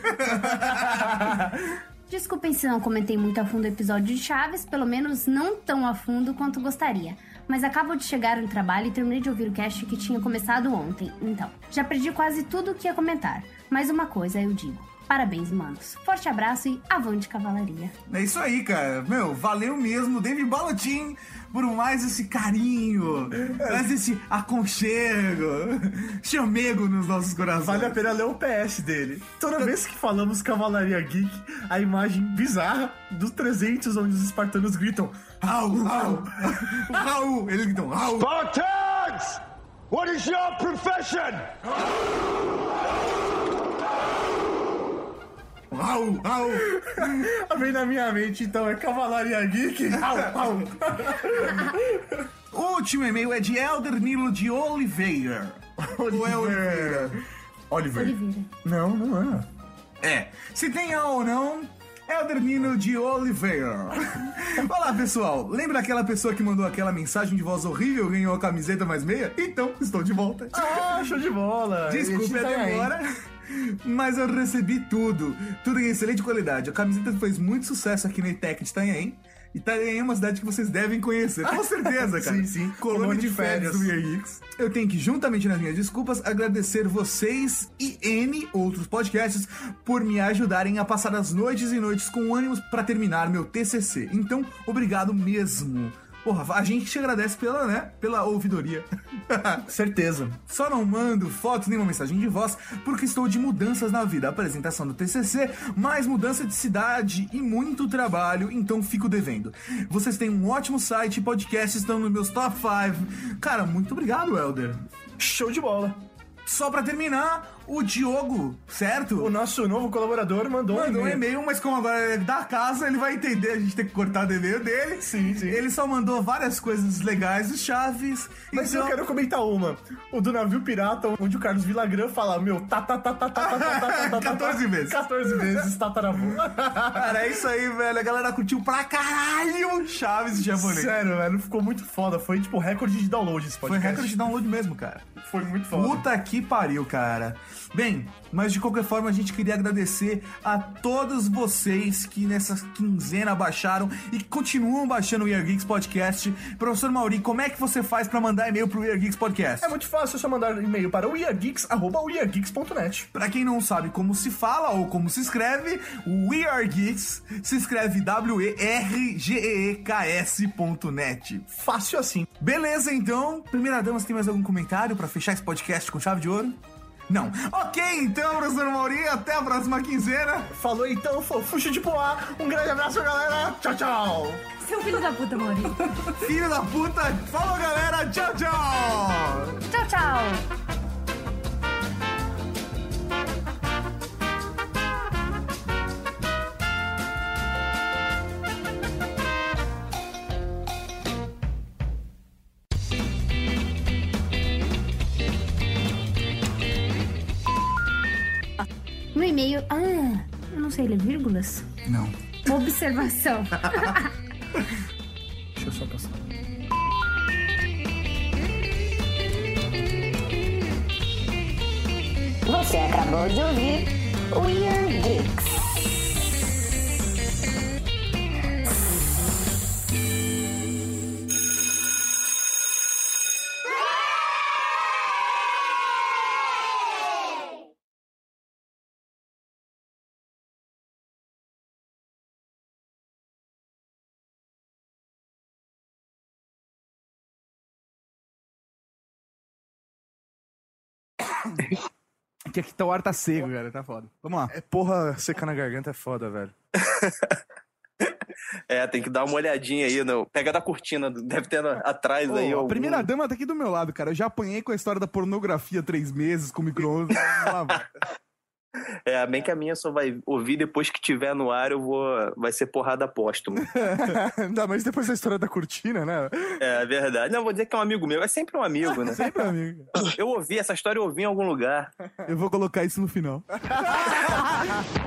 Desculpem se não comentei muito a fundo o episódio de Chaves, pelo menos não tão a fundo quanto gostaria. Mas acabo de chegar no trabalho e terminei de ouvir o cast que tinha começado ontem. Então, já perdi quase tudo o que ia comentar. Mas uma coisa eu digo. Parabéns, manos. Forte abraço e avante, cavalaria. É isso aí, cara. Meu, valeu mesmo, David Balotin, por mais esse carinho, mais esse aconchego, chamego nos nossos corações. Vale a pena ler o P S dele. Toda vez que falamos Cavalaria Geek, a imagem bizarra dos trezentos, onde os espartanos gritam Raul, Raul, Raul, eles gritam Raul. Spartans! What is your profession? Raul, Raul. Vem na minha mente, então, é Cavalaria Geek. Raul, Raul. O último e-mail é de Elder Nilo de Oliveira. Ou é Oliveira? Oliver. Oliveira. Não, não é. É, se tem A ou não, Elder Nilo de Oliveira. Olá, pessoal. Lembra aquela pessoa que mandou aquela mensagem de voz horrível e ganhou a camiseta mais meia? Então, estou de volta. Ah, show de bola. Desculpe Esse a tá aí. demora, mas eu recebi tudo. Tudo em excelente qualidade. A camiseta fez muito sucesso aqui na ITEC de Itanhaém. Itanhaém é uma cidade que vocês devem conhecer, com certeza, cara. Sim, sim. Colônia de férias do Weird Geeks. Eu tenho que, juntamente nas minhas desculpas, agradecer vocês e N outros podcasts por me ajudarem a passar as noites e noites com ânimos pra terminar meu T C C. Então, obrigado mesmo. Porra, a gente te agradece pela, né, pela ouvidoria. Certeza. Só não mando fotos nem uma mensagem de voz porque estou de mudanças na vida. Apresentação do T C C, mais mudança de cidade e muito trabalho, então fico devendo. Vocês têm um ótimo site e podcast, estão nos meus top cinco. Cara, muito obrigado, Elder. Show de bola. Só pra terminar, o Diogo, certo? O nosso novo colaborador mandou, Mandou um um e-mail. e-mail, mas como agora é da casa, ele vai entender, a gente tem que cortar o e-mail dele. Sim, sim. Ele só mandou várias coisas legais do Chaves. Mas então... eu quero comentar uma. O do navio pirata, onde o Carlos Villagrán fala, meu, tá, tá, tá, tá, tá, tá, tá, tá, tá, quatorze vezes. quatorze vezes, tataravô. Cara, é isso aí, velho. A galera curtiu pra caralho Chaves e japonês. Sério, velho, ficou muito foda. Foi, tipo, recorde de download esse Foi podcast. recorde de download mesmo, cara. Foi muito foda. Puta que que pariu, cara. Bem, mas de qualquer forma a gente queria agradecer a todos vocês que nessa quinzena baixaram e continuam baixando o We Are Geeks Podcast. Professor Mauri, como é que você faz pra mandar e-mail pro We Are Geeks Podcast? É muito fácil, é só mandar e-mail para wearegeeks arroba wearegeeks ponto net. Pra quem não sabe como se fala ou como se escreve, o We Are Geeks se escreve W E R G E E K S ponto net. Fácil assim. Beleza, então. Primeira dama, você tem mais algum comentário pra fechar esse podcast com chave de ouro? Não. Ok, então, professor Mauri, até a próxima quinzena. Falou então, fofuxo de poá. Um grande abraço, galera. Tchau, tchau. Seu filho da puta, Mauri. Filho da puta. Falou, galera. Tchau, tchau. Tchau, tchau. No e-mail... Ah, eu não sei ler vírgulas? Não. Observação. Deixa eu só passar. Você acabou de ouvir We Are Geeks. Que aqui tá, o ar tá seco, cara, tá foda. Vamos lá. É, porra, secar na garganta é foda, velho. É, tem que dar uma olhadinha aí. No... Pega da cortina, deve ter atrás oh, aí. A algum... primeira dama tá aqui do meu lado, cara. Eu já apanhei com a história da pornografia três meses com micro-ondas. É, bem que a minha só vai ouvir depois que tiver no ar, eu vou. Vai ser porrada póstuma. Ainda mais depois da história da cortina, né? É verdade. Não, vou dizer que é um amigo meu. É sempre um amigo, né? Sempre um amigo. Eu ouvi essa história, eu ouvi em algum lugar. Eu vou colocar isso no final.